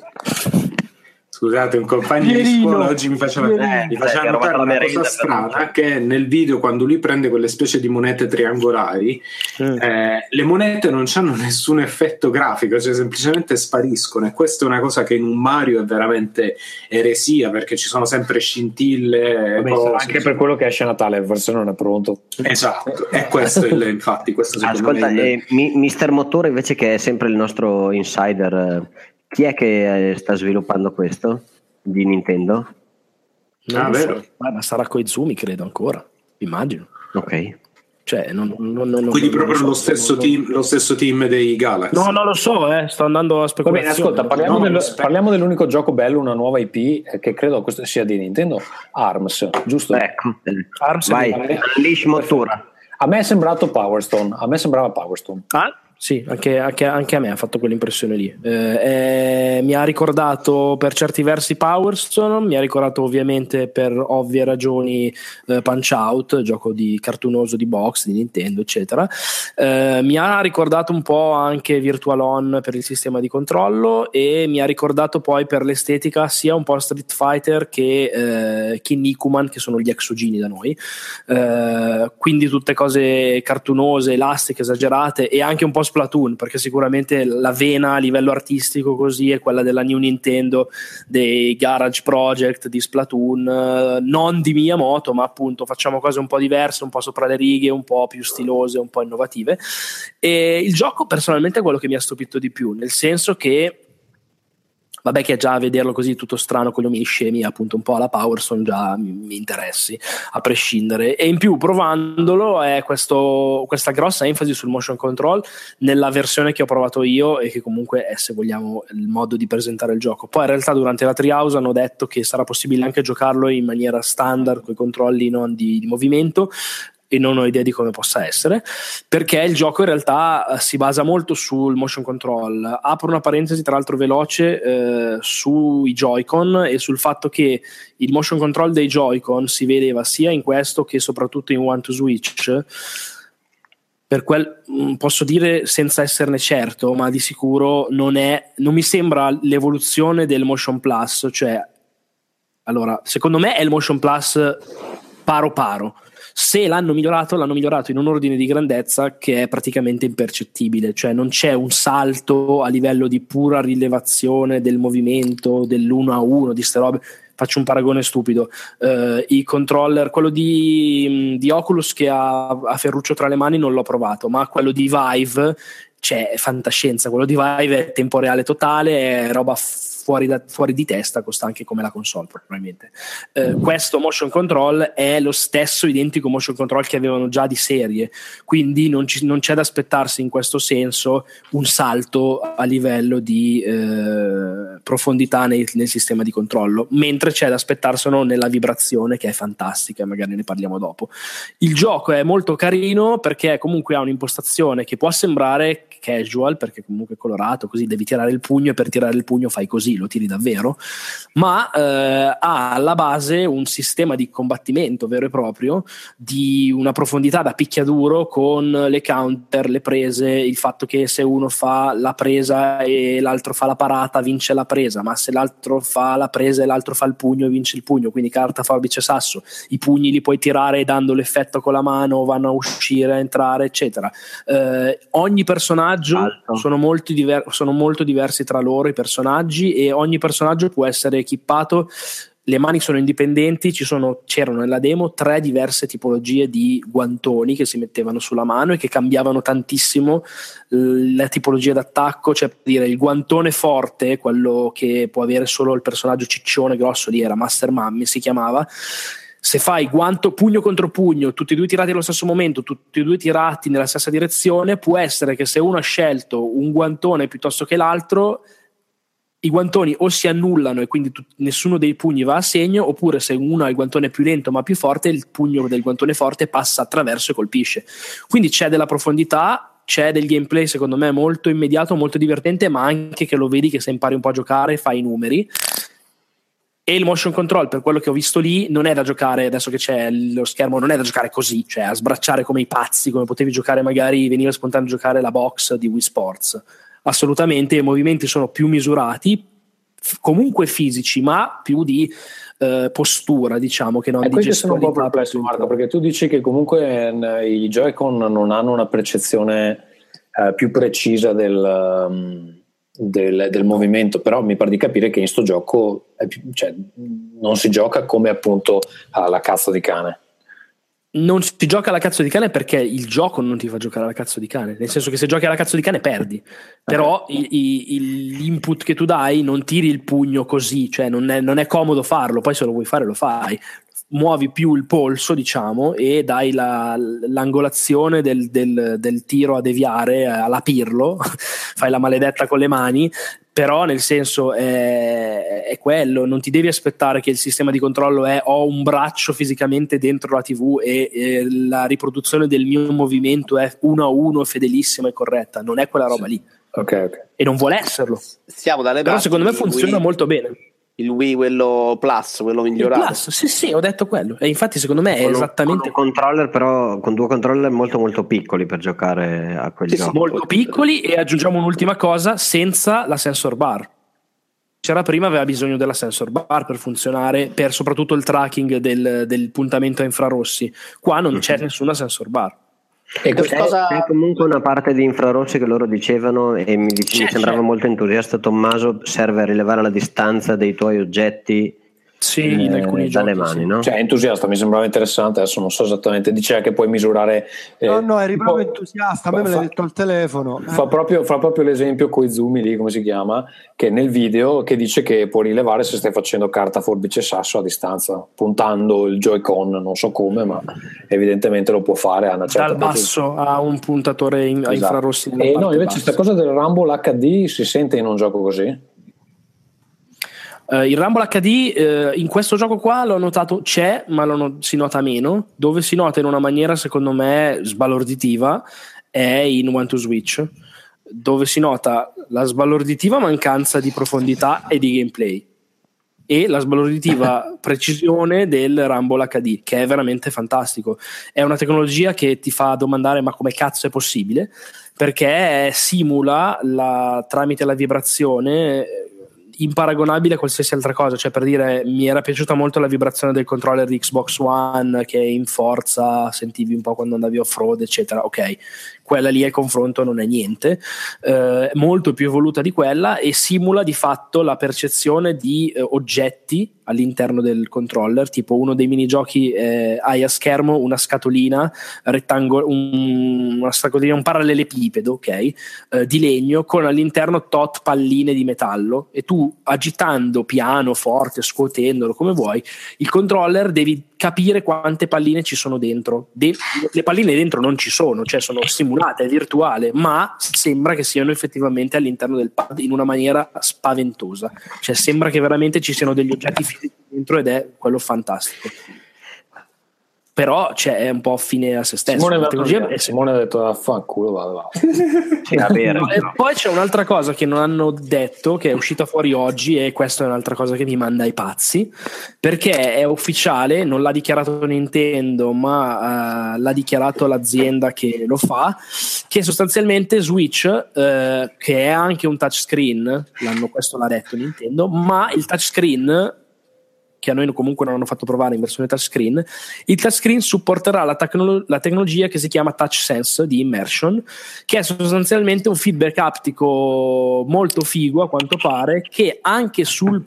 Scusate, un compagno Pierino, di scuola oggi mi faceva, eh, mi faceva eh, notare una merenda, cosa strana, che nel video, quando lui prende quelle specie di monete triangolari, mm. eh, le monete non hanno nessun effetto grafico, cioè semplicemente spariscono, e questa è una cosa che in un Mario è veramente eresia, perché ci sono sempre scintille. Vabbè, cose, anche per quello che esce Natale forse non è pronto. Esatto, e questo è il, infatti questo secondo Ascolta, me è il... eh, mi, mister Motore invece, che è sempre il nostro insider, eh, chi è che eh, sta sviluppando questo di Nintendo? Non Ah, lo vero. so. Ma sarà Koizumi, credo ancora, immagino. Ok. Cioè, non, non, non, Quindi non, proprio non lo, so, stesso non, team, lo stesso team dei Galaxy. No, non lo so, eh, sto andando a Va speculazione. bene, ascolta, parliamo, No, dello- aspetta. parliamo dell'unico gioco bello, una nuova I P, eh, che credo questo sia di Nintendo, ARMS, giusto? Ecco, Arms vai, è- Unleash Mottura. A me è sembrato Power Stone, a me sembrava Power Stone. Ah, sì, anche, anche, anche a me ha fatto quell'impressione lì. Eh, eh, mi ha ricordato per certi versi Power Stone, mi ha ricordato ovviamente per ovvie ragioni eh, Punch Out, gioco di cartunoso di box di Nintendo, eccetera. Eh, mi ha ricordato un po' anche Virtual On per il sistema di controllo, e mi ha ricordato poi per l'estetica sia un po' Street Fighter che eh, Kinnikuman, che sono gli exogini da noi. Eh, quindi tutte cose cartunose, elastiche, esagerate, e anche un po' Splatoon, perché sicuramente la vena a livello artistico così è quella della New Nintendo, dei Garage Project di Splatoon, eh, non di Miyamoto, ma appunto facciamo cose un po' diverse, un po' sopra le righe, un po' più stilose, un po' innovative. E il gioco personalmente è quello che mi ha stupito di più, nel senso che vabbè, che già a vederlo così tutto strano con gli omini scemi, appunto un po' alla Power Stone, già mi, mi interessi a prescindere, e in più provandolo è questo, questa grossa enfasi sul motion control nella versione che ho provato io, e che comunque è, se vogliamo, il modo di presentare il gioco. Poi in realtà durante la Treehouse hanno detto che sarà possibile anche giocarlo in maniera standard con i controlli non di, di movimento, e non ho idea di come possa essere, perché il gioco in realtà eh, si basa molto sul motion control. Apro una parentesi tra l'altro veloce eh, sui Joy-Con e sul fatto che il motion control dei Joy-Con si vedeva sia in questo che soprattutto in One to Switch. Per quel posso dire senza esserne certo, ma di sicuro non è, non mi sembra l'evoluzione del Motion Plus. Cioè, allora, secondo me è il Motion Plus paro paro. Se l'hanno migliorato, l'hanno migliorato in un ordine di grandezza che è praticamente impercettibile, cioè non c'è un salto a livello di pura rilevazione del movimento, dell'uno a uno, di ste robe. Faccio un paragone stupido, uh, i controller, quello di, di Oculus che ha, ha Ferruccio tra le mani non l'ho provato, ma quello di Vive c'è fantascienza, quello di Vive è tempo reale totale, è roba fuori, da, fuori di testa, costa anche come la console probabilmente. Eh, questo motion control è lo stesso identico motion control che avevano già di serie, quindi non, ci, non c'è da aspettarsi in questo senso un salto a livello di eh, profondità nel, nel sistema di controllo, mentre c'è da aspettarselo nella vibrazione, che è fantastica, magari ne parliamo dopo. Il gioco è molto carino perché comunque ha un'impostazione che può sembrare casual, perché comunque è colorato, così devi tirare il pugno e per tirare il pugno fai così, lo tiri davvero, ma eh, ha alla base un sistema di combattimento vero e proprio, di una profondità da picchiaduro, con le counter, le prese, il fatto che se uno fa la presa e l'altro fa la parata vince la presa, ma se l'altro fa la presa e l'altro fa il pugno vince il pugno, quindi carta, forbice, sasso, i pugni li puoi tirare dando l'effetto con la mano, vanno a uscire, a entrare, eccetera. Eh, ogni personaggio sono molto, diver- sono molto diversi tra loro i personaggi, e ogni personaggio può essere equipato, le mani sono indipendenti, ci sono, c'erano nella demo tre diverse tipologie di guantoni che si mettevano sulla mano e che cambiavano tantissimo la tipologia d'attacco, cioè per dire il guantone forte, quello che può avere solo il personaggio ciccione grosso, lì era Master Mummy si chiamava. Se fai guanto pugno contro pugno, tutti e due tirati allo stesso momento, tutti e due tirati nella stessa direzione, può essere che se uno ha scelto un guantone piuttosto che l'altro, i guantoni o si annullano e quindi tu, nessuno dei pugni va a segno, oppure se uno ha il guantone più lento ma più forte, il pugno del guantone forte passa attraverso e colpisce. Quindi c'è della profondità, c'è del gameplay secondo me molto immediato, molto divertente, ma anche che lo vedi che se impari un po' a giocare fai i numeri. E il motion control, per quello che ho visto lì, non è da giocare, adesso che c'è lo schermo, non è da giocare così, cioè a sbracciare come i pazzi, come potevi giocare magari, veniva spontaneo giocare la box di Wii Sports. Assolutamente, i movimenti sono più misurati, f- comunque fisici, ma più di eh, postura, diciamo, che non e di gestualità. Sono un po' perplesso, Marco, perché tu dici che comunque eh, i Joy-Con non hanno una percezione eh, più precisa del... Um, Del, del movimento, però mi pare di capire che in sto gioco è più, cioè, non si gioca come appunto alla cazzo di cane. Non si gioca alla cazzo di cane perché il gioco non ti fa giocare alla cazzo di cane, nel senso che se giochi alla cazzo di cane perdi, però okay. i, i, l'input che tu dai non tiri il pugno così, cioè non è, non è comodo farlo, poi se lo vuoi fare lo fai, muovi più il polso, diciamo, e dai la, l'angolazione del, del, del tiro a deviare, alla Pirlo, fai la maledetta con le mani, però nel senso è, è quello, non ti devi aspettare che il sistema di controllo è ho un braccio fisicamente dentro la tivù e, e la riproduzione del mio movimento è uno a uno, fedelissima e corretta, non è quella roba lì. Okay, okay. E non vuole esserlo. Siamo dalle però secondo me funziona Wii, molto bene. Il Wii, quello Plus, quello migliorato. Il Plus, sì sì, ho detto quello, e infatti secondo me è con esattamente un, con un controller, però con due controller molto molto piccoli per giocare a quel sì, gioco. Sì, molto piccoli, e aggiungiamo un'ultima cosa, senza la sensor bar. C'era prima, aveva bisogno della sensor bar per funzionare, per soprattutto il tracking del, del puntamento a infrarossi. Qua non c'è nessuna sensor bar. E questa cosa... è comunque una parte di infrarossi che loro dicevano, e mi, dice, mi sembrava molto entusiasta Tommaso, serve a rilevare la distanza dei tuoi oggetti. Sì, in eh, alcuni dalle giochi, mani, sì. no? Cioè entusiasta, mi sembrava interessante, adesso non so esattamente, diceva che puoi misurare eh, no no eri proprio entusiasta, a me me l'hai fa, detto al telefono fa, eh. proprio, fa proprio l'esempio Koizumi lì, come si chiama, che nel video che dice che può rilevare se stai facendo carta, forbice, sasso a distanza, puntando il Joy-Con, non so come, ma evidentemente lo può fare a una certa dal basso a un puntatore in, esatto. a infrarossi. E no, invece questa cosa del Rumble acca di si sente in un gioco così? Uh, il Rumble acca di uh, in questo gioco qua l'ho notato, c'è, ma lo no- si nota meno. Dove si nota in una maniera secondo me sbalorditiva è in One to Switch, dove si nota la sbalorditiva mancanza di profondità e di gameplay e la sbalorditiva precisione del Rumble acca di, che è veramente fantastico. È una tecnologia che ti fa domandare ma come cazzo è possibile, perché simula la, tramite la vibrazione, imparagonabile a qualsiasi altra cosa. Cioè, per dire, mi era piaciuta molto la vibrazione del controller di Xbox One, che in Forza sentivi un po' quando andavi off-road eccetera, ok, quella lì al confronto non è niente, eh, molto più evoluta di quella, e simula di fatto la percezione di eh, oggetti all'interno del controller, tipo uno dei minigiochi eh, hai a schermo una scatolina rettangolo, un, una scatolina, un parallelepipedo, ok, eh, di legno con all'interno tot palline di metallo, e tu agitando piano, forte, scuotendolo come vuoi, il controller devi capire quante palline ci sono dentro. De- le palline dentro non ci sono, cioè sono simulate, è virtuale, ma sembra che siano effettivamente all'interno del pad in una maniera spaventosa, cioè sembra che veramente ci siano degli oggetti fisici dentro, ed è quello fantastico. Però c'è, è un po' fine a se stesso. Simone, la tecnologia è Simone ha detto affanculo, vado, vado. Sì, a bere, no, e no. poi c'è un'altra cosa che non hanno detto, che è uscita fuori oggi, e questa è un'altra cosa che mi manda ai pazzi, perché è ufficiale, non l'ha dichiarato Nintendo, ma uh, l'ha dichiarato l'azienda che lo fa, che sostanzialmente Switch, uh, che è anche un touchscreen, l'hanno, questo l'ha detto Nintendo, ma il touchscreen, che a noi comunque non hanno fatto provare in versione touchscreen, il touchscreen supporterà la, tecno- la tecnologia che si chiama TouchSense di Immersion, che è sostanzialmente un feedback aptico molto figo a quanto pare, che anche sul,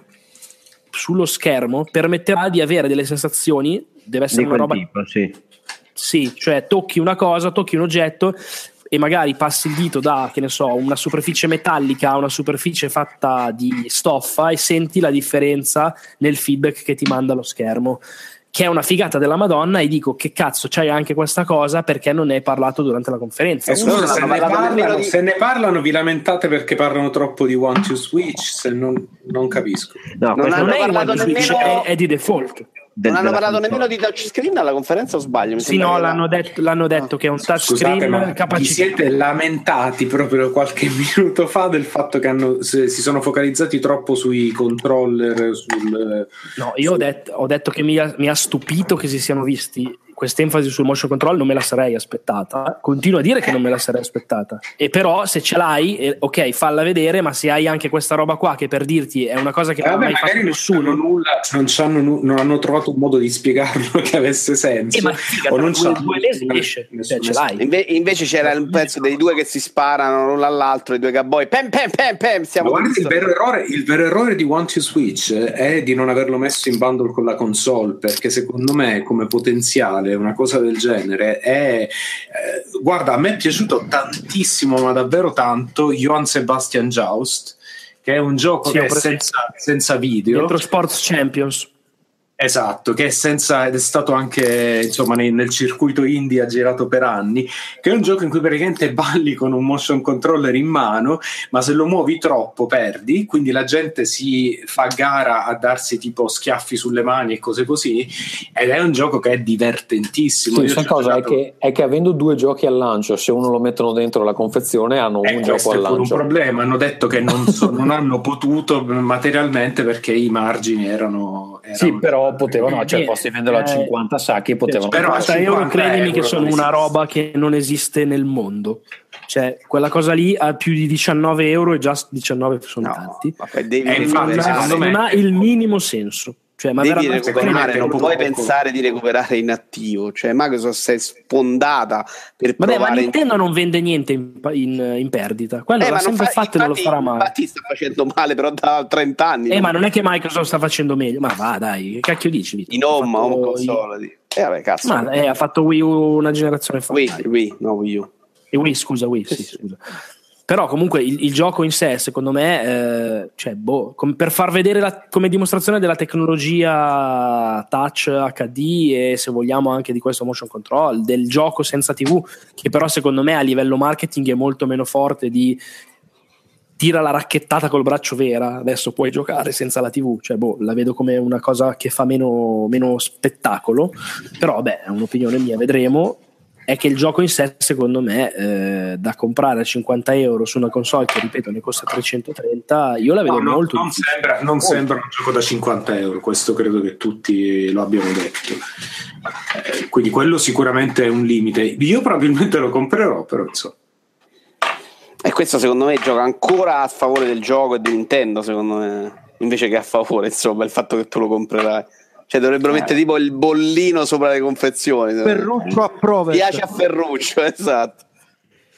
sullo schermo permetterà di avere delle sensazioni, deve essere di una quel roba tipo, sì. Sì, cioè tocchi una cosa, tocchi un oggetto e magari passi il dito da, che ne so, una superficie metallica a una superficie fatta di stoffa, e senti la differenza nel feedback che ti manda lo schermo, che è una figata della Madonna. E dico, che cazzo, c'hai anche questa cosa, perché non ne hai parlato durante la conferenza? Eh, scusa, se, ne parlano, di... se ne parlano vi lamentate perché parlano troppo di One to Switch, se non, non capisco. No, non hanno non è parlato One to Switch, nemmeno... è, è di default. Non hanno parlato nemmeno di touchscreen alla conferenza, o sbaglio? Mi sì, no, l'hanno detto, l'hanno detto che è un touchscreen capace. Vi siete lamentati proprio qualche minuto fa del fatto che hanno, se, si sono focalizzati troppo sui controller, sul... No, io ho detto, ho detto che mi ha, mi ha stupito che si siano visti quest'enfasi sul motion control, non me la sarei aspettata. Continuo a dire che non me la sarei aspettata. E però se ce l'hai, eh, ok, falla vedere, ma se hai anche questa roba qua che per dirti è una cosa che eh, non ha vabbè, mai fatto nessuno, nulla, non, c'hanno, non hanno trovato un modo di spiegarlo che avesse senso. Eh, ma figa, o non due, due mesi esce, cioè, ce l'hai. Inve- invece c'era il pezzo dei due che si sparano l'uno all'altro, i due cowboy, pem pem pem pem. Siamo guarda, il vero errore, il vero errore di One to Switch è di non averlo messo in bundle con la console, perché secondo me come potenziale una cosa del genere è eh, guarda, a me è piaciuto tantissimo, ma davvero tanto, Johann Sebastian Joust, che è un gioco sì, che è senza, senza video, dentro Sports Champions. Esatto, che è senza, ed è stato anche insomma nel, nel circuito indie, ha girato per anni, che è un gioco in cui praticamente balli con un motion controller in mano, ma se lo muovi troppo perdi, quindi la gente si fa gara a darsi tipo schiaffi sulle mani e cose così, ed è un gioco che è divertentissimo. Sì, sai cosa? È che, è che avendo due giochi al lancio, se uno lo mettono dentro la confezione hanno eh, un gioco al lancio. È un problema, hanno detto che non, so, non hanno potuto materialmente perché i margini erano, erano sì, però potevano, cioè, posti di venderlo a cinquanta sacchi, potevano. Però a cinquanta euro credimi che sono una roba che non esiste nel mondo. Cioè, quella cosa lì a più di diciannove euro, e già diciannove sono no, tanti. Vabbè, devi eh, infatti, non, non ha il minimo senso. Cioè, ma devi recuperare, non puoi pensare di recuperare in attivo. Cioè, Microsoft si è sfondata per Vabbè, provare. Ma Nintendo in... non vende niente in, in, in perdita. Quello eh, l'ha sempre fa, fatto, infatti, e non lo farà mai. Infatti sta facendo male, però da trenta anni. Eh, non... ma non è che Microsoft sta facendo meglio. Ma va, dai, che cacchio dici? Vito? In home, home console. I... Eh, vabbè, cazzo. Ma eh, ha fatto Wii U una generazione fa. Wii, Wii, no Wii U. E Wii, scusa, Wii, sì, scusa. Però comunque il, il gioco in sé, secondo me, eh, cioè, boh, com- per far vedere la, come dimostrazione della tecnologia touch acca di, e se vogliamo anche di questo motion control, del gioco senza tivù, che però secondo me a livello marketing è molto meno forte di tira la racchettata col braccio vera, adesso puoi giocare senza la tivù, cioè boh, la vedo come una cosa che fa meno, meno spettacolo, però beh, è un'opinione mia, vedremo. È che il gioco in sé, secondo me, eh, da comprare a cinquanta euro su una console che, ripeto, ne costa trecentotrenta, io la vedo no, molto non, non sembra, non sembra un gioco da cinquanta euro, questo credo che tutti lo abbiano detto, eh, quindi quello sicuramente è un limite. Io probabilmente lo comprerò, però insomma. E questo secondo me gioca ancora a favore del gioco e di Nintendo, secondo me, invece che a favore, insomma, il fatto che tu lo comprerai. Cioè dovrebbero eh. mettere tipo il bollino sopra le confezioni. Ferruccio a prove. Piace a Ferruccio, esatto.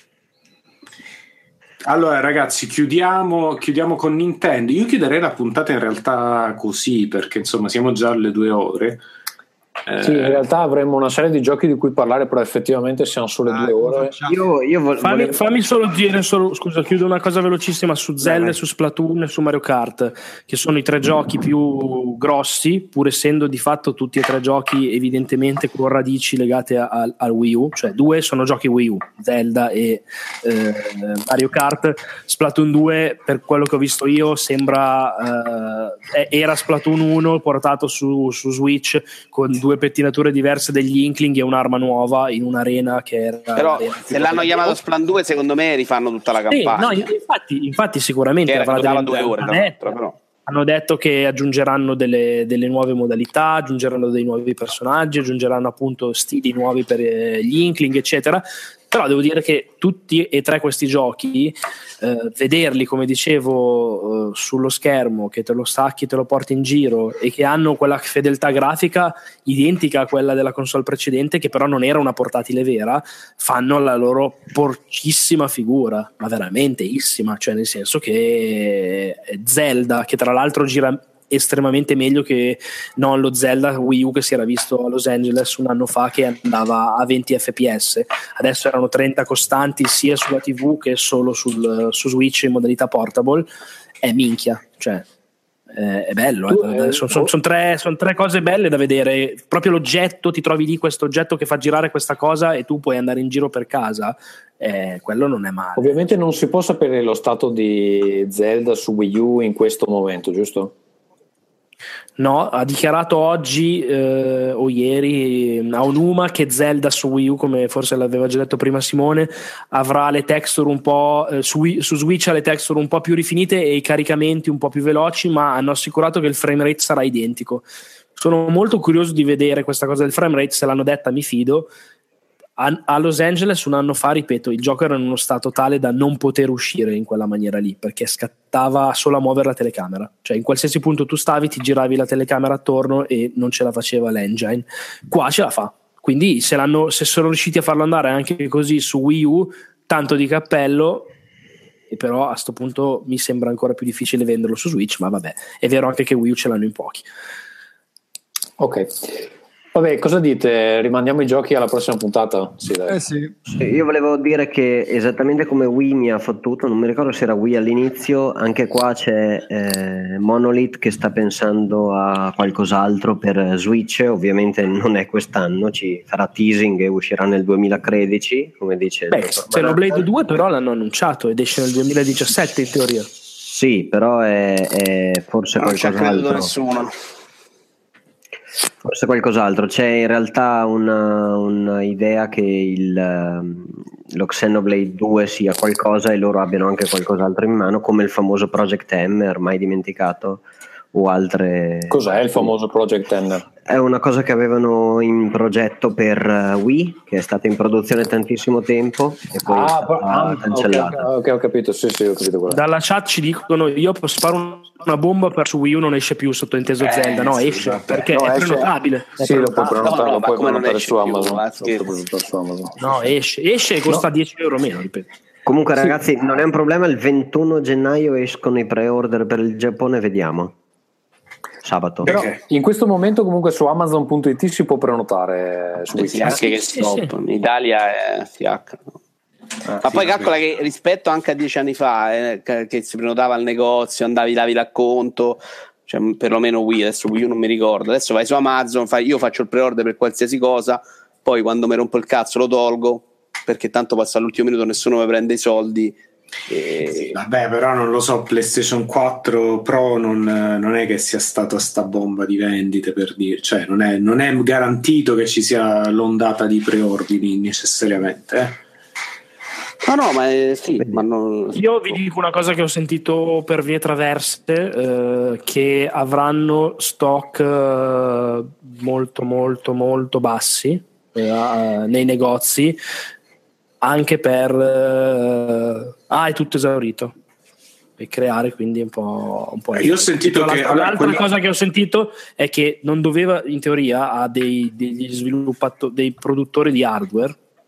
Allora ragazzi, chiudiamo, chiudiamo con Nintendo. Io chiuderei la puntata in realtà così, perché insomma siamo già alle due ore. Eh... Sì, in realtà avremmo una serie di giochi di cui parlare, però effettivamente siamo solo ah, due ore. Io, io vo- fammi, volevo... fammi solo dire, solo, scusa, chiudo una cosa velocissima su Zelda, Beh. su Splatoon e su Mario Kart, che sono i tre giochi più grossi, pur essendo di fatto tutti e tre giochi evidentemente con radici legate a, a, al Wii U, cioè due sono giochi Wii U, Zelda e eh, Mario Kart. Splatoon due, per quello che ho visto io, sembra eh, era Splatoon uno portato su, su Switch con due pettinature diverse degli Inkling e un'arma nuova in un'arena che era. Però se l'hanno chiamato Splatoon due, secondo me rifanno tutta la campagna. Sì, no, infatti, infatti sicuramente era avrà delle due ore, detto, però. Hanno detto che aggiungeranno delle, delle nuove modalità, aggiungeranno dei nuovi personaggi, aggiungeranno appunto stili nuovi per gli Inkling, eccetera. Però devo dire che tutti e tre questi giochi, eh, vederli, come dicevo, eh, sullo schermo, che te lo stacchi, te lo porti in giro e che hanno quella fedeltà grafica identica a quella della console precedente, che però non era una portatile vera, fanno la loro porcissima figura, ma veramente issima, cioè nel senso che Zelda, che tra l'altro gira estremamente meglio che non lo Zelda Wii U che si era visto a Los Angeles un anno fa, che andava a venti effe pi esse, adesso erano trenta costanti sia sulla tivù che solo sul, su Switch in modalità portable. È minchia, cioè eh, è bello, eh. sono son, son tre, son tre cose belle da vedere, proprio l'oggetto, ti trovi lì questo oggetto che fa girare questa cosa e tu puoi andare in giro per casa. Eh, quello non è male. Ovviamente non si può sapere lo stato di Zelda su Wii U in questo momento, giusto? No, ha dichiarato oggi eh, o ieri Aonuma che Zelda su Wii U, come forse l'aveva già detto prima Simone, avrà le texture un po' eh, su, su Switch ha le texture un po' più rifinite e i caricamenti un po' più veloci, ma hanno assicurato che il frame rate sarà identico. Sono molto curioso di vedere questa cosa del frame rate, se l'hanno detta mi fido. A Los Angeles un anno fa, ripeto, il gioco era in uno stato tale da non poter uscire in quella maniera lì, perché scattava solo a muovere la telecamera, cioè in qualsiasi punto tu stavi ti giravi la telecamera attorno e non ce la faceva l'engine. Qua ce la fa, quindi se, l'hanno, se sono riusciti a farlo andare anche così su Wii U, tanto di cappello. E però a sto punto mi sembra ancora più difficile venderlo su Switch, ma vabbè, è vero anche che Wii U ce l'hanno in pochi. Ok, vabbè, cosa dite? Rimandiamo i giochi alla prossima puntata? Sì, dai. Eh sì. Io volevo dire che esattamente come Wii mi ha fottuto, non mi ricordo se era Wii all'inizio, anche qua c'è eh, Monolith che sta pensando a qualcos'altro per Switch, ovviamente non è quest'anno, ci farà teasing e uscirà nel duemilatredici, come dice. Beh, Xenoblade due però l'hanno annunciato ed esce nel duemiladiciassette in teoria. Sì, però è, è forse non qualcos'altro. Non c'è creduto nessuno. Forse qualcos'altro, c'è in realtà una, una idea che il, lo Xenoblade due sia qualcosa e loro abbiano anche qualcos'altro in mano, come il famoso Project M, ormai dimenticato, o altre. Cos'è il famoso Project M? È una cosa che avevano in progetto per Wii, che è stata in produzione tantissimo tempo e poi ah, è stata ah, cancellata. Ok, ok, ho capito, sì, sì, ho capito quello. Dalla chat ci dicono: io sparo una bomba per su Wii U, non esce più, sottointeso eh, Zelda. No, sì, esce esatto. perché no, è esce, prenotabile. Sì, lo puoi prenotare, no, no, lo puoi prenotare su Amazon. su Amazon. No, esce, esce e costa no. dieci euro meno, ripeto. Comunque, ragazzi, sì. non è un problema. Il ventuno gennaio escono i pre-order per il Giappone, vediamo. Sabato. Però in questo momento comunque su Amazon punto it si può prenotare su sì, anche che sì, stop. Sì. In Italia è F H. Ah, ma sì, poi calcola che rispetto anche a dieci anni fa eh, che, che si prenotava al negozio, andavi davi l'acconto, cioè perlomeno Wii, adesso Wii io non mi ricordo, adesso vai su Amazon, fai, io faccio il pre-order per qualsiasi cosa, poi quando mi rompo il cazzo lo tolgo perché tanto passa all'ultimo minuto, nessuno mi prende i soldi. E... Sì, vabbè, però non lo so, PlayStation quattro Pro non, non è che sia stata sta bomba di vendite, per dire, cioè non è, non è garantito che ci sia l'ondata di preordini necessariamente eh. No, no, ma è, sì, ma non... Io vi dico una cosa che ho sentito per vie traverse, eh, che avranno stock eh, molto molto molto bassi eh, nei negozi, anche per eh, ah è tutto esaurito, e creare quindi un po', un po' io ho sentito che l'altra, l'altra quella... cosa che ho sentito è che non doveva, in teoria, a dei, degli sviluppatori, dei produttori di hardware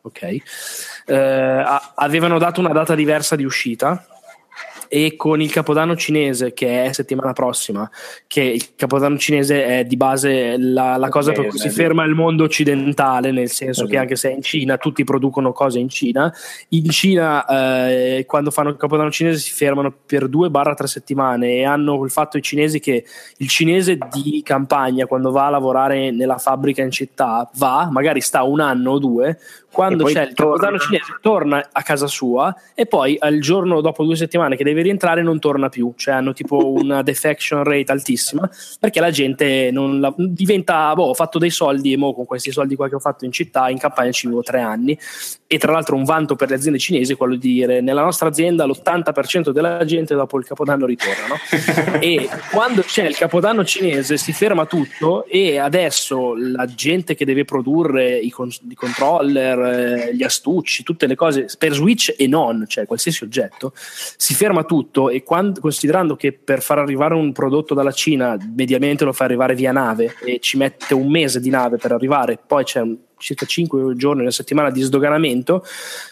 ok? Eh, a- avevano dato una data diversa di uscita, e con il Capodanno cinese, che è settimana prossima, che il Capodanno cinese è di base la, la cosa per cui si ferma il mondo occidentale, nel senso che anche se è in Cina tutti producono cose in Cina, in Cina eh, quando fanno il Capodanno cinese si fermano per due barra tre settimane, e hanno il fatto i cinesi che il cinese di campagna, quando va a lavorare nella fabbrica in città, va, magari sta un anno o due, quando c'è il Capodanno cinese torna a casa sua, e poi al giorno dopo due settimane che deve rientrare non torna più, cioè hanno tipo una defection rate altissima, perché la gente non la, diventa, boh, ho fatto dei soldi e mo con questi soldi qua che ho fatto in città, in campagna ci vivo tre anni. E tra l'altro un vanto per le aziende cinesi è quello di dire: nella nostra azienda l'ottanta per cento della gente dopo il Capodanno ritorna, no? E quando c'è il Capodanno cinese si ferma tutto, e adesso la gente che deve produrre i, con- i controller, eh, gli astucci, tutte le cose per Switch e non, cioè qualsiasi oggetto, si ferma tutto. E quando, considerando che per far arrivare un prodotto dalla Cina mediamente lo fa arrivare via nave e ci mette un mese di nave per arrivare, poi c'è un circa cinque giorni, una settimana di sdoganamento,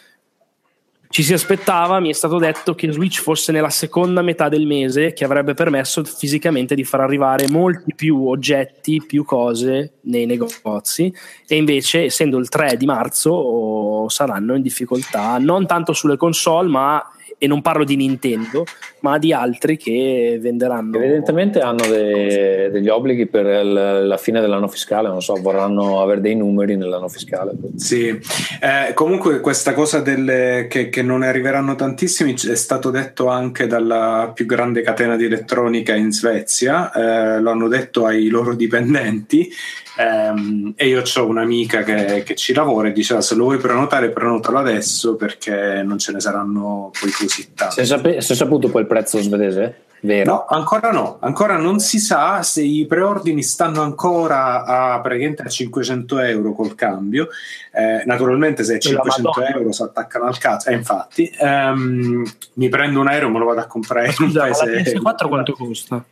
ci si aspettava, mi è stato detto, che Switch fosse nella seconda metà del mese, che avrebbe permesso fisicamente di far arrivare molti più oggetti, più cose nei negozi, e invece essendo il tre di marzo saranno in difficoltà, non tanto sulle console, ma, e non parlo di Nintendo, ma di altri che venderanno. Evidentemente hanno de- degli obblighi per il- la fine dell'anno fiscale, non so, vorranno avere dei numeri nell'anno fiscale. Sì, eh, comunque questa cosa delle, che, che non ne arriveranno tantissimi è stato detto anche dalla più grande catena di elettronica in Svezia, eh, lo hanno detto ai loro dipendenti, ehm, e io ho un'amica che, che ci lavora e diceva: se lo vuoi prenotare prenotalo adesso perché non ce ne saranno poi così tanti. Si è, sape- si è saputo poi il prezzo svedese? Vero? No, ancora no, ancora non si sa se i preordini stanno ancora a praticamente a cinquecento euro col cambio. Eh, naturalmente se è cinquecento euro si attaccano al cazzo, e eh, infatti ehm, mi prendo un aereo e me lo vado a comprare in un Scusa, paese. ma la P S quattro quanto costa?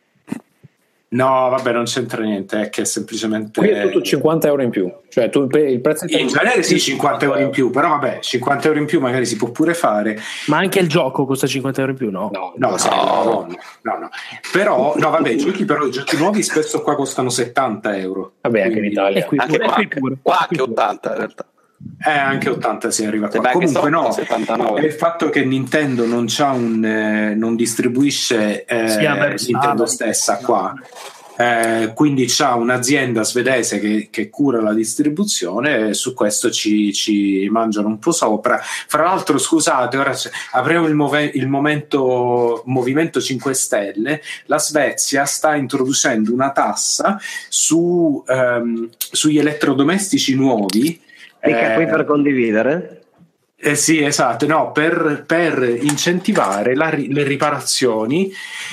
No, vabbè, non c'entra niente, è che semplicemente qui è tutto cinquanta euro in più, cioè tu il prezzo in genere sì, cinquanta euro in più, però vabbè, cinquanta euro in più magari si può pure fare. Ma anche il gioco costa cinquanta euro in più? No, no, no, no, no, no, no. Però no, vabbè, i giochi, però i giochi nuovi spesso qua costano settanta euro. Vabbè, anche in Italia, qui, anche qua, pure. Qua anche ottanta in realtà. Eh, anche ottanta si arriva qua. Beh, comunque no, settantanove. è il fatto che Nintendo non c'ha un eh, non distribuisce eh, Sì, Nintendo stessa qua. Eh, quindi c'ha un'azienda svedese che, che cura la distribuzione, e su questo ci, ci mangiano un po' sopra. Fra l'altro, scusate, ora avremo il, move- il momento Movimento cinque Stelle. La Svezia sta introducendo una tassa su, ehm, sugli elettrodomestici nuovi. Mica eh, qui per condividere? Eh sì, esatto, no, per, per incentivare la, le riparazioni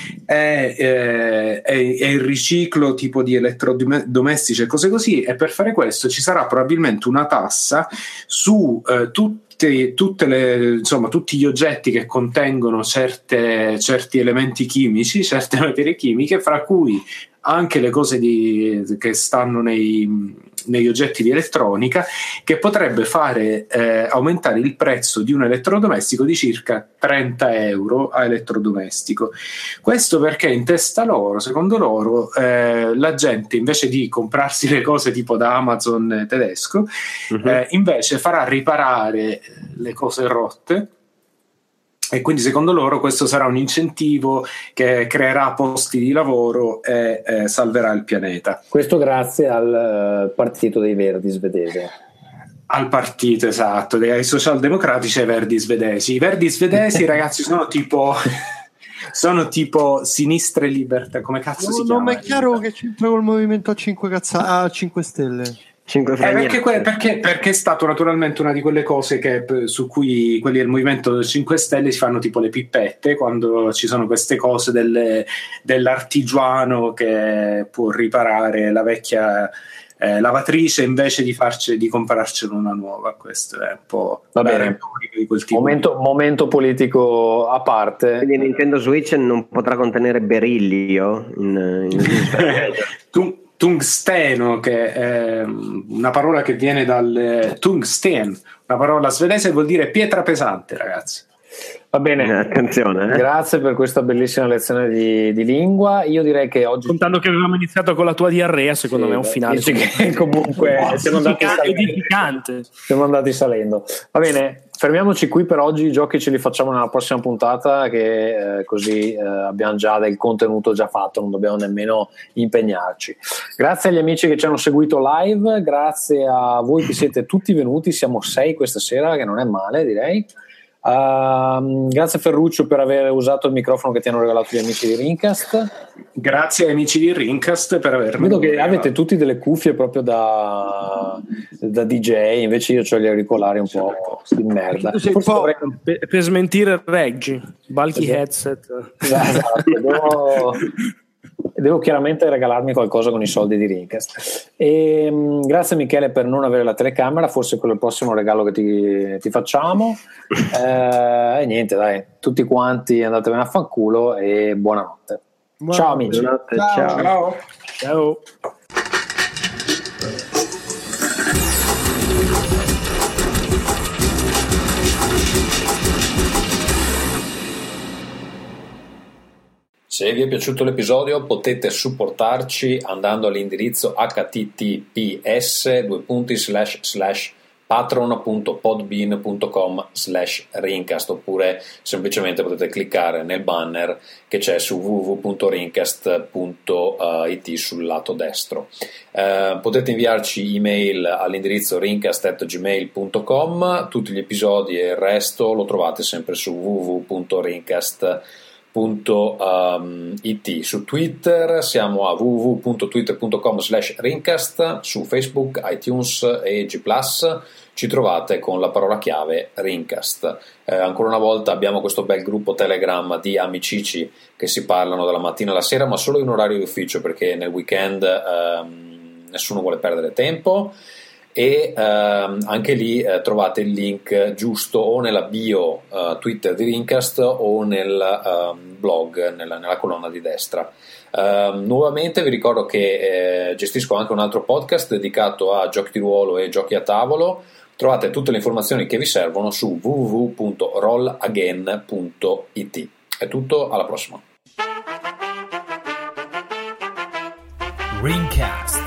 e, e, e il riciclo tipo di elettrodomestici e cose così, e per fare questo ci sarà probabilmente una tassa su eh, tutti, tutte le, insomma, tutti gli oggetti che contengono certe, certi elementi chimici, certe materie chimiche, fra cui anche le cose di, che stanno nei, negli oggetti di elettronica, che potrebbe fare eh, aumentare il prezzo di un elettrodomestico di circa trenta euro a elettrodomestico. Questo perché in testa loro, secondo loro, eh, la gente invece di comprarsi le cose tipo da Amazon tedesco, uh-huh. eh, invece farà riparare le cose rotte. E quindi secondo loro questo sarà un incentivo che creerà posti di lavoro e eh, salverà il pianeta. Questo grazie al uh, partito dei Verdi svedese. Al partito, esatto, dei socialdemocratici e ai Verdi svedesi. I Verdi svedesi, ragazzi, sono tipo sono tipo Sinistra e Libertà, come cazzo no, si non chiama? Non mi è chiaro che c'entra col movimento a cinque, cazza- a cinque Stelle. Eh, perché, que- perché, perché è stato naturalmente una di quelle cose che, su cui quelli del Movimento cinque Stelle si fanno tipo le pippette quando ci sono queste cose delle, dell'artigiano che può riparare la vecchia eh, lavatrice invece di, farci, di comprarcene una nuova. Questo è un po' va la bene. retorica di quel tipo. Momento, momento politico a parte. Quindi Nintendo Switch non potrà contenere berillio in, in... tu tungsteno, che è una parola che viene dal tungsten, una parola svedese, vuol dire pietra pesante, ragazzi. Va bene, attenzione. Eh. Grazie per questa bellissima lezione di, di lingua. Io direi che oggi, contando che avevamo iniziato con la tua diarrea, secondo sì, me è un finale che comunque siamo andati edificante. Siamo andati salendo. Va bene, fermiamoci qui per oggi. I giochi ce li facciamo nella prossima puntata, che eh, così eh, abbiamo già del contenuto già fatto, non dobbiamo nemmeno impegnarci. Grazie agli amici che ci hanno seguito live, grazie a voi che siete tutti venuti, siamo sei questa sera, che non è male, direi. Uh, grazie Ferruccio per aver usato il microfono che ti hanno regalato gli amici di Rincast. Grazie ai amici di Rincast per avermi Vedo che regalato. Avete tutti delle cuffie proprio da, da D J, invece io ho gli auricolari un po' di merda. Forse dovrei... per, per smentire Reggi, bulky headset. Esatto, devo... devo chiaramente regalarmi qualcosa con i soldi di Rincast. E, mh, grazie Michele per non avere la telecamera, forse quello è il prossimo regalo che ti, ti facciamo. Eh, e niente, dai, tutti quanti andatevene a fanculo e buonanotte. Buonanotte. Ciao amici. Buonanotte, ciao. ciao. Ciao. Ciao. Se vi è piaciuto l'episodio potete supportarci andando all'indirizzo https due punti slash slash patron.podbean.com slash rincast, oppure semplicemente potete cliccare nel banner che c'è su w w w punto rincast punto i t sul lato destro. Eh, potete inviarci email all'indirizzo rincast at gmail punto com. Tutti gli episodi e il resto lo trovate sempre su w w w punto rincast punto i t. Su Twitter siamo a w w w punto twitter punto com slash rincast, su Facebook, iTunes e G plus ci trovate con la parola chiave Rincast. Eh, ancora una volta abbiamo questo bel gruppo Telegram di amicici che si parlano dalla mattina alla sera, ma solo in orario di ufficio, perché nel weekend ehm, nessuno vuole perdere tempo. E ehm, anche lì eh, trovate il link giusto o nella bio eh, Twitter di Rincast o nel ehm, blog, nella, nella colonna di destra. Uh, nuovamente vi ricordo che eh, gestisco anche un altro podcast dedicato a giochi di ruolo e giochi a tavolo. Trovate tutte le informazioni che vi servono su w w w punto roll again punto i t. È tutto, alla prossima. Ringcast.